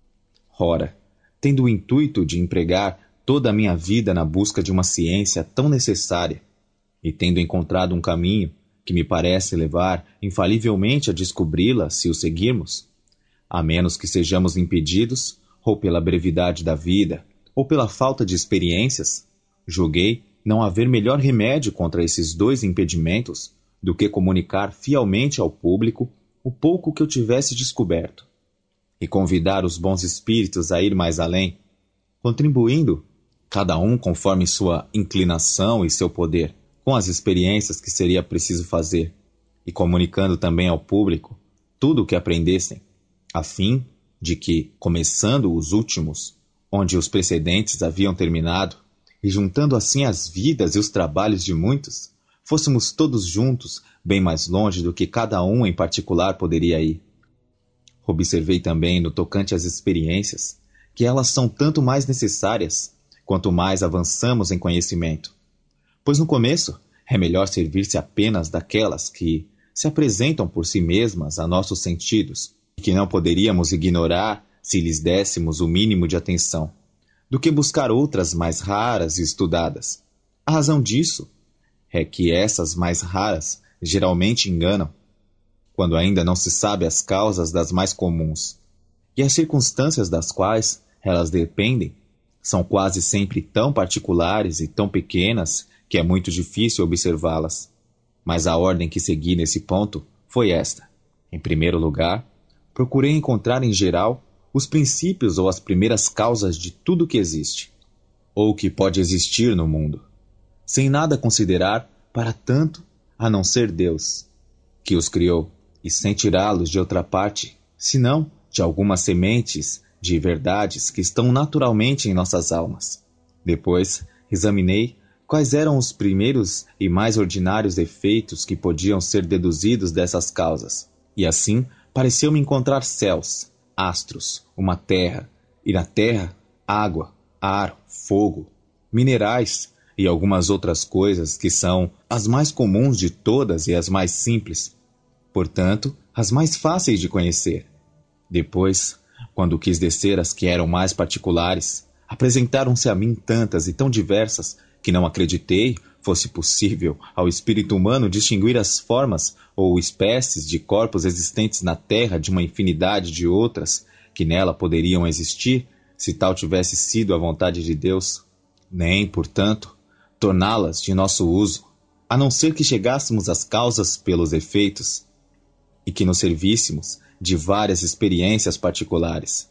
Ora, tendo o intuito de empregar toda a minha vida na busca de uma ciência tão necessária, e tendo encontrado um caminho que me parece levar infalivelmente a descobri-la se o seguirmos, a menos que sejamos impedidos, ou pela brevidade da vida, ou pela falta de experiências, julguei não haver melhor remédio contra esses dois impedimentos do que comunicar fielmente ao público o pouco que eu tivesse descoberto, e convidar os bons espíritos a ir mais além, contribuindo, cada um conforme sua inclinação e seu poder, com as experiências que seria preciso fazer, e comunicando também ao público tudo o que aprendessem, a fim de que, começando os últimos, onde os precedentes haviam terminado, e juntando assim as vidas e os trabalhos de muitos, fôssemos todos juntos bem mais longe do que cada um em particular poderia ir. Observei também, no tocante às experiências, que elas são tanto mais necessárias quanto mais avançamos em conhecimento, pois no começo é melhor servir-se apenas daquelas que se apresentam por si mesmas a nossos sentidos e que não poderíamos ignorar se lhes dessemos o mínimo de atenção, do que buscar outras mais raras e estudadas. A razão disso é que essas mais raras geralmente enganam, quando ainda não se sabe as causas das mais comuns, e as circunstâncias das quais elas dependem são quase sempre tão particulares e tão pequenas que é muito difícil observá-las. Mas a ordem que segui nesse ponto foi esta. Em primeiro lugar, procurei encontrar em geral os princípios ou as primeiras causas de tudo que existe, ou que pode existir no mundo, sem nada considerar para tanto a não ser Deus, que os criou, e sem tirá-los de outra parte, senão de algumas sementes de verdades que estão naturalmente em nossas almas. Depois, examinei quais eram os primeiros e mais ordinários efeitos que podiam ser deduzidos dessas causas, e assim pareceu-me encontrar céus, astros, uma terra, e na terra, água, ar, fogo, minerais e algumas outras coisas que são as mais comuns de todas e as mais simples, portanto, as mais fáceis de conhecer. Depois, quando quis descer as que eram mais particulares, apresentaram-se a mim tantas e tão diversas que não acreditei fosse possível ao espírito humano distinguir as formas ou espécies de corpos existentes na Terra de uma infinidade de outras que nela poderiam existir, se tal tivesse sido a vontade de Deus, nem, portanto, torná-las de nosso uso, a não ser que chegássemos às causas pelos efeitos, e que nos servíssemos de várias experiências particulares.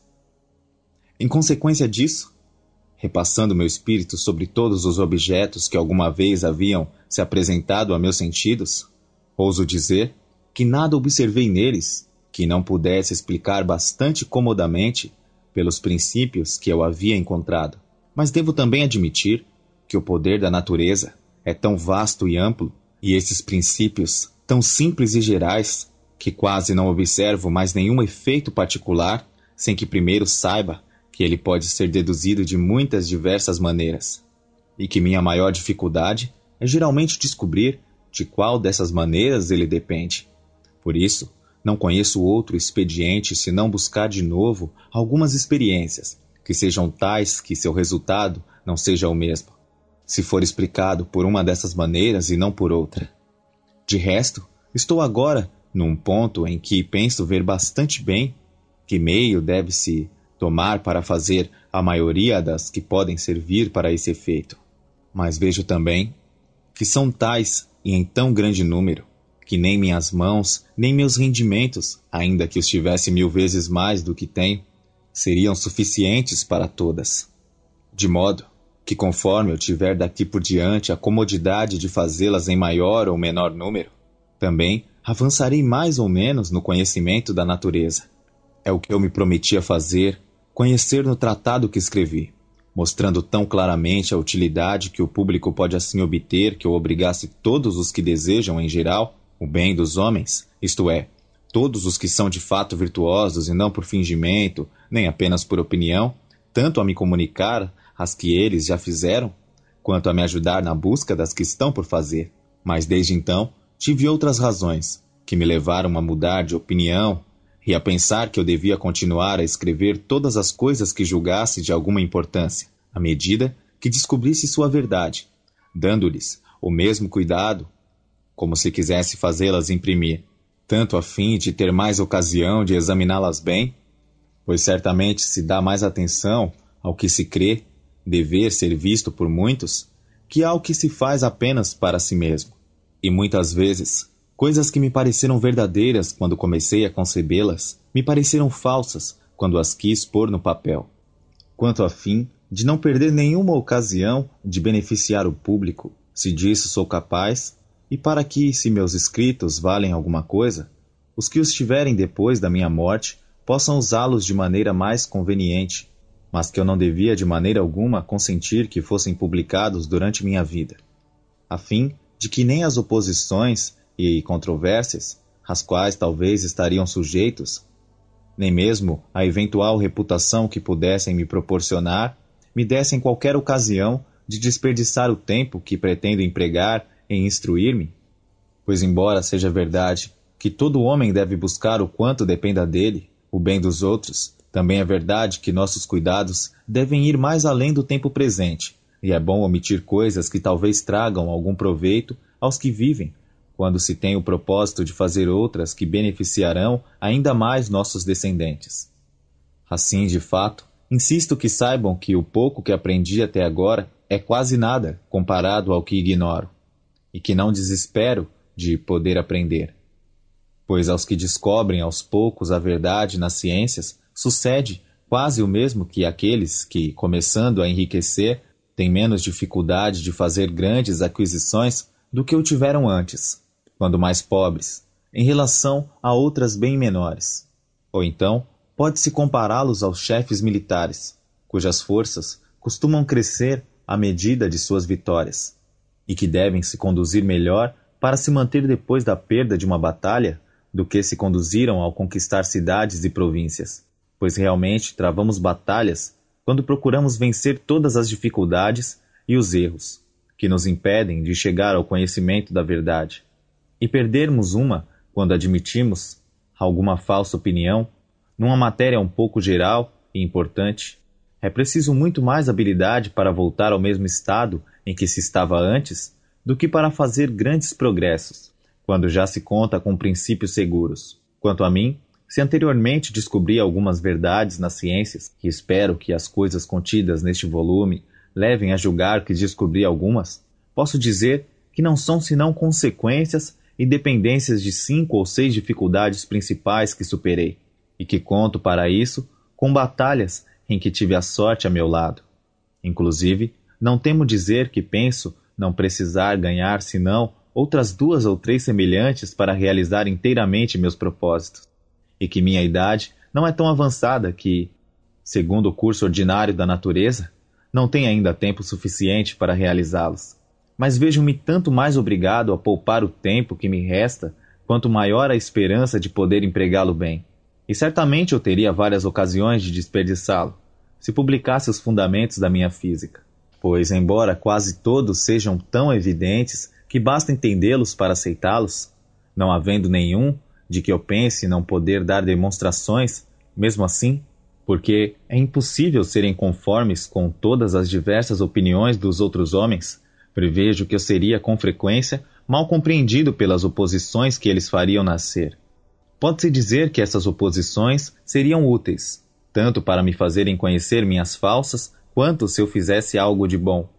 Em consequência disso, repassando meu espírito sobre todos os objetos que alguma vez haviam se apresentado a meus sentidos, ouso dizer que nada observei neles que não pudesse explicar bastante comodamente pelos princípios que eu havia encontrado. Mas devo também admitir que o poder da natureza é tão vasto e amplo, e esses princípios tão simples e gerais, que quase não observo mais nenhum efeito particular sem que primeiro saiba que ele pode ser deduzido de muitas diversas maneiras, e que minha maior dificuldade é geralmente descobrir de qual dessas maneiras ele depende. Por isso, não conheço outro expediente senão buscar de novo algumas experiências, que sejam tais que seu resultado não seja o mesmo, se for explicado por uma dessas maneiras e não por outra. De resto, estou agora num ponto em que penso ver bastante bem que meio deve-se tomar para fazer a maioria das que podem servir para esse efeito. Mas vejo também que são tais e em tão grande número, que nem minhas mãos, nem meus rendimentos, ainda que os tivesse 1000 vezes mais do que tenho, seriam suficientes para todas. De modo que, conforme eu tiver daqui por diante a comodidade de fazê-las em maior ou menor número, também avançarei mais ou menos no conhecimento da natureza. É o que eu me prometia fazer, conhecer no tratado que escrevi, mostrando tão claramente a utilidade que o público pode assim obter que eu obrigasse todos os que desejam, em geral, o bem dos homens, isto é, todos os que são de fato virtuosos e não por fingimento, nem apenas por opinião, tanto a me comunicar as que eles já fizeram, quanto a me ajudar na busca das que estão por fazer. Mas desde então tive outras razões, que me levaram a mudar de opinião e a pensar que eu devia continuar a escrever todas as coisas que julgasse de alguma importância, à medida que descobrisse sua verdade, dando-lhes o mesmo cuidado, como se quisesse fazê-las imprimir, tanto a fim de ter mais ocasião de examiná-las bem, pois certamente se dá mais atenção ao que se crê dever ser visto por muitos, que ao que se faz apenas para si mesmo. E muitas vezes, coisas que me pareceram verdadeiras quando comecei a concebê-las, me pareceram falsas quando as quis pôr no papel. Quanto a fim de não perder nenhuma ocasião de beneficiar o público, se disso sou capaz, e para que, se meus escritos valem alguma coisa, os que os tiverem depois da minha morte possam usá-los de maneira mais conveniente, mas que eu não devia de maneira alguma consentir que fossem publicados durante minha vida, a fim de que nem as oposições e controvérsias, às quais talvez estariam sujeitos, nem mesmo a eventual reputação que pudessem me proporcionar, me dessem qualquer ocasião de desperdiçar o tempo que pretendo empregar em instruir-me, pois embora seja verdade que todo homem deve buscar o quanto dependa dele, o bem dos outros, também é verdade que nossos cuidados devem ir mais além do tempo presente, e é bom omitir coisas que talvez tragam algum proveito aos que vivem, quando se tem o propósito de fazer outras que beneficiarão ainda mais nossos descendentes. Assim, de fato, insisto que saibam que o pouco que aprendi até agora é quase nada comparado ao que ignoro, e que não desespero de poder aprender. Pois aos que descobrem aos poucos a verdade nas ciências, sucede quase o mesmo que àqueles que, começando a enriquecer, têm menos dificuldade de fazer grandes aquisições do que o tiveram antes, quando mais pobres, em relação a outras bem menores. Ou então, pode-se compará-los aos chefes militares, cujas forças costumam crescer à medida de suas vitórias, e que devem se conduzir melhor para se manter depois da perda de uma batalha do que se conduziram ao conquistar cidades e províncias, pois realmente travamos batalhas quando procuramos vencer todas as dificuldades e os erros que nos impedem de chegar ao conhecimento da verdade, e perdermos uma quando admitimos alguma falsa opinião numa matéria um pouco geral e importante. É preciso muito mais habilidade para voltar ao mesmo estado em que se estava antes do que para fazer grandes progressos, quando já se conta com princípios seguros. Quanto a mim, se anteriormente descobri algumas verdades nas ciências, e espero que as coisas contidas neste volume levem a julgar que descobri algumas, posso dizer que não são senão consequências e dependências de 5 ou 6 dificuldades principais que superei, e que conto para isso com batalhas em que tive a sorte a meu lado. Inclusive, não temo dizer que penso não precisar ganhar senão outras 2 ou 3 semelhantes para realizar inteiramente meus propósitos, e que minha idade não é tão avançada que, segundo o curso ordinário da natureza, não tenho ainda tempo suficiente para realizá-los. Mas vejo-me tanto mais obrigado a poupar o tempo que me resta, quanto maior a esperança de poder empregá-lo bem. E certamente eu teria várias ocasiões de desperdiçá-lo, se publicasse os fundamentos da minha física. Pois, embora quase todos sejam tão evidentes que basta entendê-los para aceitá-los, não havendo nenhum de que eu pense não poder dar demonstrações, mesmo assim, porque é impossível serem conformes com todas as diversas opiniões dos outros homens, prevejo que eu seria, com frequência, mal compreendido pelas oposições que eles fariam nascer. Pode-se dizer que essas oposições seriam úteis, tanto para me fazerem conhecer minhas falsas, quanto se eu fizesse algo de bom,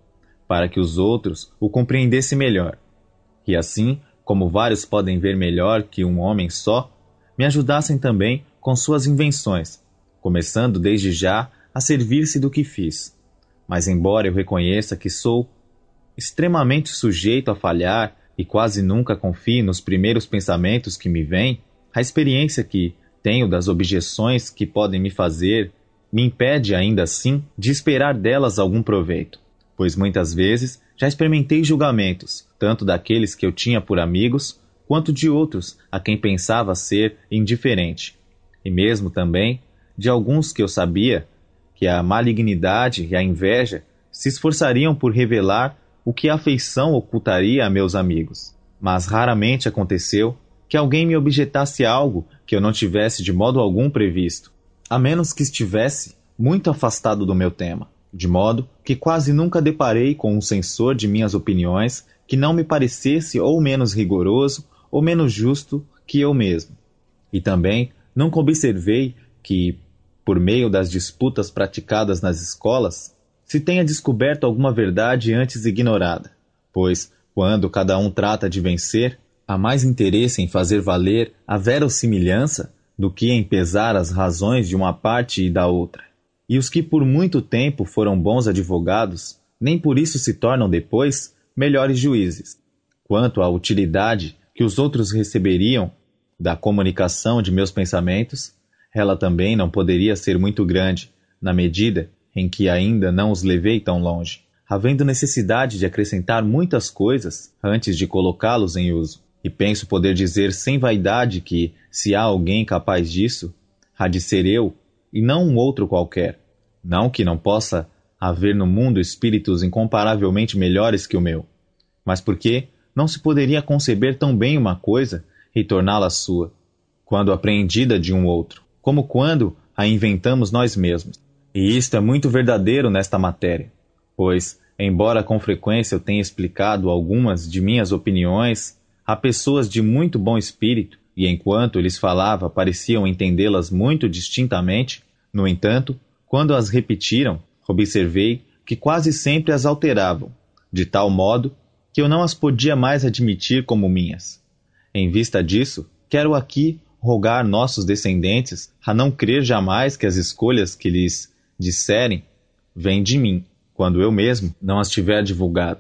para que os outros o compreendessem melhor. E assim, como vários podem ver melhor que um homem só, me ajudassem também com suas invenções, começando desde já a servir-se do que fiz. Mas embora eu reconheça que sou extremamente sujeito a falhar e quase nunca confie nos primeiros pensamentos que me vêm, a experiência que tenho das objeções que podem me fazer me impede ainda assim de esperar delas algum proveito, pois muitas vezes já experimentei julgamentos, tanto daqueles que eu tinha por amigos, quanto de outros a quem pensava ser indiferente, e mesmo também de alguns que eu sabia que a malignidade e a inveja se esforçariam por revelar o que a afeição ocultaria a meus amigos. Mas raramente aconteceu que alguém me objetasse algo que eu não tivesse de modo algum previsto, a menos que estivesse muito afastado do meu tema, de modo que quase nunca deparei com um censor de minhas opiniões que não me parecesse ou menos rigoroso ou menos justo que eu mesmo. E também nunca observei que, por meio das disputas praticadas nas escolas, se tenha descoberto alguma verdade antes ignorada, pois, quando cada um trata de vencer, há mais interesse em fazer valer a verossimilhança do que em pesar as razões de uma parte e da outra. E os que por muito tempo foram bons advogados, nem por isso se tornam depois melhores juízes. Quanto à utilidade que os outros receberiam da comunicação de meus pensamentos, ela também não poderia ser muito grande, na medida em que ainda não os levei tão longe, havendo necessidade de acrescentar muitas coisas antes de colocá-los em uso. E penso poder dizer sem vaidade que, se há alguém capaz disso, há de ser eu, e não um outro qualquer. Não que não possa haver no mundo espíritos incomparavelmente melhores que o meu, mas porque não se poderia conceber tão bem uma coisa e torná-la sua, quando apreendida de um outro, como quando a inventamos nós mesmos. E isto é muito verdadeiro nesta matéria, pois, embora com frequência eu tenha explicado algumas de minhas opiniões a pessoas de muito bom espírito, e enquanto lhes falava pareciam entendê-las muito distintamente, no entanto, quando as repetiram, observei que quase sempre as alteravam, de tal modo que eu não as podia mais admitir como minhas. Em vista disso, quero aqui rogar nossos descendentes a não crer jamais que as escolhas que lhes disserem vêm de mim, quando eu mesmo não as tiver divulgado.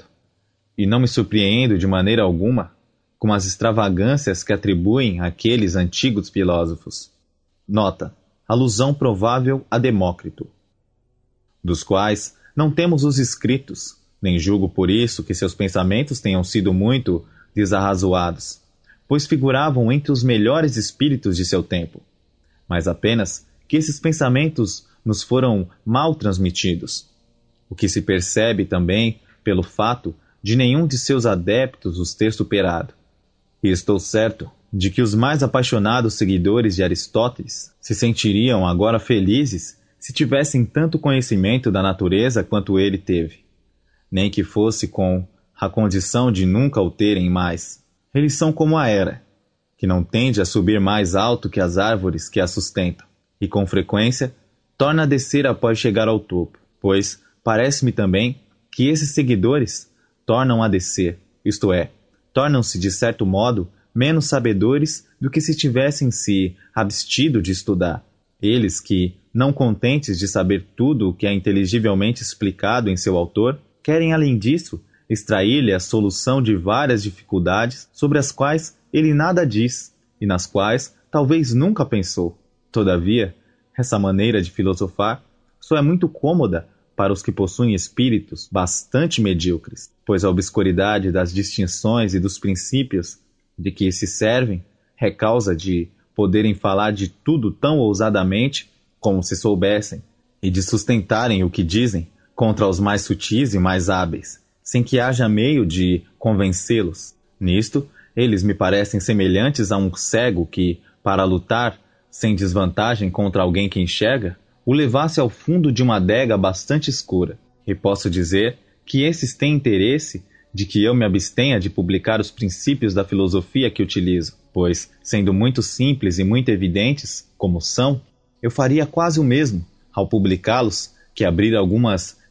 E não me surpreendo de maneira alguma com as extravagâncias que atribuem àqueles antigos filósofos. Nota: alusão provável a Demócrito, dos quais não temos os escritos, nem julgo por isso que seus pensamentos tenham sido muito desarrazoados, pois figuravam entre os melhores espíritos de seu tempo, mas apenas que esses pensamentos nos foram mal transmitidos, o que se percebe também pelo fato de nenhum de seus adeptos os ter superado. E estou certo de que os mais apaixonados seguidores de Aristóteles se sentiriam agora felizes se tivessem tanto conhecimento da natureza quanto ele teve, nem que fosse com a condição de nunca o terem mais. Eles são como a era, que não tende a subir mais alto que as árvores que a sustentam, e com frequência torna a descer após chegar ao topo, pois parece-me também que esses seguidores tornam a descer, isto é, tornam-se de certo modo menos sabedores do que se tivessem se abstido de estudar. Eles que, não contentes de saber tudo o que é inteligivelmente explicado em seu autor, querem além disso extrair-lhe a solução de várias dificuldades sobre as quais ele nada diz e nas quais talvez nunca pensou. Todavia, essa maneira de filosofar só é muito cômoda para os que possuem espíritos bastante medíocres, pois a obscuridade das distinções e dos princípios de que se servem é causa de poderem falar de tudo tão ousadamente como se soubessem, e de sustentarem o que dizem contra os mais sutis e mais hábeis, sem que haja meio de convencê-los. Nisto, eles me parecem semelhantes a um cego que, para lutar sem desvantagem contra alguém que enxerga, o levasse ao fundo de uma adega bastante escura. E posso dizer que esses têm interesse de que eu me abstenha de publicar os princípios da filosofia que utilizo, pois, sendo muito simples e muito evidentes, como são, eu faria quase o mesmo, ao publicá-los, que abrir algumas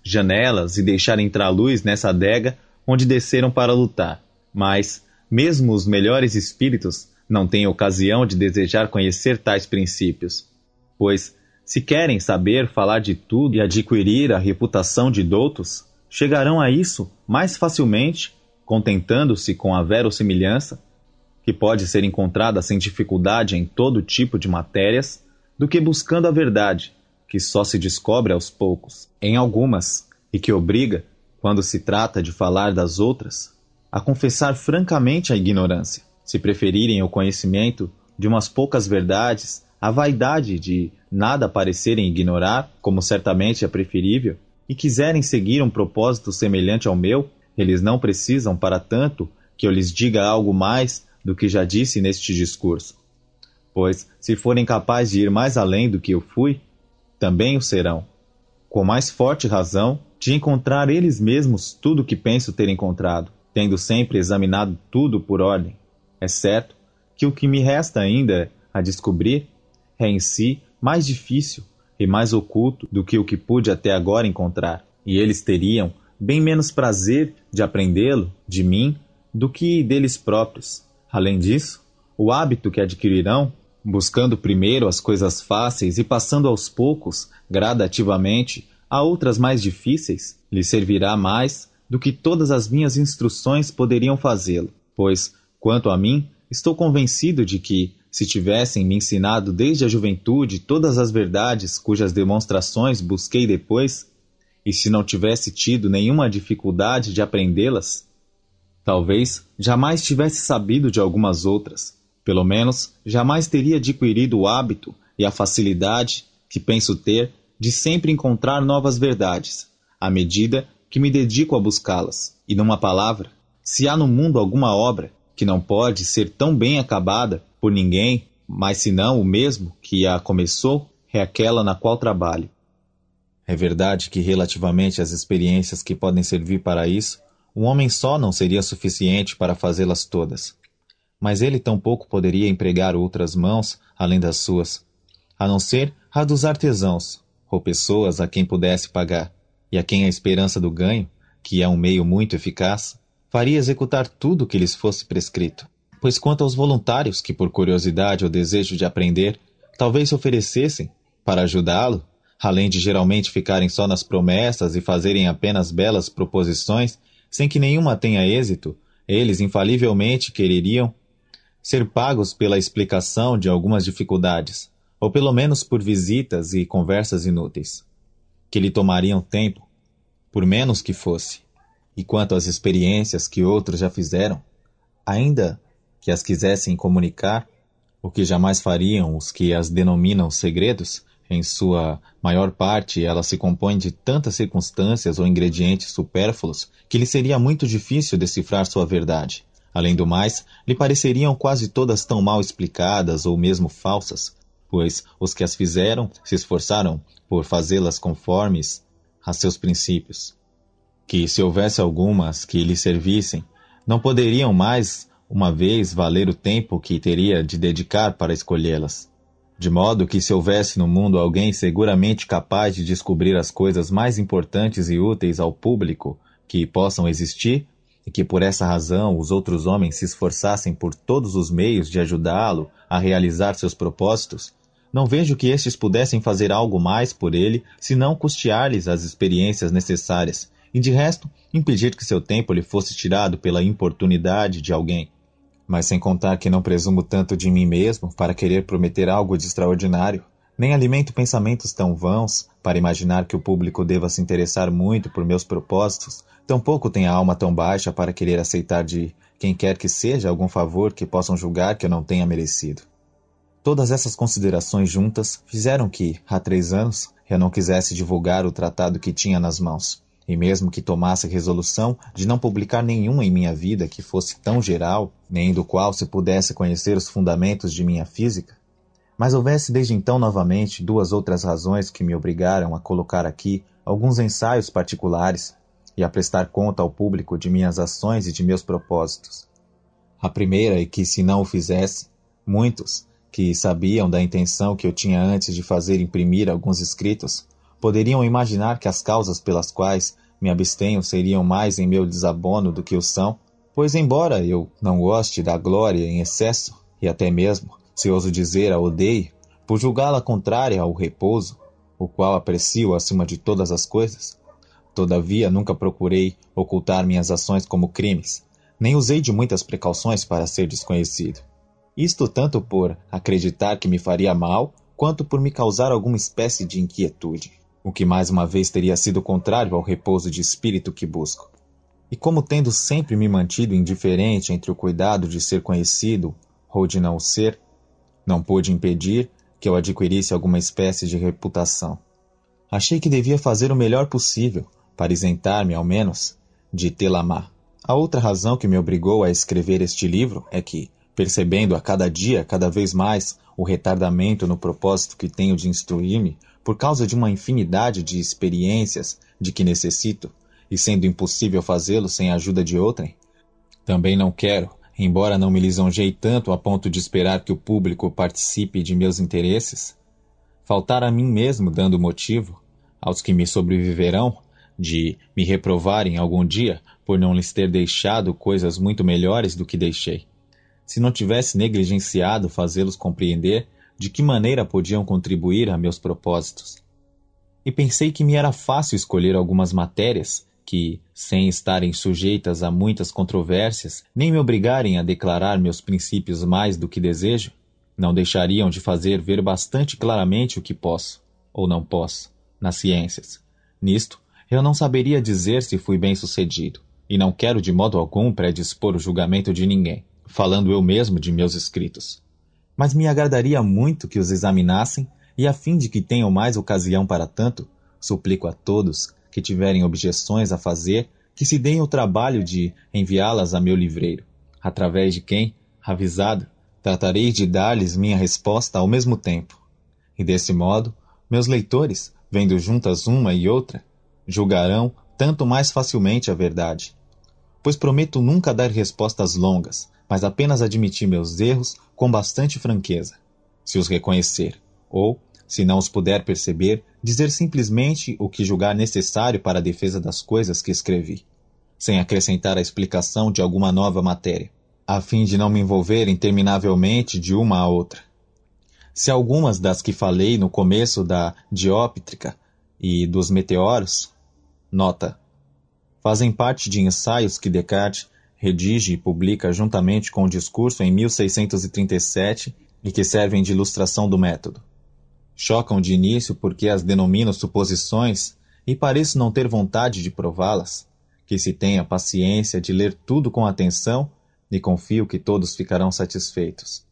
janelas e deixar entrar luz nessa adega onde desceram para lutar. Mas, mesmo os melhores espíritos não têm ocasião de desejar conhecer tais princípios, pois, se querem saber falar de tudo e adquirir a reputação de doutos, chegarão a isso mais facilmente, contentando-se com a verossimilhança, que pode ser encontrada sem dificuldade em todo tipo de matérias, do que buscando a verdade, que só se descobre aos poucos, em algumas, e que obriga, quando se trata de falar das outras, a confessar francamente a ignorância, se preferirem o conhecimento de umas poucas verdades, a vaidade de nada parecerem ignorar, como certamente é preferível, e quiserem seguir um propósito semelhante ao meu, eles não precisam, para tanto, que eu lhes diga algo mais do que já disse neste discurso. Pois, se forem capazes de ir mais além do que eu fui, também o serão, com mais forte razão, de encontrar eles mesmos tudo o que penso ter encontrado, tendo sempre examinado tudo por ordem. É certo que o que me resta ainda a descobrir é em si mais difícil e mais oculto do que o que pude até agora encontrar, e eles teriam bem menos prazer de aprendê-lo de mim do que deles próprios. Além disso, o hábito que adquirirão, buscando primeiro as coisas fáceis e passando aos poucos, gradativamente, a outras mais difíceis, lhes servirá mais do que todas as minhas instruções poderiam fazê-lo, pois, quanto a mim, estou convencido de que, se tivessem me ensinado desde a juventude todas as verdades cujas demonstrações busquei depois, e se não tivesse tido nenhuma dificuldade de aprendê-las, talvez jamais tivesse sabido de algumas outras, pelo menos jamais teria adquirido o hábito e a facilidade que penso ter de sempre encontrar novas verdades, à medida que me dedico a buscá-las. E numa palavra, se há no mundo alguma obra que não pode ser tão bem acabada por ninguém, mas senão o mesmo que a começou, é aquela na qual trabalho. É verdade que, relativamente às experiências que podem servir para isso, um homem só não seria suficiente para fazê-las todas. Mas ele tampouco poderia empregar outras mãos além das suas, a não ser a dos artesãos, ou pessoas a quem pudesse pagar, e a quem a esperança do ganho, que é um meio muito eficaz, faria executar tudo o que lhes fosse prescrito. Pois quanto aos voluntários que, por curiosidade ou desejo de aprender, talvez se oferecessem para ajudá-lo, além de geralmente ficarem só nas promessas e fazerem apenas belas proposições, sem que nenhuma tenha êxito, eles infalivelmente quereriam ser pagos pela explicação de algumas dificuldades, ou pelo menos por visitas e conversas inúteis, que lhe tomariam tempo, por menos que fosse. E quanto às experiências que outros já fizeram, ainda que as quisessem comunicar, o que jamais fariam os que as denominam segredos, em sua maior parte elas se compõem de tantas circunstâncias ou ingredientes supérfluos que lhe seria muito difícil decifrar sua verdade. Além do mais, lhe pareceriam quase todas tão mal explicadas ou mesmo falsas, pois os que as fizeram se esforçaram por fazê-las conformes a seus princípios, que se houvesse algumas que lhe servissem, não poderiam mais uma vez valer o tempo que teria de dedicar para escolhê-las. De modo que se houvesse no mundo alguém seguramente capaz de descobrir as coisas mais importantes e úteis ao público que possam existir, e que por essa razão os outros homens se esforçassem por todos os meios de ajudá-lo a realizar seus propósitos, não vejo que estes pudessem fazer algo mais por ele, senão custear-lhes as experiências necessárias, e de resto impedir que seu tempo lhe fosse tirado pela importunidade de alguém. Mas sem contar que não presumo tanto de mim mesmo para querer prometer algo de extraordinário, nem alimento pensamentos tão vãos para imaginar que o público deva se interessar muito por meus propósitos, tampouco tenho a alma tão baixa para querer aceitar de quem quer que seja algum favor que possam julgar que eu não tenha merecido. Todas essas considerações juntas fizeram que, há 3 anos, eu não quisesse divulgar o tratado que tinha nas mãos, e mesmo que tomasse resolução de não publicar nenhum em minha vida que fosse tão geral, nem do qual se pudesse conhecer os fundamentos de minha física, mas houvesse desde então novamente 2 outras razões que me obrigaram a colocar aqui alguns ensaios particulares e a prestar conta ao público de minhas ações e de meus propósitos. A primeira é que, se não o fizesse, muitos, que sabiam da intenção que eu tinha antes de fazer imprimir alguns escritos, poderiam imaginar que as causas pelas quais me abstenho seriam mais em meu desabono do que o são, pois embora eu não goste da glória em excesso, e até mesmo, se ouso dizer, a odeie, por julgá-la contrária ao repouso, o qual aprecio acima de todas as coisas, todavia nunca procurei ocultar minhas ações como crimes, nem usei de muitas precauções para ser desconhecido. Isto tanto por acreditar que me faria mal, quanto por me causar alguma espécie de inquietude, o que mais uma vez teria sido contrário ao repouso de espírito que busco. E como tendo sempre me mantido indiferente entre o cuidado de ser conhecido ou de não o ser, não pude impedir que eu adquirisse alguma espécie de reputação. Achei que devia fazer o melhor possível, para isentar-me, ao menos, de tê-la má. A outra razão que me obrigou a escrever este livro é que, percebendo a cada dia, cada vez mais, o retardamento no propósito que tenho de instruir-me, por causa de uma infinidade de experiências de que necessito, e sendo impossível fazê-lo sem a ajuda de outrem, também não quero, embora não me lisonjeie tanto a ponto de esperar que o público participe de meus interesses, faltar a mim mesmo dando motivo, aos que me sobreviverão, de me reprovarem algum dia por não lhes ter deixado coisas muito melhores do que deixei, se não tivesse negligenciado fazê-los compreender de que maneira podiam contribuir a meus propósitos. E pensei que me era fácil escolher algumas matérias que, sem estarem sujeitas a muitas controvérsias, nem me obrigarem a declarar meus princípios mais do que desejo, não deixariam de fazer ver bastante claramente o que posso, ou não posso, nas ciências. Nisto, eu não saberia dizer se fui bem-sucedido, e não quero de modo algum predispor o julgamento de ninguém, falando eu mesmo de meus escritos. Mas me agradaria muito que os examinassem, e a fim de que tenham mais ocasião para tanto, suplico a todos que tiverem objeções a fazer, que se deem o trabalho de enviá-las a meu livreiro, através de quem, avisado, tratarei de dar-lhes minha resposta ao mesmo tempo. E desse modo, meus leitores, vendo juntas uma e outra, julgarão tanto mais facilmente a verdade. Pois prometo nunca dar respostas longas, mas apenas admitir meus erros com bastante franqueza, se os reconhecer, ou, se não os puder perceber, dizer simplesmente o que julgar necessário para a defesa das coisas que escrevi, sem acrescentar a explicação de alguma nova matéria, a fim de não me envolver interminavelmente de uma a outra. Se algumas das que falei no começo da dióptrica e dos meteoros, nota, fazem parte de ensaios que Descartes redige e publica juntamente com o discurso em 1637 e que servem de ilustração do método. Chocam de início porque as denomino suposições e pareço não ter vontade de prová-las, que se tenha paciência de ler tudo com atenção e confio que todos ficarão satisfeitos.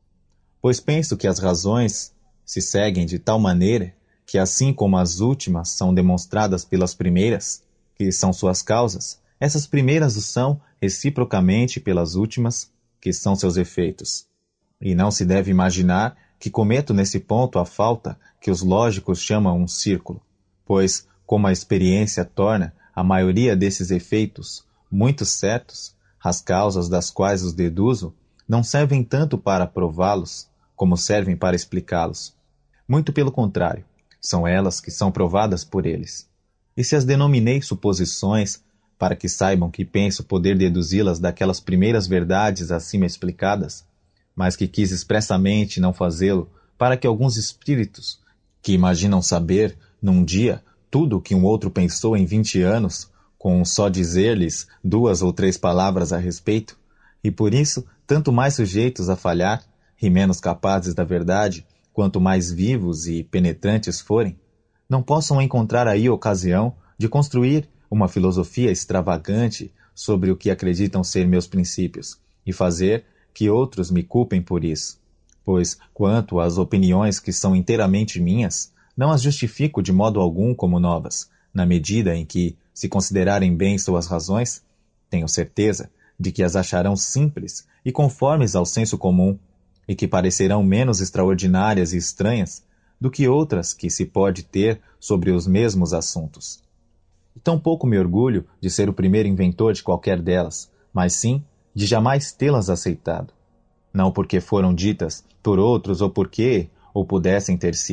Pois penso que as razões se seguem de tal maneira que, assim como as últimas são demonstradas pelas primeiras, que são suas causas, essas primeiras o são reciprocamente pelas últimas, que são seus efeitos. E não se deve imaginar que cometo nesse ponto a falta que os lógicos chamam um círculo, pois, como a experiência torna a maioria desses efeitos muito certos, as causas das quais os deduzo não servem tanto para prová-los como servem para explicá-los. Muito pelo contrário, são elas que são provadas por eles. E se as denominei suposições, para que saibam que penso poder deduzi-las daquelas primeiras verdades acima explicadas, mas que quis expressamente não fazê-lo para que alguns espíritos, que imaginam saber, num dia, tudo o que um outro pensou em 20 anos, com só dizer-lhes 2 ou 3 palavras a respeito, e por isso tanto mais sujeitos a falhar, e menos capazes da verdade, quanto mais vivos e penetrantes forem, não possam encontrar aí ocasião de construir uma filosofia extravagante sobre o que acreditam ser meus princípios, e fazer que outros me culpem por isso, pois, quanto às opiniões que são inteiramente minhas, não as justifico de modo algum como novas, na medida em que, se considerarem bem suas razões, tenho certeza de que as acharão simples e conformes ao senso comum, e que parecerão menos extraordinárias e estranhas do que outras que se pode ter sobre os mesmos assuntos. E tampouco me orgulho de ser o primeiro inventor de qualquer delas, mas sim de jamais tê-las aceitado. Não porque foram ditas por outros ou porque ou pudessem ter sido,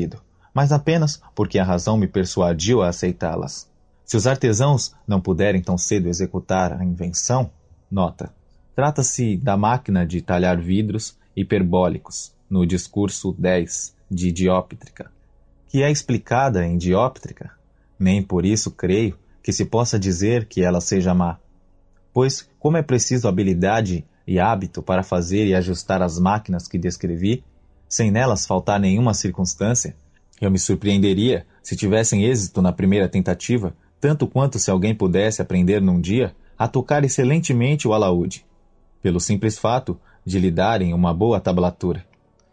mas apenas porque a razão me persuadiu a aceitá-las. Se os artesãos não puderem tão cedo executar a invenção, nota, trata-se da máquina de talhar vidros hiperbólicos, no discurso 10 de Dióptrica, que é explicada em Dióptrica, nem por isso creio que se possa dizer que ela seja má. Pois, como é preciso habilidade e hábito para fazer e ajustar as máquinas que descrevi, sem nelas faltar nenhuma circunstância, eu me surpreenderia se tivessem êxito na primeira tentativa, tanto quanto se alguém pudesse aprender num dia a tocar excelentemente o alaúde, pelo simples fato de lhe darem uma boa tablatura.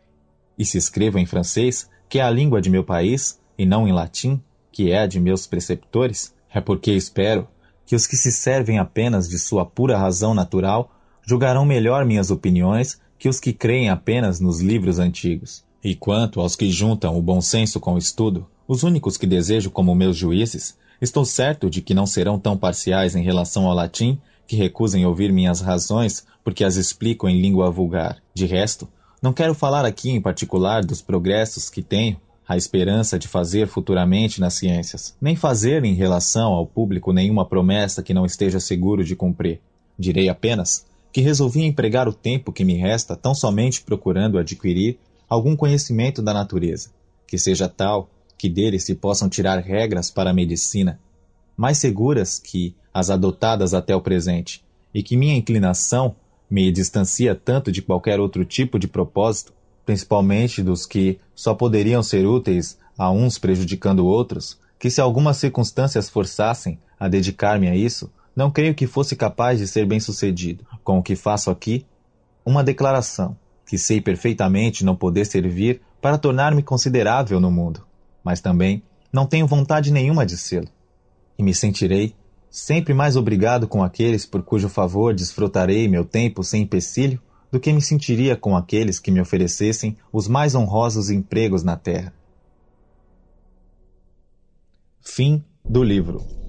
E se escrevo em francês, que é a língua de meu país, e não em latim, que é a de meus preceptores, é porque espero que os que se servem apenas de sua pura razão natural julgarão melhor minhas opiniões que os que creem apenas nos livros antigos. E quanto aos que juntam o bom senso com o estudo, os únicos que desejo como meus juízes, estou certo de que não serão tão parciais em relação ao latim que recusem ouvir minhas razões porque as explico em língua vulgar. De resto, não quero falar aqui em particular dos progressos que tenho a esperança de fazer futuramente nas ciências, nem fazer em relação ao público nenhuma promessa que não esteja seguro de cumprir. Direi apenas que resolvi empregar o tempo que me resta tão somente procurando adquirir algum conhecimento da natureza, que seja tal que dele se possam tirar regras para a medicina, mais seguras que as adotadas até o presente, e que minha inclinação me distancia tanto de qualquer outro tipo de propósito, principalmente dos que só poderiam ser úteis a uns prejudicando outros, que se algumas circunstâncias forçassem a dedicar-me a isso, não creio que fosse capaz de ser bem-sucedido. Com o que faço aqui, uma declaração, que sei perfeitamente não poder servir para tornar-me considerável no mundo, mas também não tenho vontade nenhuma de sê-lo, e me sentirei sempre mais obrigado com aqueles por cujo favor desfrutarei meu tempo sem empecilho do que me sentiria com aqueles que me oferecessem os mais honrosos empregos na terra. Fim do livro.